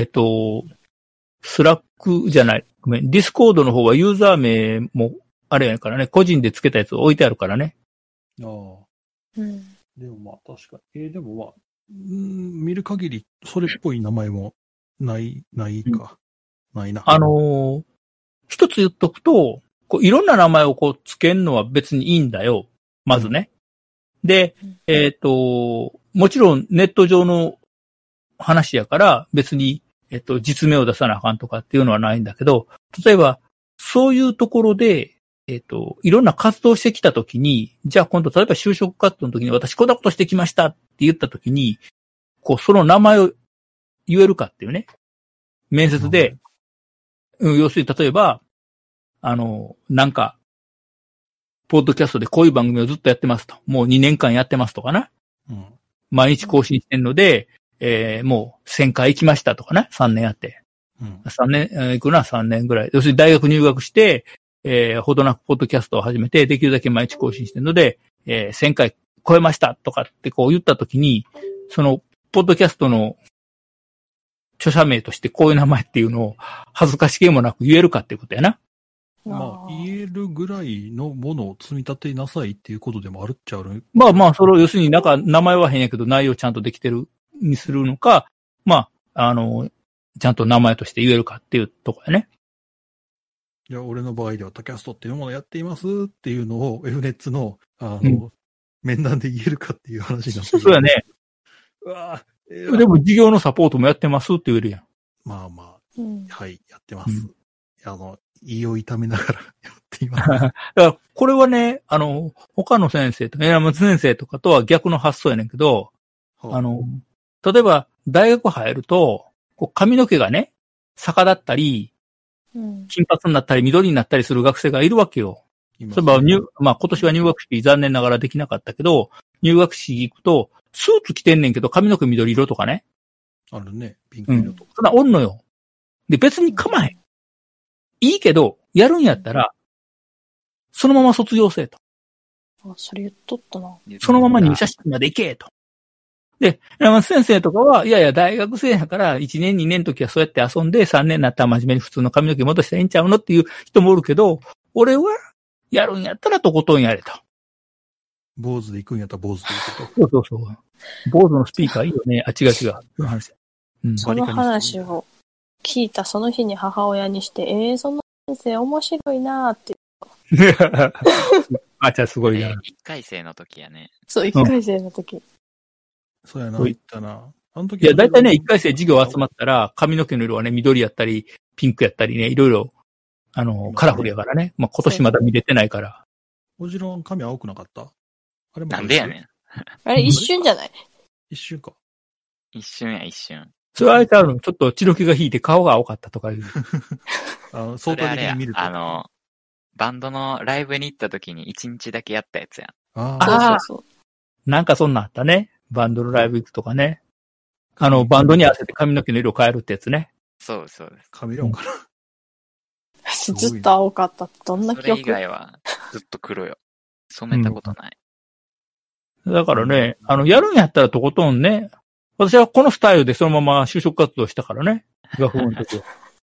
B: スラックじゃない。ごめん。ディスコードの方はユーザー名も、あれやからね、個人で付けたやつ置いてあるからね。
D: ああ。
E: うん。
D: でもまあ確かに。でもまあ、見る限り、それっぽい名前もないか。ないな。
B: 一つ言っとくと、いろんな名前を付けるのは別にいいんだよ。まずね。で、もちろんネット上の話やから別に、実名を出さなあかんとかっていうのはないんだけど、例えば、そういうところで、いろんな活動してきたときに、じゃあ今度例えば就職活動のときに私こんなことしてきましたって言ったときに、その名前を言えるかっていうね。面接で、要するに例えば、なんか、ポッドキャストでこういう番組をずっとやってますと。もう2年間やってますとかな。
D: うん、
B: 毎日更新してるので、もう1000回行きましたとかね。3年やって。
D: うん、
B: 3年、行くな、3年ぐらい。要するに大学入学して、ほどなくポッドキャストを始めて、できるだけ毎日更新してるので、1000回超えましたとかって言ったときに、その、ポッドキャストの著者名としてこういう名前っていうのを恥ずかしげもなく言えるかっていうことやな。
D: まあ、言えるぐらいのものを積み立てなさいっていうことでもあるっちゃある。
B: まあまあ、それを要するになんか名前は変やけど内容ちゃんとできてるにするのか、まあ、ちゃんと名前として言えるかっていうとこやね。
D: いや、俺の場合ではタキャストっていうものをやっていますっていうのを F ネッツの、面談で言えるかっていう話になってる。
B: そうやね。
D: うわ
B: でも事業のサポートもやってますって言えるやん。
D: まあまあ、はい、やってます。
B: うん、
D: 胃を痛めながらやっています。
B: だからこれはね、他の先生とか、山本先生とかとは逆の発想やねんけど、例えば大学入ると、髪の毛がね、逆だったり、金髪になったり緑になったりする学生がいるわけよ。そういえばまあ今年は入学式残念ながらできなかったけど、入学式行くと、スーツ着てんねんけど髪の毛緑色とかね。
D: あるね、ピンク色とか。
B: そんなおんのよ。で、別に構えん。いいけど、やるんやったら、そのまま卒業せえと。
E: あ、それ言っとったな。
B: そのまま入社式まで行けと。で、山本先生とかは、いやいや、大学生やから、1年、2年の時はそうやって遊んで、3年になったら真面目に普通の髪の毛戻したらいいんちゃうのっていう人もおるけど、俺は、やるんやったらとことんやれと。
D: 坊主で行くんやったら坊主で行くと。
B: そう。坊主のスピーカーいいよね。あ、違う。
E: その話を聞いたその日に母親にして、その先生面白いなーって。
B: あ、じゃあすごいな。
C: 1回生の時やね。
E: そう、1回生の時。
D: そうやな、言ったな。あの時
B: いや、だいたいね、1回生授業集まったら、髪の毛の色はね、緑やったり、ピンクやったりね、いろいろ、カラフルやからね。まあ、今年まだ見れてないから。
D: おじろん髪青くなかった？あれ
C: なんでやねん。
E: あれ一瞬じゃない？
D: 一瞬か。
C: 一瞬。
B: それあれちゃうのちょっと血の気が引いて顔が青かったとかいう。
D: 相当的に見ると。
C: バンドのライブに行った時に1日だけやったやつやん。
E: そう。
B: なんかそんなあったね。バンドのライブ行くとかね。バンドに合わせて髪の毛の色を変えるってやつね。
C: そうです。
D: カメレオンかな。
E: ずっと青かったってどんな記憶？
C: それ以外はずっと黒よ。染めたことない。
B: だからね、やるんやったらとことんね。私はこのスタイルでそのまま就職活動したからね。学部の時は。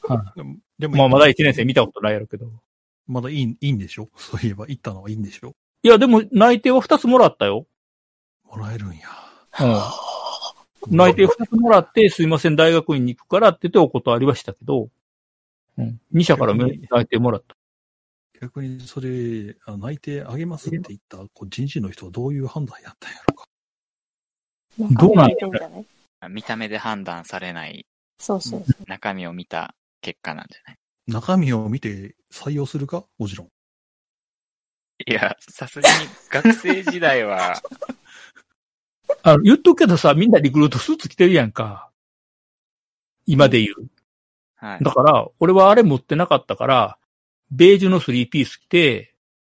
B: はい。
D: で
B: まあ、まだ1年生見たことないやろけど。
D: まだいいんでしょ？そういえば、行ったのはいいんでしょ？
B: いや、でも内定は2つもらったよ。
D: もらえるんや。
B: うん。内定2つもらって、すいません、大学院に行くからって言ってお断りはしたけど、うん。2社から内定もらった。
D: 逆にそれ、内定あげますって言った人事の人はどういう判断やったんやろか。
B: どうなんや
E: ろ。
C: 見た目で判断されない。
E: そうそう。
C: 中身を見た結果なんじゃない？
D: 中身を見て採用するか？もちろん。
C: いや、さすがに学生時代は。
B: 言っとくけどさ、みんなリクルートスーツ着てるやんか。今で言う。
C: はい。
B: だから、俺はあれ持ってなかったから、ベージュの3ピース着て、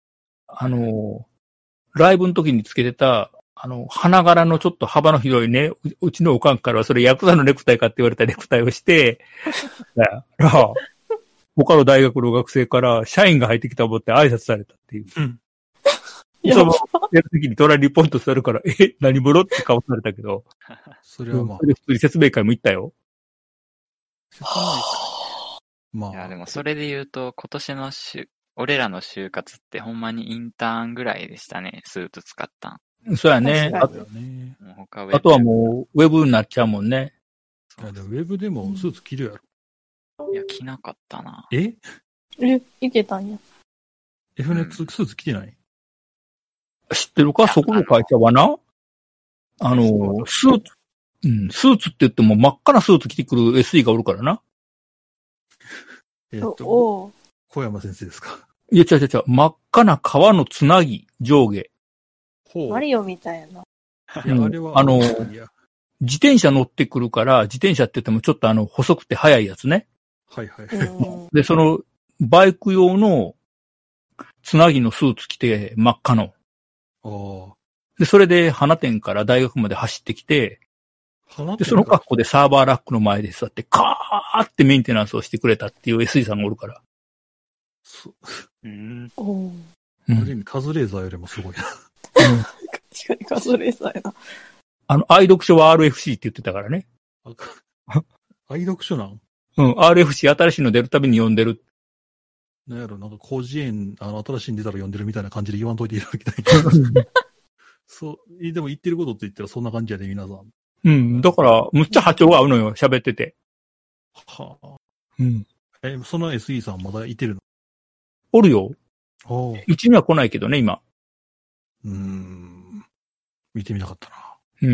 B: ライブの時につけてた、花柄のちょっと幅の広いね、うちのおかんからはそれヤクザのネクタイかって言われたネクタイをして、他の大学の学生から社員が入ってきた思って挨拶されたっていう。うん。その、やる時に隣にポンと座るから、何者って顔されたけど。
D: それはまあ。
B: それで普通に説明会も行ったよ。
C: まあ。いや、でもそれで言うと、今年の俺らの就活ってほんまにインターンぐらいでしたね、スーツ使ったん。
B: そうやね。あとはもう、ウェブになっちゃうもんね。
D: いや、でもウェブでもスーツ着るやろ。
C: いや、着なかったな。
E: いけたんや。
D: F ネットスーツ着てない？
B: 知ってるか？そこの会社はな、スーツって言っても真っ赤なスーツ着てくる SE がおるからな。
D: 小山先生ですか？
B: いや、違う。真っ赤な革のつなぎ、上下。
E: マリオみたいやな。
B: 自転車乗ってくるから、自転車って言ってもちょっと細くて速いやつね。
D: はいはい。
B: で、その、バイク用のつなぎのスーツ着て真っ赤の。で、それで花店から大学まで走ってきて、で、その格好でサーバーラックの前で座って、カーってメンテナンスをしてくれたっていう SE さんがおるから。
D: ある意味カズレーザーよりもすごいな。
E: 確かにカズレーザーやな。
B: 愛読書は RFC って言ってたからね。
D: 愛読書なん？
B: うん、RFC 新しいの出るたびに読んでる。
D: なんやろ、なんか広辞苑、新しいの出たら読んでるみたいな感じで言わんといていただきたい。そう、でも言ってることって言ったらそんな感じやで、皆さん。
B: うん、だから、むっちゃ波長が合うのよ、喋ってて。
D: はあ。
B: うん。
D: その SE さんまだいてるの？
B: おるよ。うちには来ないけどね、今。
D: 見てみなかったな。
B: うん。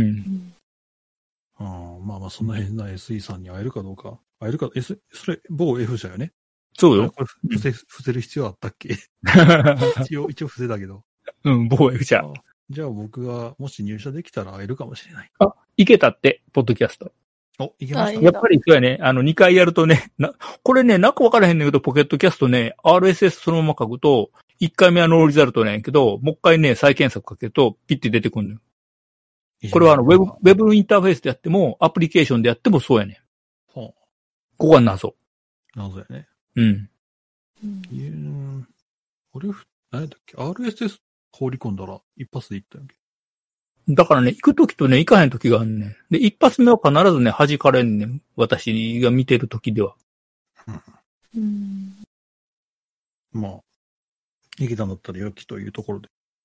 D: まあ、そんな変な SE さんに会えるかどうか。会えるか、それ、某 F 社よね。
B: そうよ。
D: これ伏せる必要あったっけ？一応伏せだけど。
B: うん、某 F 社。
D: じゃあ僕がもし入社できたら会えるかもしれない。
B: いけたって、ポッドキャスト。
D: いけました。
B: やっぱりそうやね。2回やるとね、これね、なんかわからへんねんけど、ポケットキャストね、RSS そのまま書くと、1回目はノーリザルトなんやけど、もう一回ね、再検索かけると、ピッて出てくるのよ。これはウェブインターフェースでやっても、アプリケーションでやってもそうやねん。ここが謎。
D: 謎やね。
B: うん。
D: 何やったっけ？ RSS 放り込んだら一発でいったんやんけ。
B: だからね、行くときとね、行かへんときがあるねん。で、一発目は必ずね、弾かれんねん。私が見てるときでは。
D: まあ、いけたんだったら良きというところで。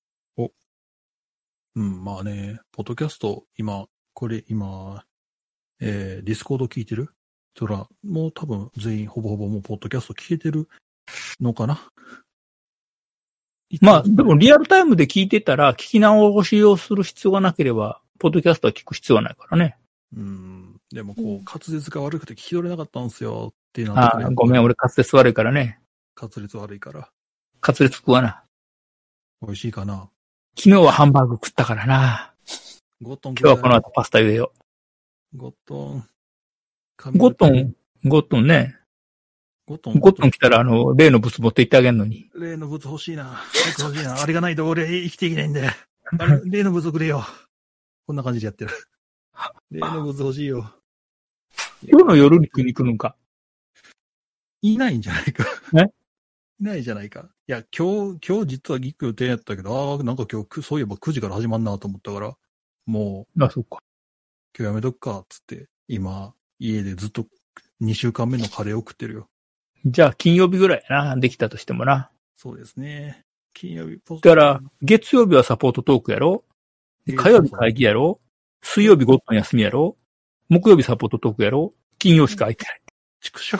D: まあね、ポッドキャスト、今、ディスコード聞いてる？そら、もう多分全員ほぼほぼもうポッドキャスト聞けてるのかな？
B: まあ、でもリアルタイムで聞いてたら、聞き直しをする必要がなければ、ポッドキャストは聞く必要はないからね。
D: でも滑舌が悪くて聞き取れなかったんですよっていうのは、
B: ね。ごめん、俺滑舌悪いからね。
D: 滑舌悪いから。
B: 滑舌食わな。
D: 美味しいかな。
B: 昨日はハンバーグ食ったからな。
D: ゴットン。
B: 今日はこの後パスタ茹でよう。
D: ゴットンね。
B: ゴットン来たら例の物持って行ってあげんのに。
D: 例の物欲しいな。あれがないと俺生きていけないんで。例の物くれよ。こんな感じでやってる。例の物欲しいよ。
B: 今日の夜に食いに来るのか。
D: いないんじゃないか。いないじゃないか。いや、今日実はギック予定やったけど、なんか今日、そういえば9時から始まんなと思ったから、もう、
B: そっか。
D: 今日やめとくか、つって、今、家でずっと 2週間目のカレーを食ってるよ。
B: じゃあ、金曜日ぐらいやな。できたとしてもな。
D: そうですね。金曜日
B: だから、月曜日はサポートトークやろ。火曜日会議やろ。水曜日ごっつん休みやろ。木曜日サポートトークやろ。金曜しか空いてない。
D: 畜生。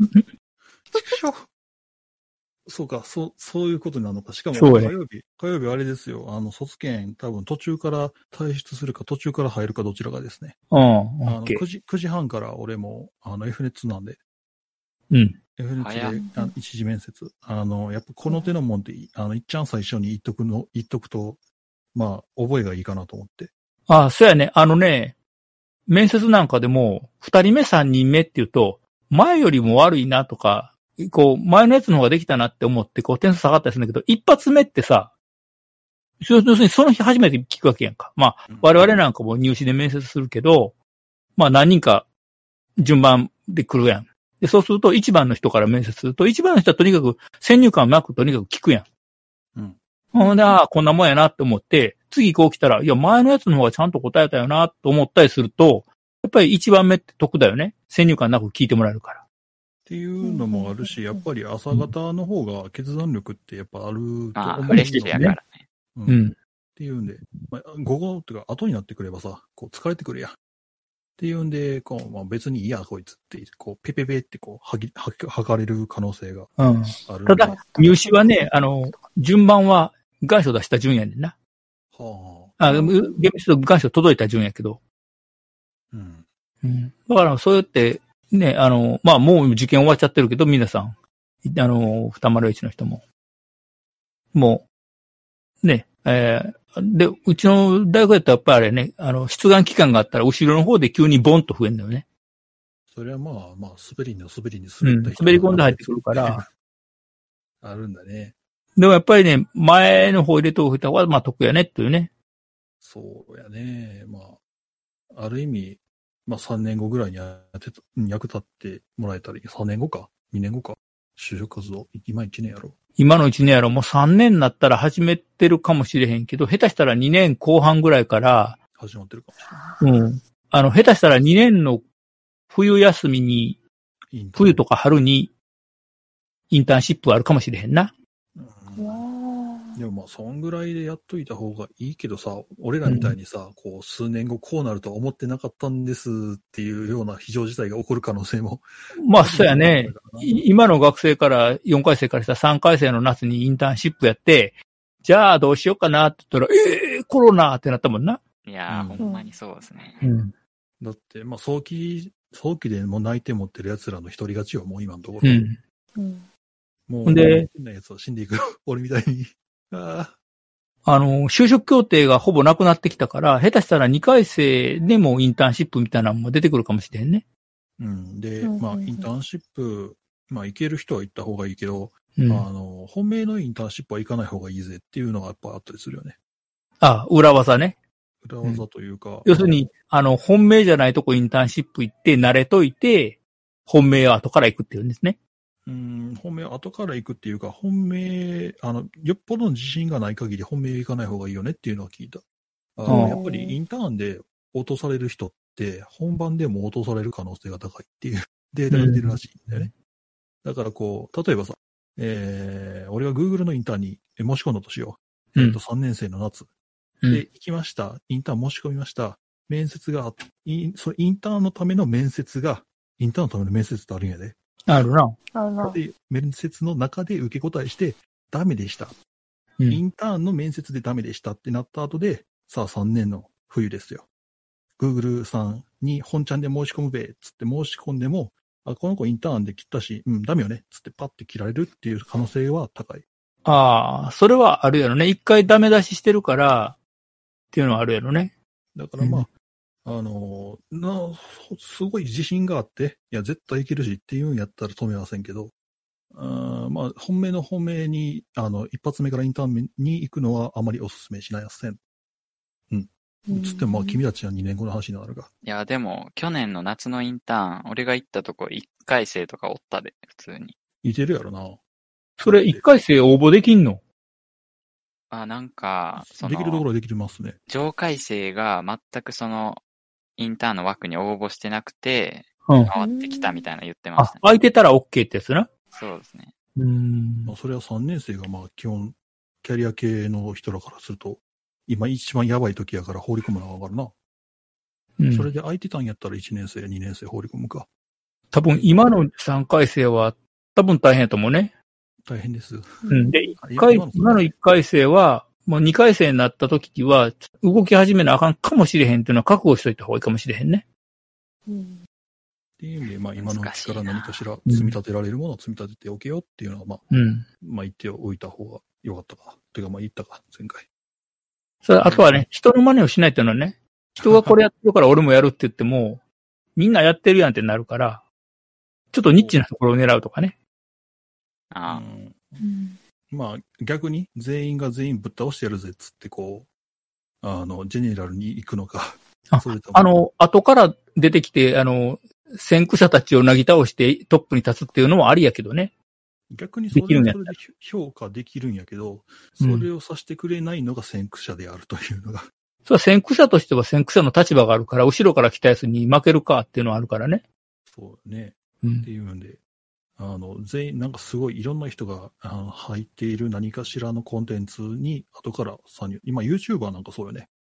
D: そうか、そういうことなのか。しかも、火曜日あれですよ。卒検、多分途中から退出するか、途中から入るかどちらかですね。9時半から俺も、F ネットなんで。
B: うん。
D: F ネットで、一時面接。やっぱこの手のもんで、いっちゃん最初に言っとくと、まあ、覚えがいいかなと思って。
B: ああ、そうやね。面接なんかでも、2人目、3人目って言うと、前よりも悪いなとか、前のやつの方ができたなって思って、点数下がったりするんだけど、一発目ってさ、要するにその日初めて聞くわけやんか。まあ、我々なんかも入試で面接するけど、まあ何人か順番で来るやん。で、そうすると1番の人から面接すると、1番の人はとにかく先入観なくとにかく聞くやん。
D: うん。
B: ほんで、こんなもんやなって思って、次来たら、いや、前のやつの方がちゃんと答えたよなと思ったりすると、やっぱり1番目って得だよね。先入観なく聞いてもらえるから。
D: っていうのもあるし、やっぱり朝方の方が決断力ってやっぱあると思うんですよね。
C: フレッシュやからね。
D: うん。っていうんで、午後っていうか後になってくればさ、疲れてくるやん。っていうんで、別にいいや、こいつって、ペペペって剥がれる可能性がある。
B: ただ、入試はね、順番は願書出した順やねんな。厳密と願書届いた順やけど。だから、そうやって、ね、まあ、もう受験終わっちゃってるけど、皆さん。201の人も。もう、ね、で、うちの大学やったらやっぱりあれね、出願期間があったら後ろの方で急にボンと増えるんだよね。
D: それはまあ、滑りに滑り
B: 滑り込んで入ってくるから。
D: あるんだね。
B: でもやっぱりね、前の方入れておいた方が、まあ得やねっていうね。
D: そうやね。まあ、ある意味、まあ3年後ぐらいに役立ってもらえたり、3年後か ?2 年後か就職活動、今1年やろ。
B: 今の1年やろ、もう3年になったら始めてるかもしれへんけど、下手したら2年後半ぐらいから、
D: 始まってるかもしれない。
B: 下手したら2年の冬休みに、冬とか春にインターンシップあるかもしれへんな。
D: でもまあ、そんぐらいでやっといた方がいいけどさ、俺らみたいにさ、数年後こうなるとは思ってなかったんですっていうような非常事態が起こる可能性も。
B: まあ、そうやね。今の学生から、4回生からしたら3回生の夏にインターンシップやって、じゃあどうしようかなって言ったら、コロナってなったもんな。
C: いやー、ほんまにそうですね。
D: だって、まあ、早期でもう内定持ってる奴らの一人勝ちよ、もう今のところ。もう、で、変な奴は死んでいくよ。俺みたいに。
B: 就職協定がほぼなくなってきたから、下手したら2回生でもインターンシップみたいなのも出てくるかもしれんね。
D: で、まあ、インターンシップ、まあ、行ける人は行った方がいいけど、本命のインターンシップは行かない方がいいぜっていうのがやっぱあったりするよね。
B: 裏技ね。
D: 裏技というか。
B: 要するに、本命じゃないとこインターンシップ行って慣れといて、本命は後から行くっていうんですね。
D: 本命は後から行くっていうか、本命、よっぽどの自信がない限り本命行かない方がいいよねっていうのは聞いた。やっぱりインターンで落とされる人って、本番でも落とされる可能性が高いっていうデータが出てるらしいんだよね。だから例えばさ、俺が Google のインターンに申し込んだとしよう。3年生の夏。で、行きました。インターン申し込みました。面接が、インターンのための面接が、インターンのための面接ってあるんやで。
B: あるな。
D: で、面接の中で受け答えして、ダメでした。インターンの面接でダメでしたってなった後で、さあ3年の冬ですよ。Google さんに本ちゃんで申し込むべ、つって申し込んでも、この子インターンで切ったし、ダメよね、つってパッて切られるっていう可能性は高い。
B: それはあるやろね。一回ダメ出ししてるから、っていうのはあるやろね。
D: だからまあ、すごい自信があって、いや、絶対いけるしっていうんやったら止めませんけど、まあ、本命に、一発目からインターンに行くのはあまりお勧めしないません。つってもまあ、君たちは2年後の話になるが。
C: いや、でも、去年の夏のインターン、俺が行ったとこ1回生とかおったで、普通に。
D: いてるやろな。
B: それ1回生応募できんの？
C: なんか、
D: できるところはできますね。
C: 上回生が全くインターンの枠に応募してなくて、
B: うん。
C: 変わってきたみたいな言ってましたね。
B: 空いてたら OK ってやつな。
C: そうですね。
D: まあ、それは3年生がまあ基本、キャリア系の人らからすると、今一番やばい時やから放り込むのはわかるな。それで空いてたんやったら1年生、2年生放り込むか。
B: 多分今の3回生は多分大変やと思うね。
D: 大変です。
B: で、今の1回生は、もう2回生になった時は、動き始めなあかんかもしれへんっていうのは覚悟しといた方がいいかもしれへんね。
D: っていう意味で、まあ今のうちから何かしら積み立てられるものを積み立てておけよっていうのは、まあ、まあ言っておいた方がよかったか。てかまあ言ったか、前回。
B: あとはね、人の真似をしないっていうのはね、人がこれやってるから俺もやるって言っても、みんなやってるやんってなるから、ちょっとニッチなところを狙うとかね。
D: まあ逆に全員が全員ぶっ倒してやるぜっつってこう、ジェネラルに行くのか。
B: 後から出てきて、先駆者たちをなぎ倒してトップに立つっていうのもありやけどね。
D: 逆にそれはそれで評価できるんやけど、それをさせてくれないのが先駆者であるというのが。
B: それは先駆者としては先駆者の立場があるから、後ろから来たやつに負けるかっていうのはあるからね。
D: そうね。っていうんで、全員、なんかすごいいろんな人が入っている何かしらのコンテンツに後から参入。今 YouTuber なんかそうよね。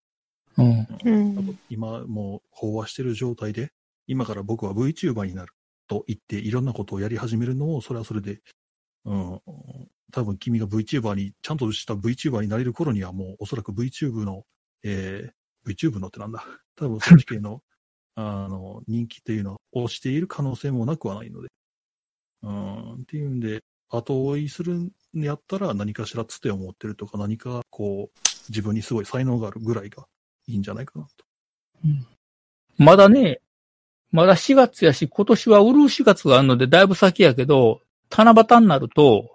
D: 今もう飽和してる状態で、今から僕は VTuber になると言っていろんなことをやり始めるのも、それはそれで、多分君が VTuber に、ちゃんとした VTuber になれる頃にはもうおそらく VTube の、VTube のってなんだ。多分そっち系の、人気っていうのをしている可能性もなくはないので。っていうんで、後追いするんやったら何かしらつてを持ってるとか何かこう、自分にすごい才能があるぐらいがいいんじゃないかなと。
B: まだね、まだ4月やし、今年はウルー4月があるのでだいぶ先やけど、七夕になると、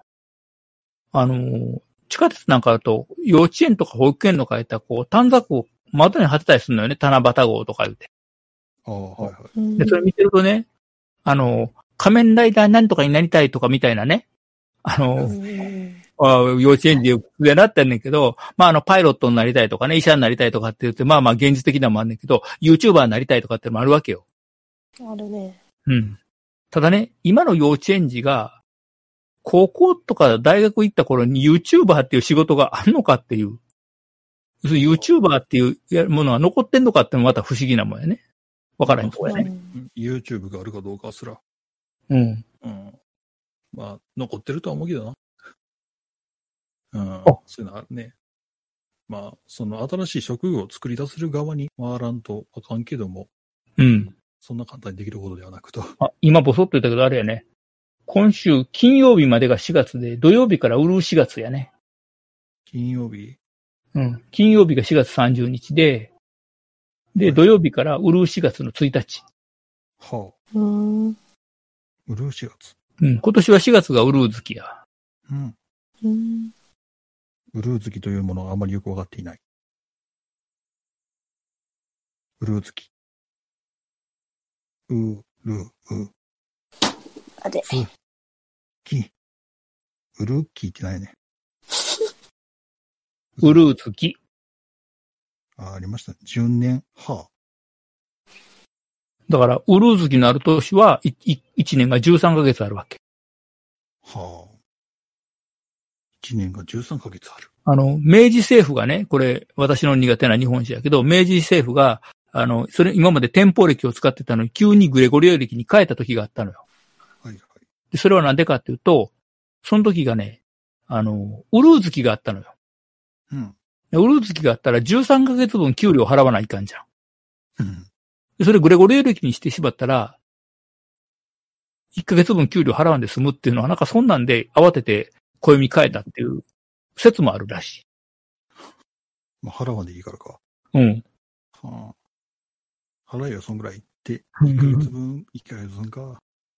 B: 地下鉄なんかだと、幼稚園とか保育園の書いた、こう、短冊を窓に貼ってたりするのよね。七夕号とか言うて。で、それ見てるとね、仮面ライダーなんとかになりたいとかみたいなね。幼稚園でなってんねんけど、まあパイロットになりたいとかね、医者になりたいとかって言って、まあ現実的なのもあんねんけど、YouTuber になりたいとかってのもあるわけよ。
E: あるね。
B: ただね、今の幼稚園児が、高校とか大学行った頃に YouTuber っていう仕事があんのかっていう。YouTuber っていうものは残ってんのかってのもまた不思議なもんやね。わからんとこやね。
D: YouTube があるかどうかすら。まあ、残ってるとは思うけどな。そういうのあるね。まあ、その新しい職業を作り出せる側に回らんとあかんけども。そんな簡単にできることではなくと。
B: 今ボソッと言ったけどあれやね。今週金曜日までが4月で、土曜日からウルー4月やね。
D: 金曜日？
B: 金曜日が4月30日で、土曜日からウルー4月の1日。
D: ウルー4月。
B: 今年は4月がウルー月や。
D: ウルー月というものはあまりよくわかっていない。ウルー月。
E: あで。
D: ウルーキーってないね。
B: ウルー月。
D: ありました。順年。
B: だから、ウルー月のある年は、1年が13ヶ月あるわけ。
D: 1年が13ヶ月ある。
B: 明治政府がね、これ、私の苦手な日本史やけど、明治政府が、今まで天保暦を使ってたのに、急にグレゴリオ暦に変えた時があったのよ。で、それはなんでかっていうと、その時がね、ウルー月があったのよ。ウルー月があったら13ヶ月分給料払わないかんじゃん。でそれグレゴリオ暦にしてしまったら、1ヶ月分給料払わんで済むっていうのは、なんかそんなんで慌てて暦変えたっていう説もあるらしい。
D: まあ、払わんでいいからか。払えよ、そんぐらいって。1ヶ月分か。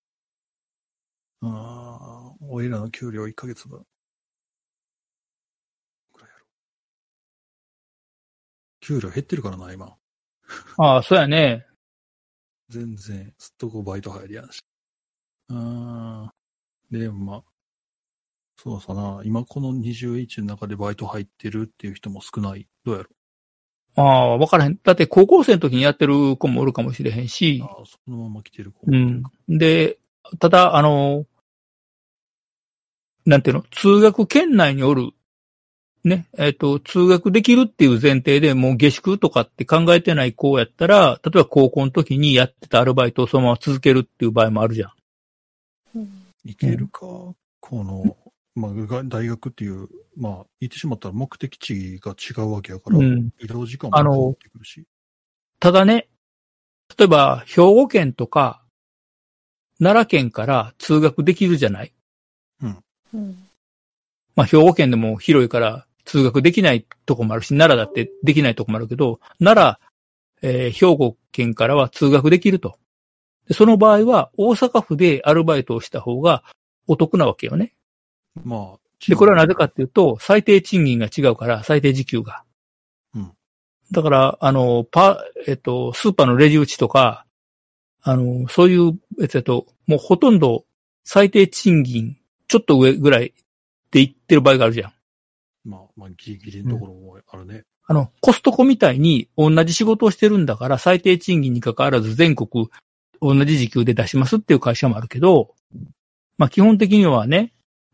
D: 俺らの給料1ヶ月分。くらいやろ。給料減ってるからな、今。
B: そうやね。
D: 全然、すっとこバイト入りやんし。で、まあ、そうさな、今この21の中でバイト入ってるっていう人も少ない。どうやろ
B: ああ、わからへん。だって高校生の時にやってる子もおるかもしれへんし。
D: ああ、そのまま来てる子
B: も。うん。で、ただ、なんていうの、通学圏内におる、ね、通学できるっていう前提でもう下宿とかって考えてない子やったら、例えば高校の時にやってたアルバイトをそのまま続けるっていう場合もあるじゃん。
D: いけるか、この、まあ、大学っていう、まあ、言ってしまったら目的地が違うわけやから、移動時間も変わってくるし。
B: ただね、例えば、兵庫県とか、奈良県から通学できるじゃない？
E: うん。
B: まあ、兵庫県でも広いから通学できないとこもあるし、奈良だってできないとこもあるけど、奈良、兵庫県からは通学できると。でその場合は、大阪府でアルバイトをした方がお得なわけよね。
D: まあ。
B: で、これはなぜかっていうと、最低賃金が違うから、最低時給が。
D: うん。
B: だから、スーパーのレジ打ちとか、そういうやつだと、もうほとんど最低賃金、ちょっと上ぐらいで言ってる場合があるじゃん。
D: まあ、ギリギリのところもあるね。
B: コストコみたいに同じ仕事をしてるんだから、最低賃金に関わらず全国同じ時給で出しますっていう会社もあるけど、まあ基本的にはね、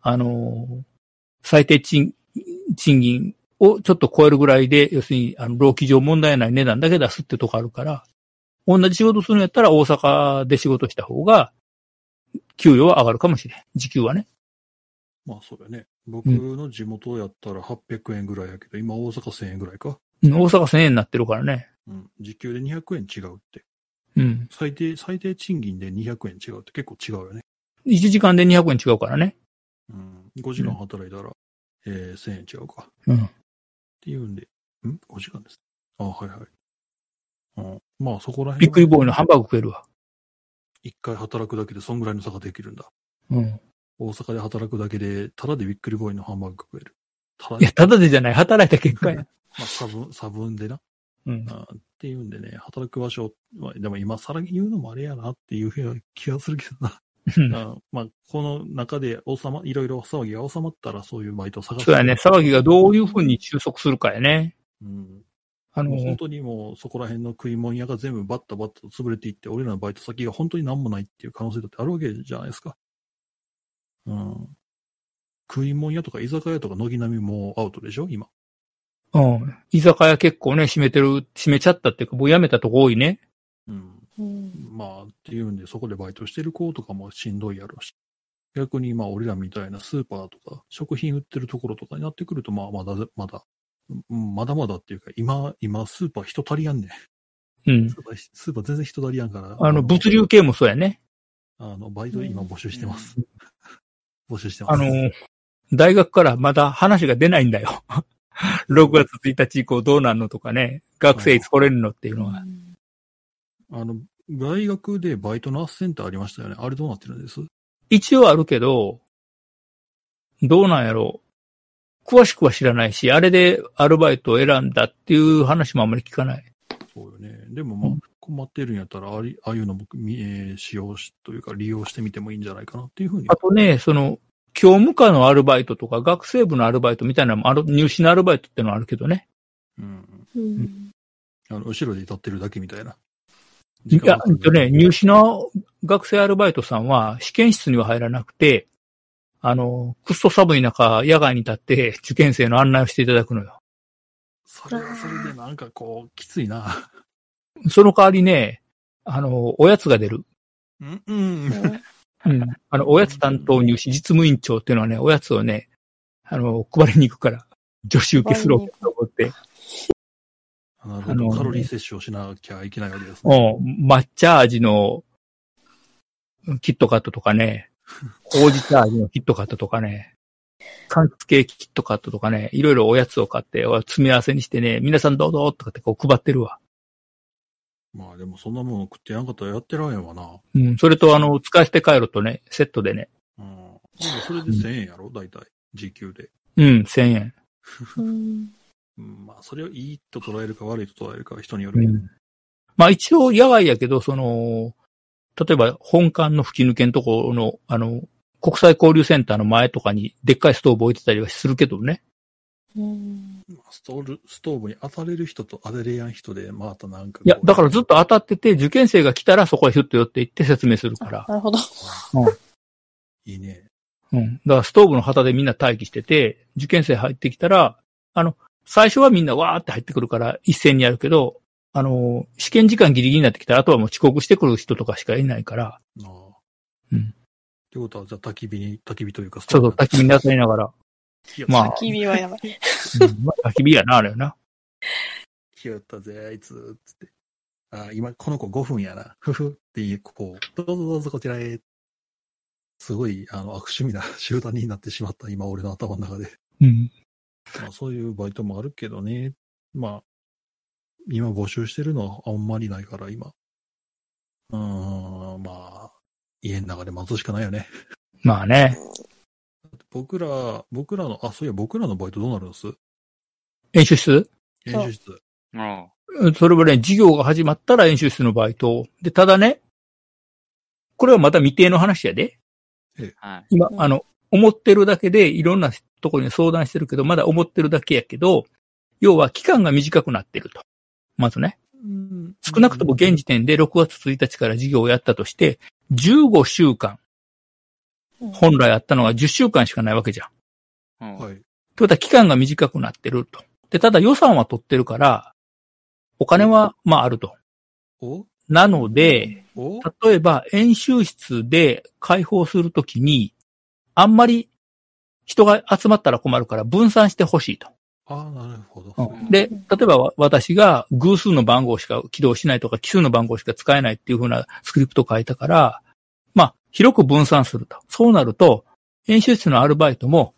B: 最低賃金をちょっと超えるぐらいで、要するに、労基上問題ない値段だけ出すってとこあるから、同じ仕事するんやったら大阪で仕事した方が、給与は上がるかもしれん。時給はね。
D: まあ、そうだね。僕の地元やったら800円ぐらいやけど、今大阪1000円ぐらいか。
B: 大阪1000円になってるからね。
D: うん。時給で200円違うって。
B: うん。
D: 最低賃金で200円違うって結構違うよね。
B: 1時間で200円違うからね。
D: うん。5時間働いたら、1000円違うか。
B: うん。
D: っていうんで、5時間です。あ、はいはい。まあそこら辺。
B: びっくりボーイのハンバーグ食えるわ。
D: 一回働くだけでそんぐらいの差ができるんだ。
B: うん。
D: 大阪で働くだけで、ただでびっくりボーイのハンバーグ食える。
B: いや、ただでじゃない。働いた結果や。
D: まあ差分でな。
B: うん。
D: っていうんでね、働く場所、でも今更言うのもあれやなっていうふうな気がするけどな。まあ、この中でいろいろ騒ぎが収まったらそういうバイトを探す。
B: そうやね。騒ぎがどういうふうに収束するかやね。
D: うん。本当にもうそこら辺の食い物屋が全部バッタバッタと潰れていって、俺らのバイト先が本当に何もないっていう可能性だってあるわけじゃないですか。うん。食い物屋とか居酒屋とか軒並みもアウトでしょ今。
B: うん。居酒屋結構ね、閉めちゃったっていうか、もう辞めたとこ多いね。
D: うん。まあ、っていうんで、そこでバイトしてる子とかもしんどいやろうし。逆にまあ、俺らみたいなスーパーとか、食品売ってるところとかになってくると、まあ、まだっていうか、今、スーパー人足りやんねん。
B: うん。
D: スーパー全然人足りやんから。
B: 物流系もそうやね。
D: バイト今募集してます。募集してます。
B: 大学からまだ話が出ないんだよ。6月1日以降どうなんのとかね。学生いつ来れるのっていうのは。
D: 大学でバイトのアッセンターありましたよね。あれどうなってるんです？
B: 一応あるけど、どうなんやろう。詳しくは知らないし、あれでアルバイトを選んだっていう話もあんまり聞かない。
D: そうよね。でもまあ、困ってるんやったら、ああいうのも、使用し、というか利用してみてもいいんじゃないかなっていうふうに。
B: あとね、教務課のアルバイトとか学生部のアルバイトみたいなのも入試のアルバイトってのはあるけどね。
D: 後ろで立ってるだけみたいな。
B: いや、入試の学生アルバイトさんは試験室には入らなくて、くっそ寒い中、野外に立って受験生の案内をしていただくのよ。
D: それはそれでなんかこう、きついな。
B: その代わりね、おやつが出る。おやつ担当入試実務委員長っていうのはね、おやつをね、配りに行くから、女子受けすると思って。
D: なるほど。カロリー摂取をしなきゃいけないわけですね。
B: 抹茶味のキットカットとかね、ほうじ茶味のキットカットとかね、柑橘系キットカットとかね、いろいろおやつを買って、詰め合わせにしてね、皆さんどうぞとかってこう配ってるわ。
D: まあでもそんなもの食ってやんかったらやってらんやんわな。
B: それと使わせて帰るとね、セットでね。
D: でもそれで1000円やろ大体。時給で。
B: 1000円。
D: まあそれをいいと捉えるか悪いと捉えるかは人によるけど。
B: まあ一応野外やけど、例えば本館の吹き抜けのところの、国際交流センターの前とかにでっかいストーブ置いてたりはするけどね。
D: ストーブに当たれる人と当てれやん人で、またなんか。
B: いや、だからずっと当たってて、受験生が来たらそこへヒュッと寄っていって説明するから。
E: なるほど。
D: いいね。
B: うん。だからストーブの旗でみんな待機してて、受験生入ってきたら、最初はみんなわーって入ってくるから一斉にやるけど、試験時間ギリギリになってきたら、あとはもう遅刻してくる人とかしかいないから。うん。
D: ってことは、じゃあ焚き火というか、
B: そう、焚き火に当たりながら。
E: まあ。焚き火はやばい。
B: まあ、焚き火やな、あれよな。
D: 来よったぜ、あいつ、つって。今、この子5分やな。ふふっていう、こう、どうぞどうぞこちらへ。すごい、悪趣味な集団になってしまった、今、俺の頭の中で。
B: うん。
D: まあ、そういうバイトもあるけどね。まあ、今募集してるのはあんまりないから、今。まあ、家の中で待つしかないよね。
B: まあね。
D: 僕らの、そういや、僕らのバイトどうなるんです？
B: 演習室？
D: 演習室。
B: それはね、授業が始まったら演習室のバイト。で、ただね、これはまた未定の話やで。今、思ってるだけでいろんなところに相談してるけど、まだ思ってるだけやけど、要は期間が短くなってると。まずね。少なくとも現時点で6月1日から授業をやったとして、15週間。本来あったのが10週間しかないわけじゃん。はい。ということは期間が短くなってると。で、ただ予算は取ってるから、お金は、まああると。なので、例えば演習室で開放するときに、あんまり人が集まったら困るから分散してほしいと。
D: なるほど。
B: で、例えば私が偶数の番号しか起動しないとか奇数の番号しか使えないっていう風なスクリプトを書いたから、まあ、広く分散すると。そうなると、演習室のアルバイトも、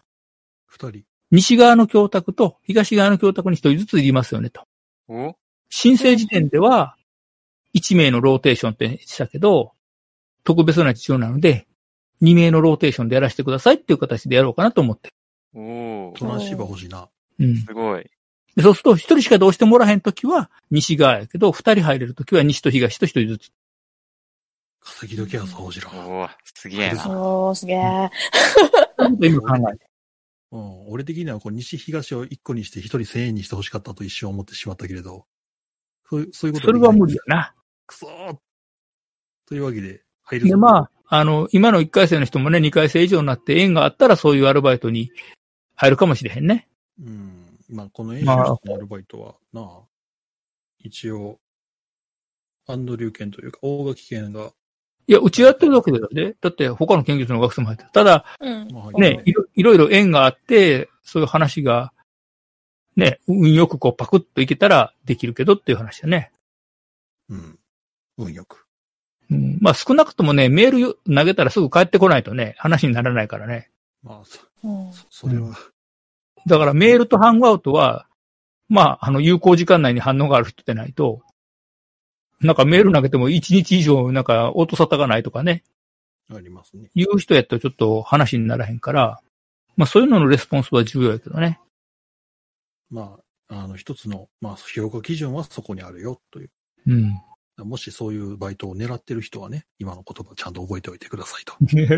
D: 2人。
B: 西側の教託と東側の教託に1人ずついりますよねと。申請時点では、1名のローテーションってしたけど、特別な事情なので、2名のローテーションでやらせてくださいっていう形でやろうかなと思ってる。
D: トランシーバー欲しいな。
C: すごい。
B: そうすると、1人しかどうしてもらへんときは西側やけど、2人入れるときは西と東と1人ずつ。
D: 稼ぎ時はそうじろ。
C: すげえな。
E: すげえ。
B: 今考えて。
D: 俺的にはこう西東を1個にして1人1000円にしてほしかったと一瞬思ってしまったけれど、そういうこと
B: それは無理やな。
D: くそーというわけで、入る。
B: で、まあ、今の1回生の人もね、2回生以上になって縁があったらそういうアルバイトに入るかもしれへんね。
D: まあ、この演習室のアルバイトは、一応、アンドリュー券というか、大垣券が。
B: いや、うちやってるだけだよね。だって他の研究室の学生も入ってる。ただ、ね、いろいろ縁があって、そういう話が、ね、運よくこうパクッといけたらできるけどっていう話だね。
D: 運よく。
B: まあ少なくともね、メール投げたらすぐ帰ってこないとね、話にならないからね。
D: まあ、それは。
B: だからメールとハングアウトは、まあ、有効時間内に反応がある人でないと、なんかメール投げても1日以上なんか音沙汰がないとかね。
D: ありますね。
B: 言う人やったらちょっと話にならへんから、まあそういうののレスポンスは重要やけどね。
D: まあ、一つの、まあ、評価基準はそこにあるよという。もしそういうバイトを狙ってる人はね、今の言葉ちゃんと覚えておいてくださいと。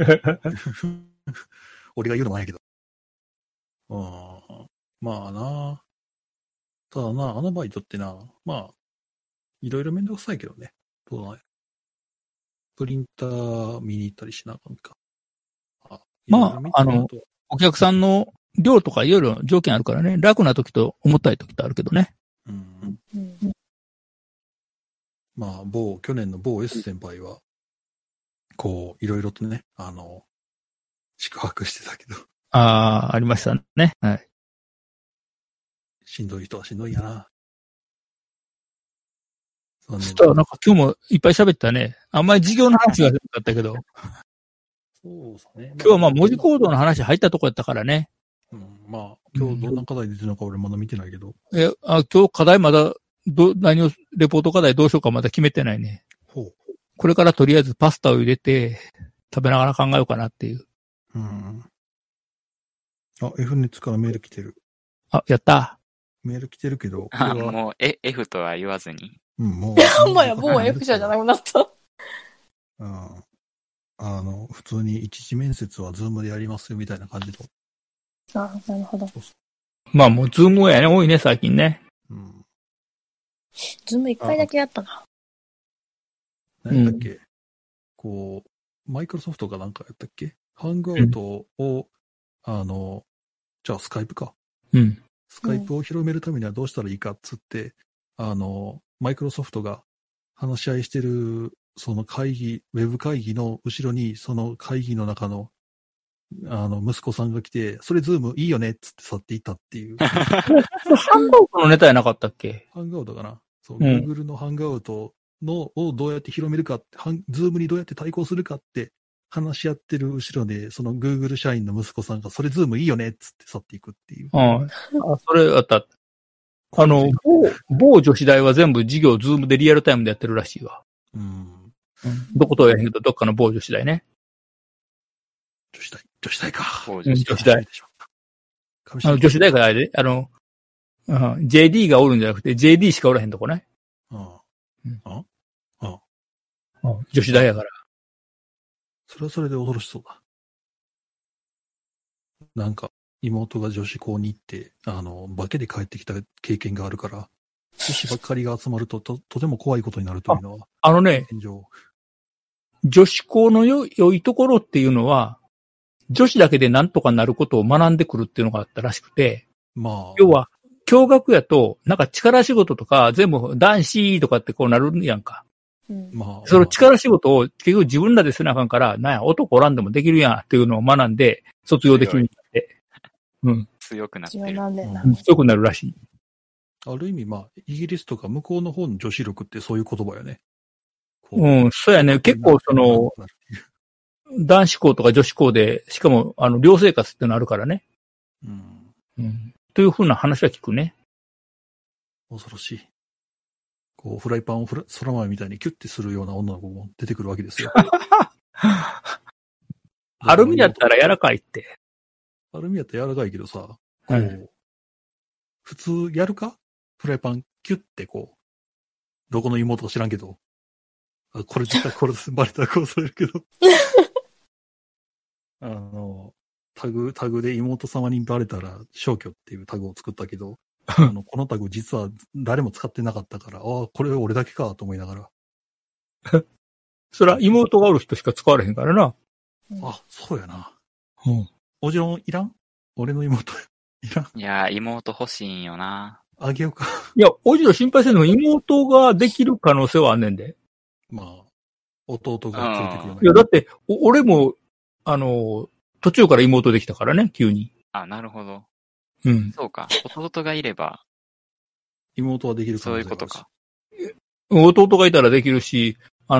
D: 俺が言うのもないけど。まあな。ただな、バイトってな、まあ、いろいろめんどくさいけどね。どうなんや。プリンター見に行ったりしなあかんか。
B: まあ、お客さんの量とかいろいろ条件あるからね、楽な時と重たい時とあるけどね。
D: まあ、去年の某 S 先輩は、こう、いろいろとね、宿泊してたけど。
B: ありましたね。はい。
D: しんどい人はしんどいんやな。
B: そしたらなんか今日もいっぱい喋ったね。あんまり授業の話はなかったけど。
D: そうですね。
B: 今日はまあ文字コードの話入ったとこやったからね。
D: まあ、今日どんな課題出てるのか俺まだ見てないけど。
B: 今日課題まだ、何を、レポート課題どうしようかまだ決めてないね。これからとりあえずパスタを入れて、食べながら考えようかなっていう。
D: F ネットからメール来てる。
B: やった。
D: メール来てるけど。
C: もう、F とは言わずに。
E: もうF 社じゃなくなった。
D: 普通に一次面接はズームでやりますよみたいな感じの。
E: なるほど。
B: まあもうズームやね、多いね、最近ね。
D: うん。
E: ズーム一回だけやったな。
D: 何だっけ、こう、マイクロソフトがなんかやったっけハングアウトを、じゃあスカイプか。
B: うん。
D: スカイプを広めるためにはどうしたらいいかっつって、マイクロソフトが話し合いしてる、その会議、ウェブ会議の後ろに、その会議の中の、息子さんが来て、それズームいいよねっつって去っていったっていう。
B: ハンガウトのネタやなかったっけ？
D: ハンガウトかな。そう、Google のハンガウトをどうやって広めるかって、ズームにどうやって対抗するかって話し合ってる後ろで、その Google 社員の息子さんが、それズームいいよねっつって去っていくっていう。
B: それあった。某女子大は全部授業ズームでリアルタイムでやってるらしいわ。どことはやへんけど、どっかの某女子大ね。
D: 女子大か。
B: 女子大。女子大からあれで、JD がおるんじゃなくて JD しかおらへんとこね。女子大やから。
D: それはそれで驚しそうだ。なんか、妹が女子校に行って、化けで帰ってきた経験があるから、女子ばっかりが集まると、とても怖いことになるというのは。
B: 女子校の良いところっていうのは、女子だけでなんとかなることを学んでくるっていうのがあったらしくて、要は、共学やと、なんか力仕事とか、全部男子とかってこうなるやんか。その力仕事を結局自分らでせなあかんから、なんや、男おらんでもできるやんっていうのを学んで、卒業できるんだって。
C: 強くなってる。
B: 強くなるらしい。
D: ある意味、イギリスとか向こうの方の女子力ってそういう言葉よね。
B: そうやね。結構男子校とか女子校で、しかも、寮生活ってのあるからね。というふうな話は聞くね。
D: 恐ろしい。フライパンを空豆みたいにキュッてするような女の子も出てくるわけですよ。
B: アルミだったら柔らかいって。
D: アルミだったら柔らかいけどさ、普通やるか？フライパンキュッてどこの妹か知らんけど。これ絶対これバレたら殺されるけど。タグで妹様にバレたら消去っていうタグを作ったけど、このタグ実は誰も使ってなかったから、これ俺だけかと思いなが
B: ら。それは妹がおる人しか使われへんからな。
D: そうやな。おじろんいらん？俺の妹いらん？
C: いや、妹欲しいんよな。
D: あげようか。
B: いや、おじろ心配せんのも妹ができる可能性はあんねんで。
D: 弟が連れてくる。
B: いや、だって、俺も、途中から妹できたからね、急に。
C: なるほど。そうか。弟がいれば。
D: 妹はできる
C: そういうことか。
B: 弟がいたらできるし、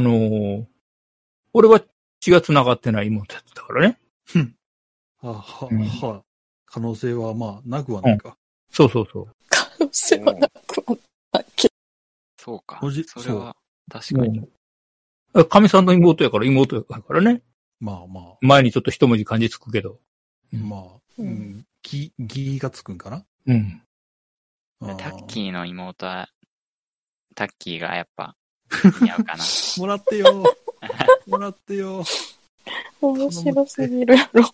B: 俺は血が繋がってない妹だったからね。
D: 可能性はなくはないか。
B: そう。
E: 可能性はなくはないけど。
C: そうか。それは、確かに。
B: 神さんの妹やから妹やからね。前にちょっと一文字漢字つくけど。
D: ギがつくんかな？
C: タッキーの妹は、タッキーがやっぱ、似合うかな。
D: もらってよ。もらってよ。
E: 面白すぎるやろ。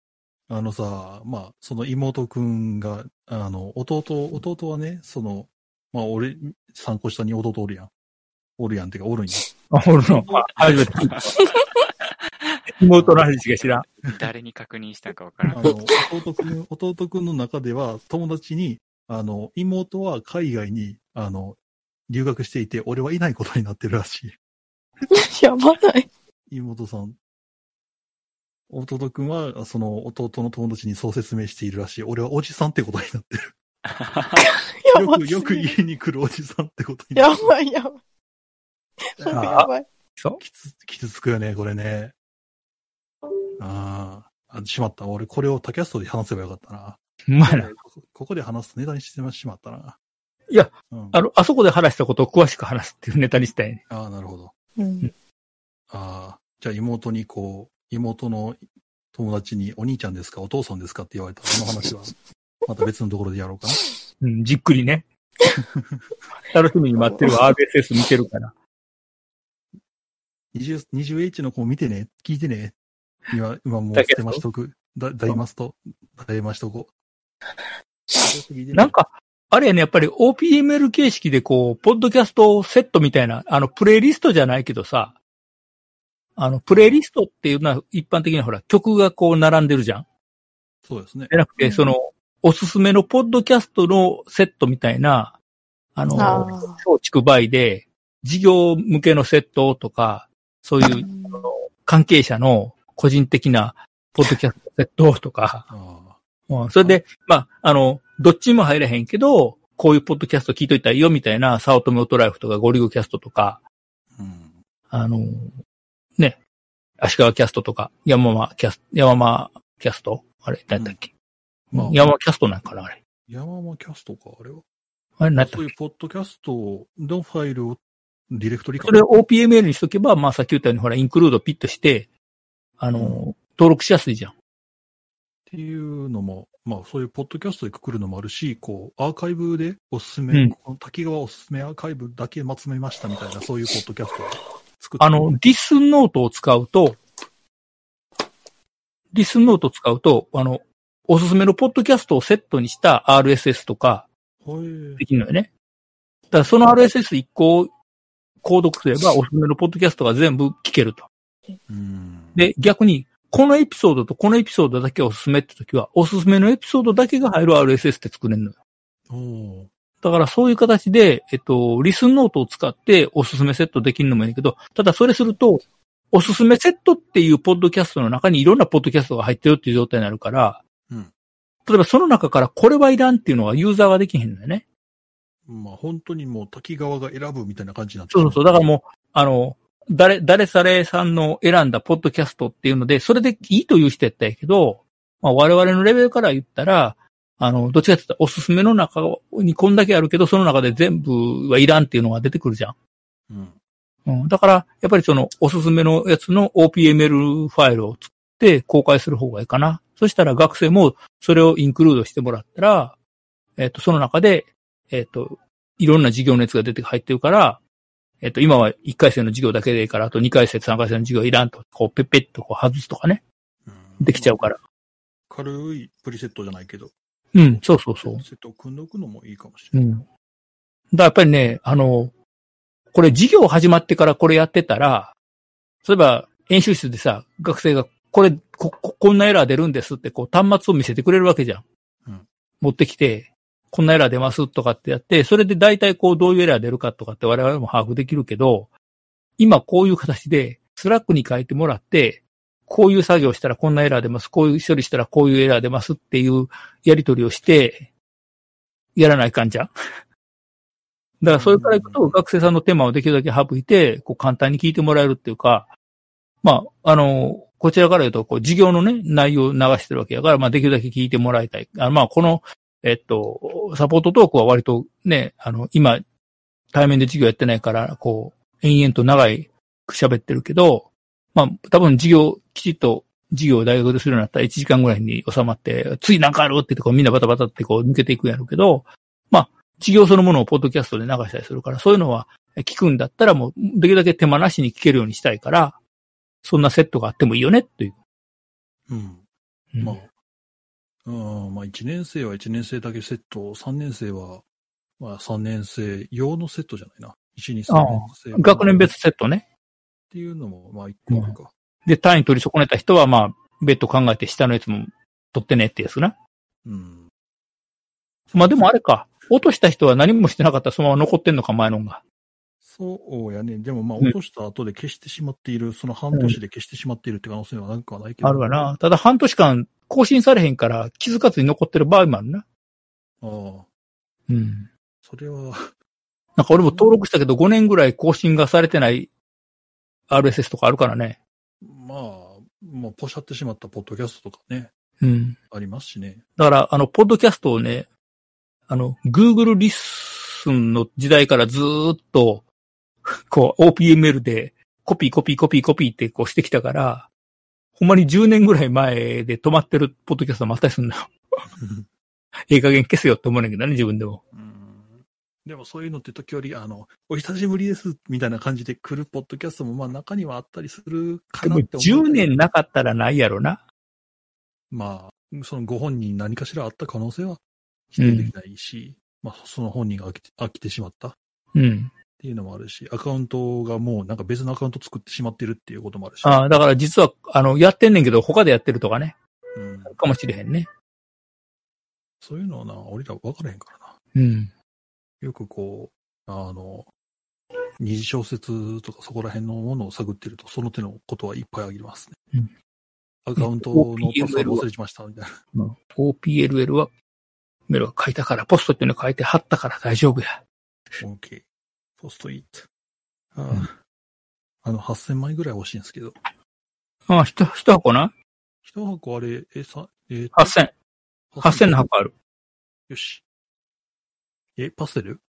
D: その妹くんが、弟はね、俺、3個下に弟おるやん。おるやんってか、おるんや。
B: おるの。初めて。妹の話しか知らん。
C: 誰に確認したかわからん。
D: 弟くんの中では、友達に、妹は海外に、留学していて、俺はいないことになってるらしい。
E: やばない。
D: 妹さん。弟くんは、その弟の友達にそう説明しているらしい。俺はおじさんってことになってる。よく家に来るおじさんってことになってる。
E: やばい。
D: 傷つくよね、これね。しまった。俺、これをタキャストで話せばよかったな。ここで話すとネタにしてしまったな。
B: いや、あそこで話したことを詳しく話すっていうネタにしたいね。
D: なるほど。じゃあ妹の友達にお兄ちゃんですかお父さんですかって言われたその話は、また別のところでやろうかな。
B: じっくりね。楽しみに待ってるわ。RSS 見てるから。
D: 20H の子見てね。聞いてね。今もう捨てましとく。大ましとこう。
B: なんか、あれやね、やっぱり OPML 形式でこう、ポッドキャストセットみたいな、プレイリストじゃないけどさ、プレイリストっていうのは一般的にほら、曲がこう並んでるじゃん。
D: そうですね。
B: じゃなくて、おすすめのポッドキャストのセットみたいな、松竹梅で、事業向けのセットとか、そういう、関係者の個人的なポッドキャストセットとか、それで、まあ、どっちも入れへんけど、こういうポッドキャスト聞いといたらいいよみたいな、サオトメオトライフとかゴリゴキャストとか、ね、足利キャストとか、山間キャストあれ、何だっけ、山間キャストなんかなあれ。
D: 山間キャストか、あれは。
B: あれ、何だっけ。
D: そういうポッドキャストのファイルをディレクトリか。
B: それを OPML にしとけば、まあさっき言ったようにほら、インクルードピッとして、登録しやすいじゃん。
D: っていうのも、まあそういうポッドキャストでくくるのもあるし、こう、アーカイブでおすすめ、この滝川おすすめアーカイブだけ集めましたみたいな、そういうポッドキャストを作って。
B: ディスノートを使うと、おすすめのポッドキャストをセットにした RSS とか、できるのよね。だからその RSS1 個を購読すれば、おすすめのポッドキャストが全部聞けると。で、逆に、このエピソードとこのエピソードだけおすすめって時は、おすすめのエピソードだけが入る RSS って作れるのよ。だからそういう形で、リスンノートを使っておすすめセットできるのもいいけど、ただそれすると、おすすめセットっていうポッドキャストの中にいろんなポッドキャストが入ってるっていう状態になるから、例えばその中からこれはいらんっていうのがユーザーができへんのよね。
D: まあ本当にもう滝川が選ぶみたいな感じになってる。
B: そう。だからもう、誰されさんの選んだポッドキャストっていうので、それでいいという人やったんやけど、まあ我々のレベルから言ったら、どっちかって言ったらおすすめの中にこんだけあるけど、その中で全部はいらんっていうのが出てくるじゃん。だから、やっぱりおすすめのやつの OPML ファイルを作って公開する方がいいかな。そしたら学生もそれをインクルードしてもらったら、その中で、いろんな授業のやつが入ってるから、今は1回生の授業だけでいいから、あと2回生、3回生の授業いらんと、こう、ペッペッとこう外すとかね。できちゃうから。
D: 軽いプリセットじゃないけど。
B: そう。セ
D: ットを組んでおくのもいいかもしれない。
B: だやっぱりね、これ授業始まってからこれやってたら、例えば演習室でさ、学生がこんなエラー出るんですってこう端末を見せてくれるわけじゃん。持ってきて、こんなエラー出ますとかってやって、それで大体こうどういうエラー出るかとかって我々も把握できるけど、今こういう形でスラックに書いてもらって、こういう作業したらこんなエラー出ます、こういう処理したらこういうエラー出ますっていうやり取りをして、やらないかんじゃん。だからそれからいくと学生さんの手間をできるだけ省いて、こう簡単に聞いてもらえるっていうか、まあ、こちらから言うと、こう授業のね、内容を流してるわけだから、まあできるだけ聞いてもらいたい。まあこの、サポートトークは割とね、今、対面で授業やってないから、こう、延々と長く喋ってるけど、まあ多分きちっと授業を大学でするようになったら1時間ぐらいに収まって、次なんかあるって言ってこうみんなバタバタってこう抜けていくんやろうけど、まあ、授業そのものをポッドキャストで流したりするから、そういうのは聞くんだったらもうできるだけ手間なしに聞けるようにしたいから、そんなセットがあってもいいよねっていう。
D: まあ1年生は1年生だけセット、3年生は、まあ3年生用のセットじゃないな。1、2、3年生。
B: 学年別セットね。
D: っていうのも、まあ1個あるか。
B: で、単位取り損ねた人は、まあ、別途考えて下のやつも取ってねってやつな。まあでもあれか。落とした人は何もしてなかったらそのまま残ってんのか、前のが。
D: そうやね。でもまあ落とした後で消してしまっている、その半年で消してしまっているって可能性はなんかはないけど。
B: あるわな。ただ半年間更新されへんから気づかずに残ってる場合もあるな。
D: それは。
B: なんか俺も登録したけど5年ぐらい更新がされてない RSS とかあるからね。
D: まあ、ポシャってしまったポッドキャストとかね。ありますしね。
B: だから、ポッドキャストをね、Google リスンの時代からずーっと、こう、OPML でコピーってこうしてきたから、ほんまに10年ぐらい前で止まってるポッドキャストもあったりするんだよ。いい加減消せよって思うねんけどね、自分でも。
D: でもそういうのって時折、お久しぶりですみたいな感じで来るポッドキャストもまあ中にはあったりするかなって思う。
B: でも10年なかったらないやろな。
D: まあ、そのご本人何かしらあった可能性は否定できないし、まあ、その本人が飽きてしまった。っていうのもあるし、アカウントがもうなんか別のアカウント作ってしまってるっていうこともあるし。
B: ああ、だから実は、やってんねんけど、他でやってるとかね。かもしれへんね。
D: そういうのはな、俺ら分からへんからな。よくこう、二次小説とかそこら辺のものを探ってると、その手のことはいっぱいありますね。アカウントのパスワード忘れちましたみたいな。
B: OPLL は、メロが書いたから、ポストっていうの書いて貼ったから大丈夫や。
D: OK。ポストイット。8000枚ぐらい欲しいんですけど。
B: 一箱な？
D: 一箱あれ、
B: 8000。8000の箱ある。
D: よし。パステル？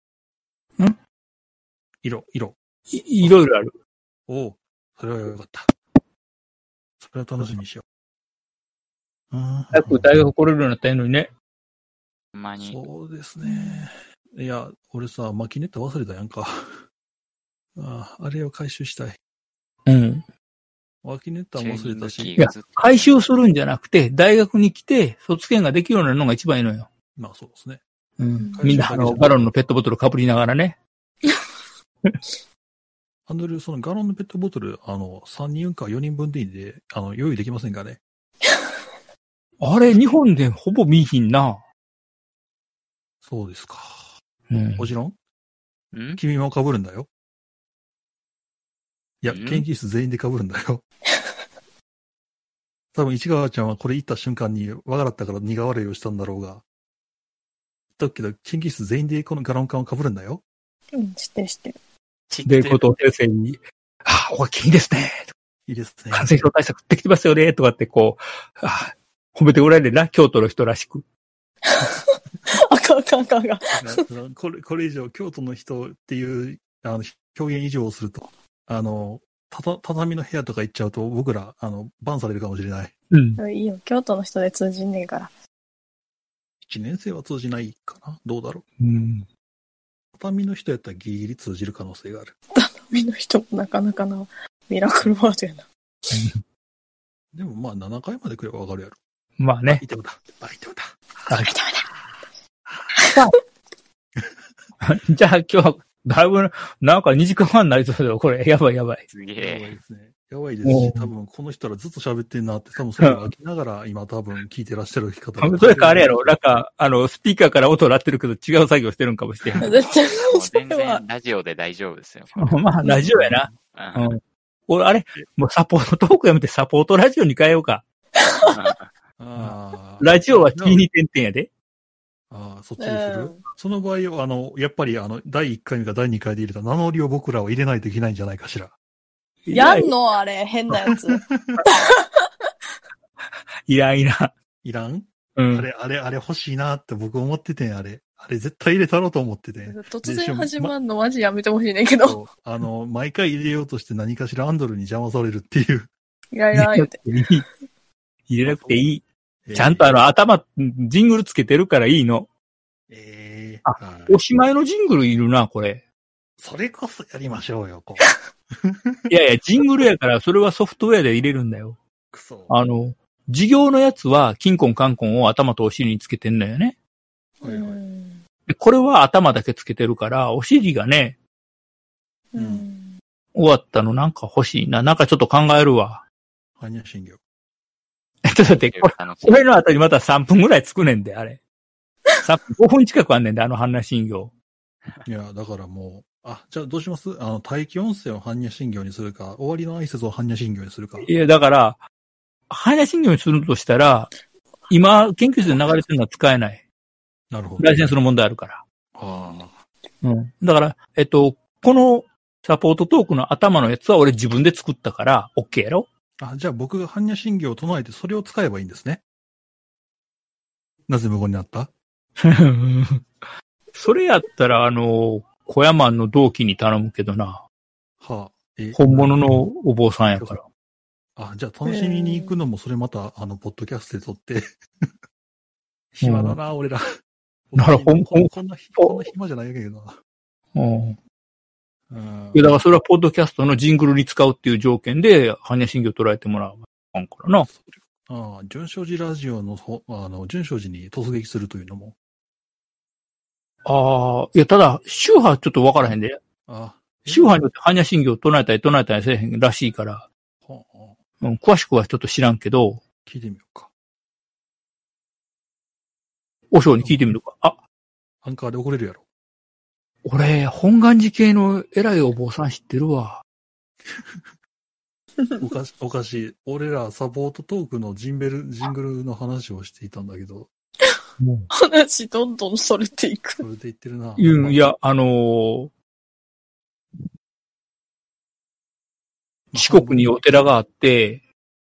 D: 色
B: いろいろある。
D: おう、それはよかった。それは楽しみにしよう。
B: 早く大学来れるようになったらいいのにね。
D: そうですね。いや、俺さ、マキネット忘れたやんか。あれを回収したい。マキネットは忘れたし。
B: いや、回収するんじゃなくて、大学に来て、卒検ができるようになるのが一番いいのよ。
D: まあそうですね。
B: みんなガロンのペットボトルかぶりながらね。
D: アンドリュー、そのガロンのペットボトル、3人か4人分でいいんで、用意できませんかね。
B: あれ、日本でほぼ見ひんな。
D: そうですか。もちろん君も被るんだよ。いや、研究室全員で被るんだよ。多分、市川ちゃんはこれ言った瞬間に、わからったから苦笑いをしたんだろうが。だけど、研究室全員でこのガロン缶を被るんだよ。
E: 知ってる。
B: で、後藤先生に、これいいですね。
D: いいですね。
B: 感染症対策できてますよね。とかってこう、褒めておられるな、京都の人らしく。
E: あかん。
D: これ以上、京都の人っていう、表現以上をすると、畳の部屋とか行っちゃうと、僕ら、バンされるかもしれない。
E: いいよ、京都の人で通じんねんから。
D: 1年生は通じないかな？どうだろう。畳の人やったらギリギリ通じる可能性がある。
E: 畳の人もなかなかなミラクルワードやな。
D: でもまあ7回まで来ればわかるやろ。
B: まあね。
D: いてもだ。
B: じゃあ今日は、だいぶ、なんか2時間半になりそうだよ、これ。やばい。
C: すげえ。
D: やばいですね。やばいですし、多分この人らずっと喋ってんなって、多分それを飽きながら今多分聞いてらっしゃる方
B: それかあれやろ、なんか、スピーカーから音鳴ってるけど違う作業してるんかもしれん。
C: 全然ラジオで大丈夫ですよ。
B: まあ、ラジオやな。俺、あれ、もうサポートトークやめてサポートラジオに変えようか。ラジオは気に点々やで。
D: そっちにする？その場合、やっぱり第1回目か第2回で入れた名乗りを僕らは入れないといけないんじゃないかしら。
E: やんのあれ、変なやつ。
B: いらん。
D: いらん？あれ欲しいなって僕思っててん、あれ絶対入れたろうと思ってて。
E: 突然始まんのマジやめてほしいねんけど。
D: 毎回入れようとして何かしらアンドルに邪魔されるっていう。
E: いや言うて。
B: 入れなくていい。ちゃんと頭、ジングルつけてるからいいの。おしまいのジングルいるな、これ。
D: それこそやりましょうよ、
B: いや、ジングルやから、それはソフトウェアで入れるんだよ。
D: くそ。
B: 事業のやつは、キンコンカンコンを頭とお尻につけてんのよね。でこれは頭だけつけてるから、お尻がね、終わったのなんか欲しいな。なんかちょっと考えるわ。
D: 般若心経。
B: ちょっと待って、これの後にまた3分ぐらいつくねんで、あれ。5分近くあんねんで、般若心経。
D: いや、だからもう、じゃあどうします？待機音声を般若心経にするか、終わりの挨拶を般若心経にするか。
B: いや、だから、般若心経にするとしたら、今、研究室で流れてるのは使えない。
D: なるほど。
B: ライセンスの問題あるから。だから、このサポートトークの頭のやつは俺自分で作ったから、OK やろ？
D: じゃあ僕が般若心経を唱えてそれを使えばいいんですね。なぜ無言になった？
B: それやったら、小山の同期に頼むけどな。本物のお坊さんやから。
D: じゃあ楽しみに行くのもそれまた、ポッドキャストで撮って。暇だな、俺ら。
B: なら、こん
D: な暇じゃないけどな。
B: だからそれはポッドキャストのジングルに使うっていう条件で、般若心経を捉えてもらうかんからな。
D: 純正寺ラジオの、純正寺に突撃するというのも。
B: いや、ただ、宗派ちょっとわからへんで。
D: あ
B: 宗派によって般若心経を唱えたり唱えたりせえへんらしいから、詳しくはちょっと知らんけど、
D: 聞いてみようか。
B: 和尚に聞いてみるか。
D: アンカーで怒れるやろ。
B: 俺、本願寺系の偉いお坊さん知ってるわ。
D: おかしい。俺らサポートトークのジングルの話をしていたんだけど。
E: 話どんどんそれていく。
D: それで言ってるな。
B: いや、四国にお寺があって、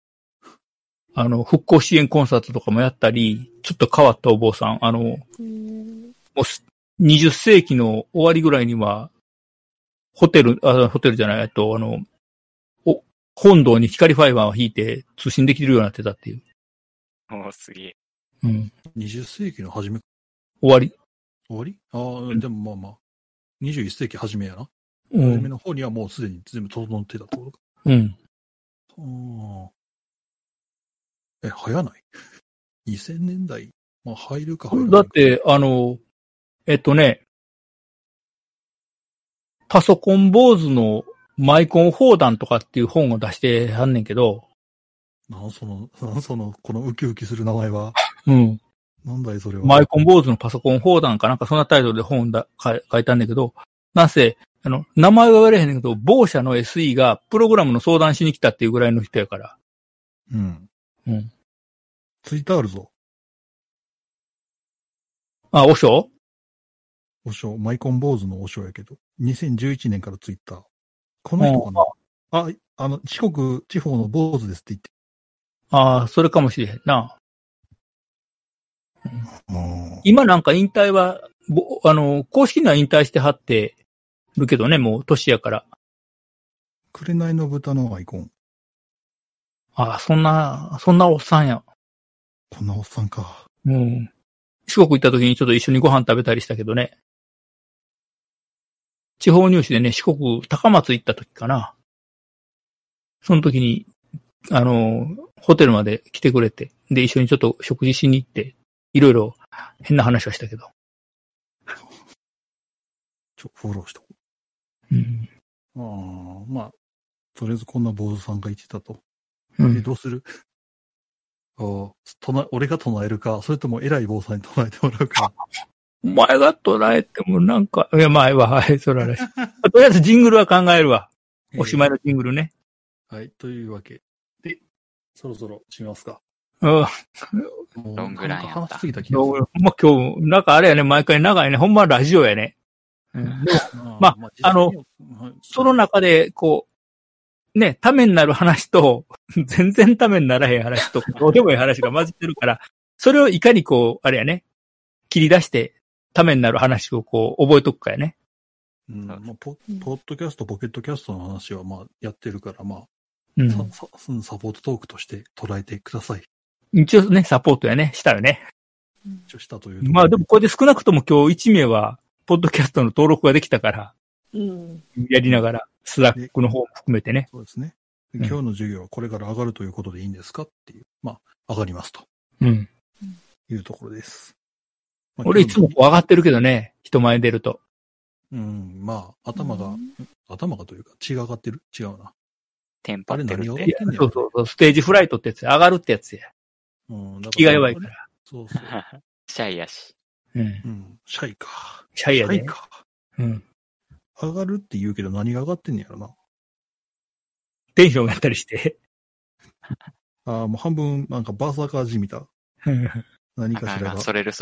B: 復興支援コンサートとかもやったり、ちょっと変わったお坊さん、もう20世紀の終わりぐらいには、ホテルじゃない、本堂に光ファイバーを引いて通信できるようになってたっていう。
C: すげえ。
B: うん。
D: 20世紀の初め。
B: 終わり
D: でもまあ、21世紀初めやな。
B: うん。
D: 初めの方にはもうすでに全部整ってたってことか。
B: うん。
D: 早ない ?2000 年代まあ入るか入
B: るか。だって、パソコン坊主のマイコン砲弾とかっていう本を出してはんねんけど。
D: その、このウキウキする名前は。
B: うん。
D: なんだいそれは。
B: マイコン坊主のパソコン砲弾かなんかそんなタイトルで本書いたんだけど、なんせ、名前は言われへんねんけど、某社の SE がプログラムの相談しに来たっていうぐらいの人やから。
D: うん。
B: うん。
D: ツイッターあるぞ。
B: 和尚、
D: マイコン坊主の和尚やけど。2011年からツイッター。この人かな、四国地方の坊主ですって言って。
B: それかもしれへんな。今なんか引退は、公式には引退してはってるけどね、もう年やから。
D: 紅の豚のアイコン。
B: そんなおっさんや。
D: こんなおっさんか。
B: うん。四国行った時にちょっと一緒にご飯食べたりしたけどね。地方入試でね、四国、高松行った時かな。その時に、ホテルまで来てくれて、で、一緒にちょっと食事しに行って、いろいろ変な話はしたけど。
D: フォローしとこ
B: う。うん。
D: まあ、とりあえずこんな坊主さんが言ってたと。どうする？俺が唱えるか、それとも偉い坊さんに唱えてもらうか。
B: お前が唱えてもなんか、いや、まあ、はい、それはね。とりあえずジングルは考えるわ。おしまいのジングルね。
D: はい、というわけで、そろそろ締めますか。
B: ロ
C: ングランやった。
D: 話しすぎた気がする。
B: ほんま今日、なんかあれやね、毎回長いね。ほんまラジオやね。でも、まあ、その中で、こう、ね、ためになる話と、全然ためにならへん話と、どうでもいい話が混じってるから、それをいかにこう、あれやね、切り出して、ためになる話をこう、覚えとくかやね。
D: ポッドキャスト、ポケットキャストの話はまあ、やってるから、まあ、サポートトークとして捉えてください。
B: 一応ね、サポートやね、したよね。
D: 一応したという。
B: まあでもこれで少なくとも今日1名は、ポッドキャストの登録ができたから、やりながら、スラックの方も含めてね。
D: そうですね。今日の授業はこれから上がるということでいいんですかっていう。まあ、上がりますと。いうところです。
B: 俺いつも上がってるけどね、人前に出ると。
D: まあ、頭がというか、血が上がってる？違うな。
C: テンパってるって。
B: そう、ステージフライトってやつや。上がるってやつや。気が弱いから。
D: そう。
C: シャイやし。
D: シャイか。
B: シャイやね。
D: 上がるって言うけど何が上がってんねやろな。
B: テンションがあったりして。
D: もう半分なんかバーサーカーじみた。何かしらが。
C: それる。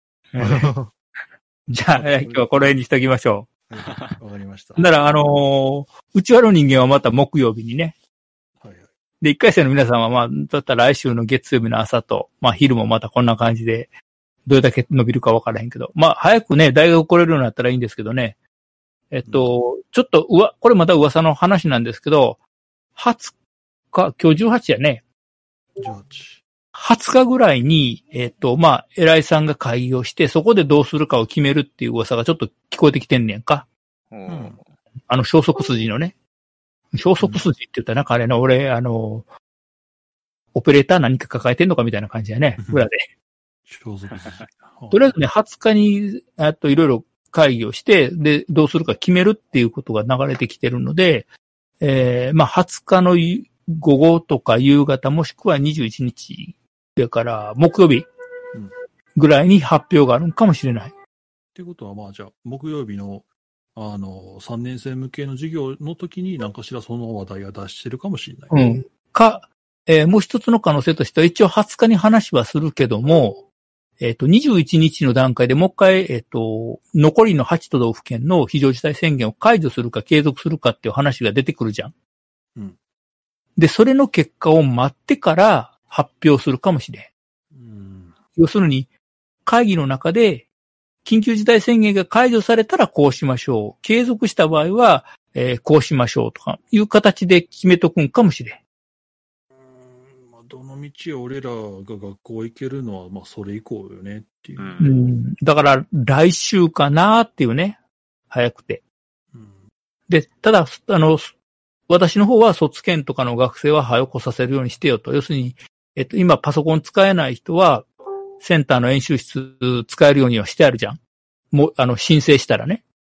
B: じゃあ、今日はこの辺にしときましょ
D: う。わかりました。
B: なら、うちわの人間はまた木曜日にね。で、1回生の皆さんはまあ、だったら来週の月曜日の朝と、まあ昼もまたこんな感じで、どれだけ伸びるかわからへんけど。まあ、早くね、大学来れるようになったらいいんですけどね。ちょっとこれまた噂の話なんですけど、20日、今日18やね。20日ぐらいに、まあ、偉いさんが会議をして、そこでどうするかを決めるっていう噂がちょっと聞こえてきてんねんか。消息筋のね。消息筋って言ったらなんかあれの、俺、オペレーター何か抱えてんのかみたいな感じやね。裏で。
D: 消息筋。
B: とりあえずね、20日に、いろいろ会議をして、で、どうするか決めるっていうことが流れてきてるので、まあ、20日の午後とか夕方もしくは21日だから木曜日ぐらいに発表があるかもしれない。
D: ってことは、まあじゃあ、木曜日の、3年生向けの授業の時に何かしらその話題は出してるかもしれない。
B: うん。もう一つの可能性としては、一応20日に話はするけども、21日の段階でもう一回、残りの8都道府県の非常事態宣言を解除するか継続するかっていう話が出てくるじゃん。
D: うん。
B: で、それの結果を待ってから発表するかもしれん。要するに、会議の中で、緊急事態宣言が解除されたらこうしましょう。継続した場合は、こうしましょうとかいう形で決めとくんかもしれん。
D: まあ、どの道俺らが学校行けるのは、まあ、それ以降よねっていう。
B: だから、来週かなっていうね。早くて。で、ただ、私の方は卒検とかの学生は早く来させるようにしてよと。要するに、今パソコン使えない人は、センターの演習室使えるようにはしてあるじゃん。もう、申請したらね。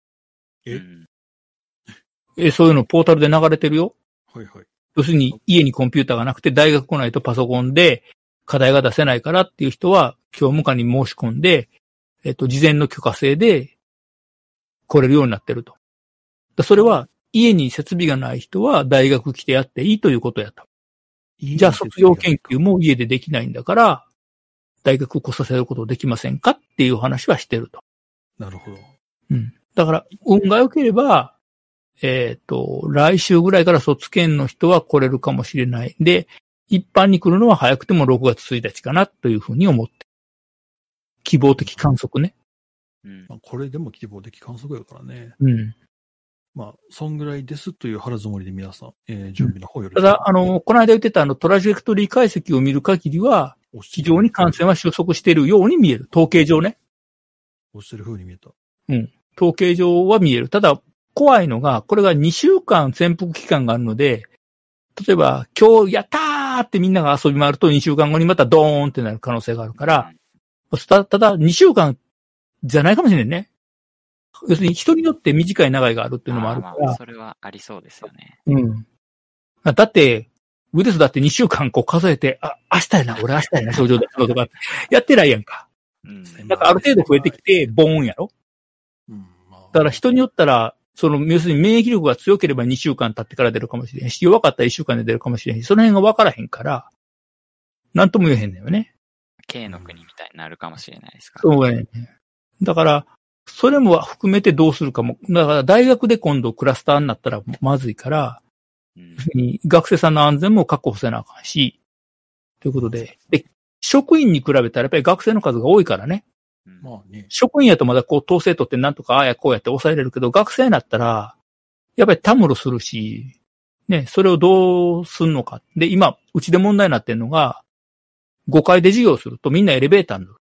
B: そういうのポータルで流れてるよ。
D: はいはい。
B: 要するに、家にコンピューターがなくて大学来ないとパソコンで課題が出せないからっていう人は、教務課に申し込んで、事前の許可制で来れるようになってると。それは、家に設備がない人は大学来てやっていいということやと。じゃあ卒業研究も家でできないんだから、大学来させることできませんかっていう話はしてると。
D: なるほど。
B: だから、運が良ければ、来週ぐらいから卒検の人は来れるかもしれない。で、一般に来るのは早くても6月1日かなというふうに思って。希望的観測ね。
D: まあ、これでも希望的観測やからね。まあ、そんぐらいですという腹積もりで皆さん、準備の方よろしく。
B: ただ、この間言ってたトラジェクトリー解析を見る限りは、非常に感染は収束しているように見える。統計上ね。
D: 落ちてる風に見えた。
B: 統計上は見える。ただ、怖いのが、これが2週間潜伏期間があるので、例えば、今日やったーってみんなが遊び回ると2週間後にまたドーンってなる可能性があるから、ただ2週間じゃないかもしれんね。要するに人によって短い長いがあるっていうのもあるから。
C: それはありそうですよね。
B: だって、ウイルスだって2週間こう数えて、明日やな、俺明日やな、症状だとか、やってないやんか。だからある程度増えてきて、ボーンやろ。だから人によったら、要するに免疫力が強ければ2週間経ってから出るかもしれんし、弱かったら1週間で出るかもしれんし、その辺が分からへんから、なんとも言えへんのよね。
C: K の国みたいになるかもしれないですから、
B: そうやね。だから、それも含めてどうするかも。だから大学で今度クラスターになったらまずいから、学生さんの安全も確保せなあかんし、ということで、職員に比べたらやっぱり学生の数が多いからね。職員やとまだこう統制取ってなんとかああやこうやって抑えれるけど、学生になったら、やっぱりたむろするし、ね、それをどうすんのか。で、今、うちで問題になってるのが、5階で授業するとみんなエレベーターに乗る。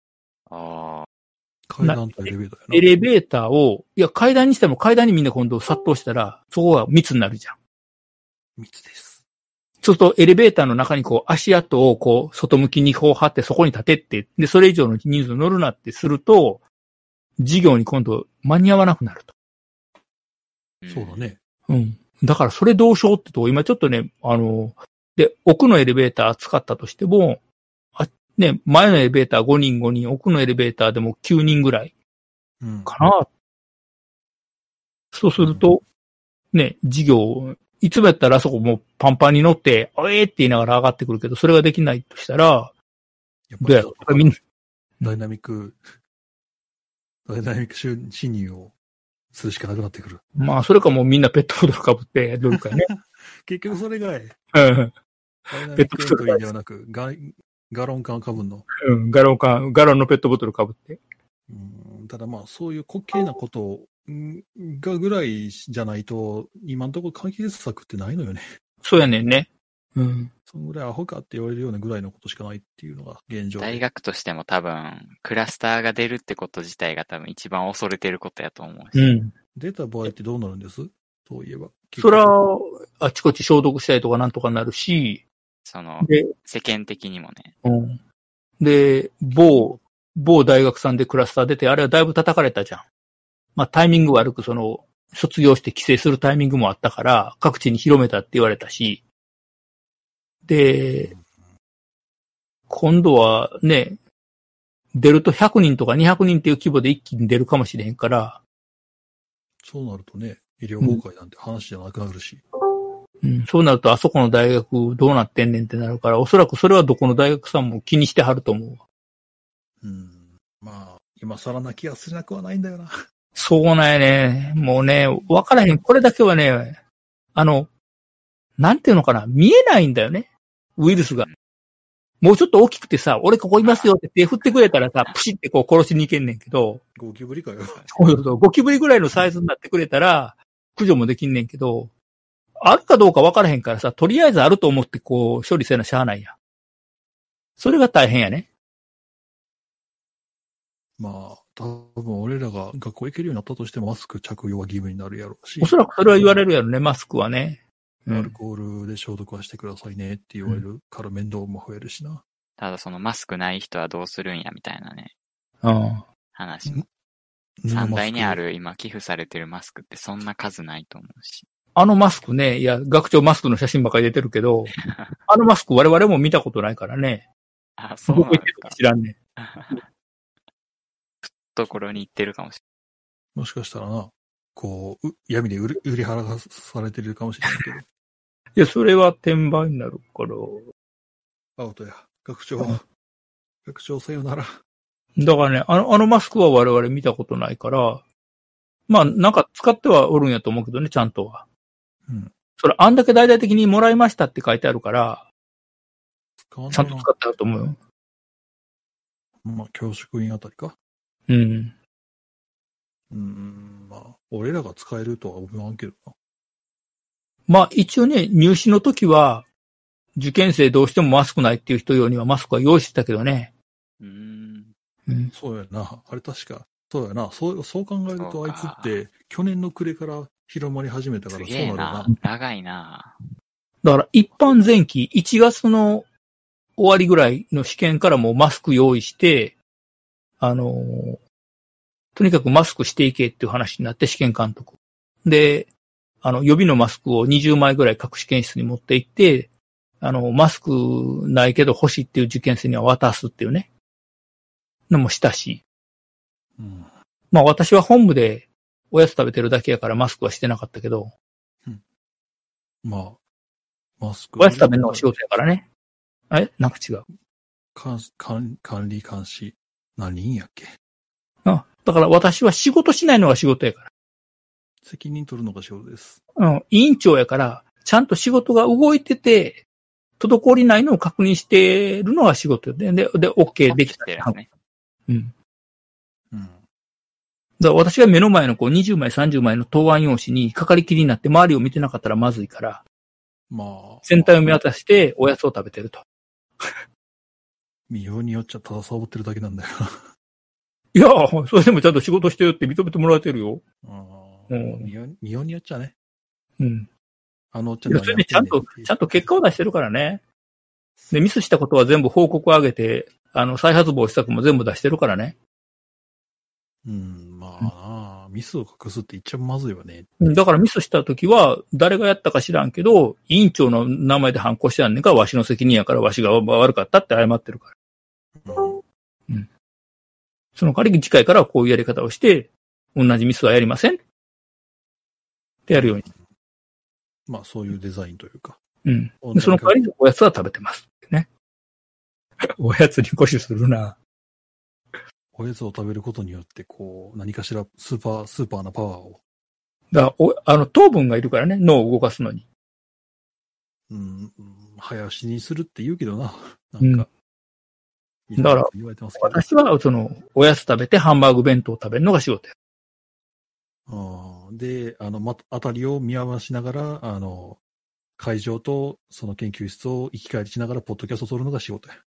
D: 階段とエレベーターやな。
B: エレベーターを、いや、階段にしても階段にみんな今度殺到したら、そこが密になるじゃん。
D: 密です。
B: そうするとエレベーターの中にこう足跡をこう外向きにこう張ってそこに立てって、で、それ以上の人数乗るなってすると、授業に今度間に合わなくなると。
D: そうだね。
B: だからそれどうしようってとこ、今ちょっとね、で、奥のエレベーター使ったとしても、ね、前のエレベーター5人5人、奥のエレベーターでも9人ぐらいかな。そうすると、ね、授業、いつもやったらあそこもうパンパンに乗って、って言いながら上がってくるけど、それができないとしたら、どうやろうみんな。
D: ダイナミック侵入をするしかなくなってくる。
B: まあ、それかもうみんなペットボトル被ってやるかね。
D: 結局それがい。
B: ダイナミ
D: ックエントリーではなく、ガロン缶被んの。
B: ガロンのペットボトル被って。
D: ただまあ、そういう滑稽なことがぐらいじゃないと、今のところ解決策ってないのよね。
B: そうやねんね。
D: そのぐらいアホかって言われるようなぐらいのことしかないっていうのが現状。
C: 大学としても多分、クラスターが出るってこと自体が多分一番恐れてることやと思うし。
D: 出た場合ってどうなるんです？そういえば。
B: それは、あちこち消毒したりとかなんとかなるし、
C: 世間的にもね。
B: で、某大学さんでクラスター出て、あれはだいぶ叩かれたじゃん。 まあタイミング悪く卒業して帰省するタイミングもあったから、各地に広めたって言われたし、で、今度はね、出ると100人とか200人っていう規模で一気に出るかもしれへんから。
D: そうなるとね、医療崩壊なんて話じゃなくなるし。
B: うん、そうなるとあそこの大学どうなってんねんってなるから、おそらくそれはどこの大学さんも気にしてはると思う。
D: まあ、今更な気がしなくはないんだよな。
B: そうなんやね。もうね、わからへん。これだけはね、なんていうのかな、見えないんだよね。ウイルスが。もうちょっと大きくてさ、俺ここいますよって手振ってくれたらさ、プシってこう殺しに行けんねんけど。
D: ゴキブリかよ。
B: ゴキブリぐらいのサイズになってくれたら、駆除もできんねんけど、あるかどうか分からへんからさ、とりあえずあると思ってこう処理せなしゃあないや。それが大変やね。
D: まあ、多分俺らが学校行けるようになったとしてもマスク着用は義務になるやろうし。
B: おそらくそれは言われるやろね、マスクはね。
D: アルコールで消毒はしてくださいねって言われるから面倒も増えるしな。
C: ただそのマスクない人はどうするんやみたいなね。話も。3台にある今寄付されてるマスクってそんな数ないと思うし。
B: マスクね、いや、学長マスクの写真ばっかり出てるけど、マスク我々も見たことないからね。
C: あ、そうなんですか。
B: 知らんね。
C: ところに行ってるかもしれ
D: ない。もしかしたらな、こう、闇で売り払わされてるかもしれないけど。
B: いや、それは転売になるから。
D: アウトや。学長さよなら。
B: だからね、マスクは我々見たことないから、まあ、なんか使ってはおるんやと思うけどね、ちゃんとは。
D: うん。
B: それ、あんだけ大々的にもらいましたって書いてあるから、ちゃんと使ってあると思うよ。
D: まあ、教職員あたりか。
B: うん。
D: まあ、俺らが使えるとは思わんけどな。
B: まあ、一応ね、入試の時は、受験生どうしてもマスクないっていう人用にはマスクは用意してたけどね。
D: そうやな。あれ確か。そうやな。そう考えるとあいつって、去年の暮れから広まり始めたからそうなるな。
C: 長いな。
B: だから一般前期1月の終わりぐらいの試験からもうマスク用意して、とにかくマスクしていけっていう話になって試験監督。で、予備のマスクを20枚ぐらい各試験室に持って行って、マスクないけど欲しいっていう受験生には渡すっていうね。のもしたし。まあ私は本部でおやつ食べてるだけやからマスクはしてなかったけど。
D: まあ、マスク。
B: おやつ食べるのが仕事やからね。なんか違う。
D: 管理監視。何人やっけ？
B: だから私は仕事しないのが仕事やから。
D: 責任取るのが仕事です。
B: 委員長やから、ちゃんと仕事が動いてて、滞りないのを確認してるのが仕事で、OK できたら。
C: ね。
B: だから私が目の前のこう20枚、30枚の答案用紙にかかりきりになって周りを見てなかったらまずいから、
D: まあ。
B: 全体を見渡しておやつを食べてると。
D: 見ようによっちゃただサボってるだけなんだよ。
B: いや、それでもちゃんと仕事してるって認めてもらえてるよ。
D: 見ようによっちゃね。
B: うん。
D: そ
B: れでちゃんと結果を出してるからね。で、ミスしたことは全部報告を上げて、再発防止策も全部出してるからね。
D: まあ、ミスを隠すって言っちゃまずいわね。
B: だからミスした時は、誰がやったか知らんけど、委員長の名前で反抗してやんねんから、わしの責任やから、わしが悪かったって謝ってるから。その代わり次回からはこういうやり方をして、同じミスはやりませんってやるように。
D: まあ、そういうデザインというか。
B: でその代わりにおやつは食べてますってね。おやつに固執するな。
D: おやつを食べることによって、こう、何かしらスーパーなパワーを。
B: だから糖分がいるからね、脳を動かすのに。
D: 早押しにするって言うけどな。なんか。
B: だから、私はおやつ食べてハンバーグ弁当を食べるのが仕事や。
D: で、当たりを見合わしながら、会場とその研究室を行き帰りしながら、ポッドキャストを撮るのが仕事や。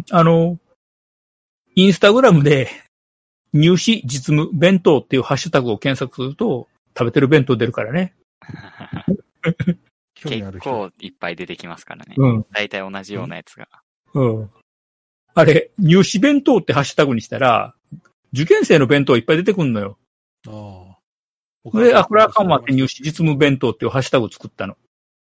B: インスタグラムで、入試実務弁当っていうハッシュタグを検索すると、食べてる弁当出るからね。
C: 結構いっぱい出てきますからね。大体同じようなやつが。
B: あれ、入試弁当ってハッシュタグにしたら、受験生の弁当いっぱい出てくんのよ。 で、これあかんわって入試実務弁当っていうハッシュタグ作ったの。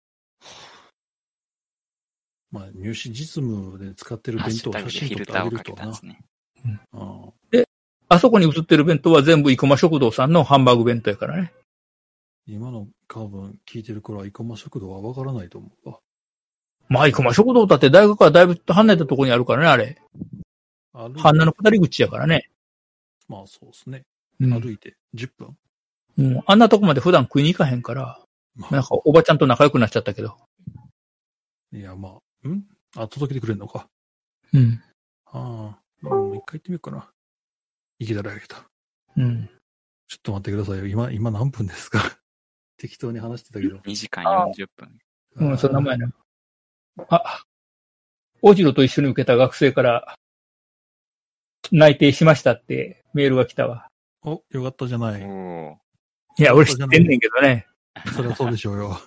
D: まあ、入試実務で使ってる弁当を写真撮ってあげるとな。
B: で、あそこに写ってる弁当は全部生駒食堂さんのハンバーグ弁当やからね。
D: 今の多分聞いてる頃は生駒食堂はわからないと思うわ。
B: まあ、生駒食堂だって大学はだいぶ離れたところにあるからね、あれ。半田の下り口やからね。
D: まあそうですね。歩いて10分。
B: あんなとこまで普段食いに行かへんから、なんかおばちゃんと仲良くなっちゃったけど。
D: いや、まあ、届けてくれんのか。一回行ってみようかな。行けたらやけど。ちょっと待ってくださいよ。今何分ですか？適当に話してたけど。
C: 2時間40分。
B: そんな前な。おじろと一緒に受けた学生から、内定しましたってメールが来たわ。
D: お、よかったじゃない。
B: いや、俺知ってんねんけどね。
D: それはそうでしょうよ。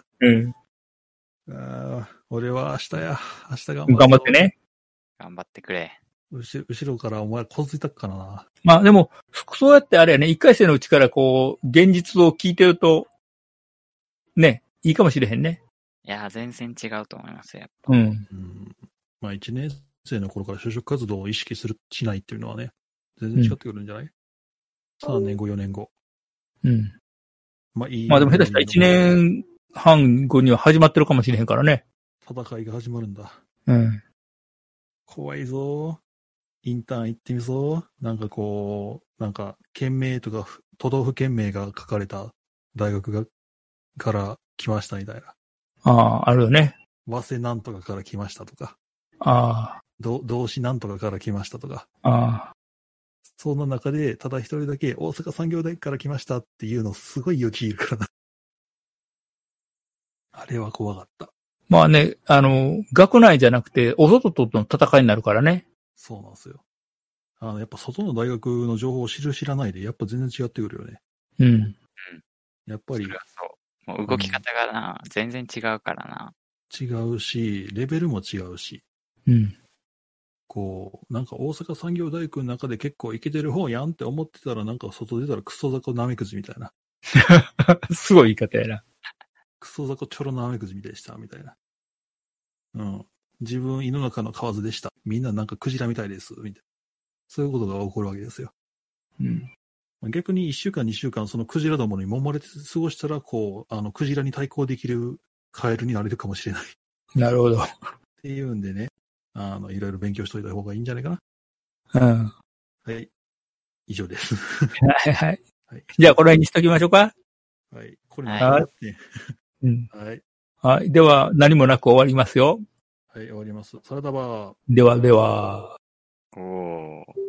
D: 俺は明日
B: 頑張ってね。
C: 頑張ってくれ。
D: 後ろからお前こづいたっかな。
B: まあでも、そうやってあれやね、一回生のうちからこう、現実を聞いてると、ね、いいかもしれへんね。
C: いや、全然違うと思いますよ、やっ
B: ぱ。
D: まあ1年生の頃から就職活動を意識しないっていうのはね、全然違ってくるんじゃない？ 3 年後、4年後。まあ
B: でも下手したら1年半後には始まってるかもしれへんからね。
D: 戦いが始まるんだ。怖いぞ。インターン行ってみそう。なんか県名とか都道府県名が書かれた大学から来ましたみたいな。
B: あるよね。
D: 早稲なんとかから来ましたとか。同志なんとかから来ましたとか。その中で、ただ一人だけ大阪産業大から来ましたっていうのすごい勇気いるからな。あれは怖かった。
B: まあね、学内じゃなくて、お外との戦いになるからね。
D: そうなんですよ。やっぱ外の大学の情報を知らないで、やっぱ全然違ってくるよね。やっぱり。
C: それはそう。もう動き方が全然違うからな。
D: 違うし、レベルも違うし。なんか大阪産業大学の中で結構イケてる方やんって思ってたら、なんか外出たらクソ雑魚なめくじみたいな。
B: すごい言い方やな。
D: クソ雑魚ちょろなめくじみたいでした、みたいな。自分、井の中の蛙でした。みんななんかクジラみたいです。みたいな。そういうことが起こるわけですよ。逆に1週間、2週間、そのクジラどもに揉まれて過ごしたら、クジラに対抗できるカエルになれるかもしれない。
B: なるほど。
D: っていうんでね、いろいろ勉強しといた方がいいんじゃないか
B: な。
D: はい。以上です。
B: はい。じゃあ、この辺にしときましょうか。
D: はい。これ何だって。
B: はい。では、何もなく終わりますよ。
D: はい、終わります。サラダバー。
B: では。
C: おー。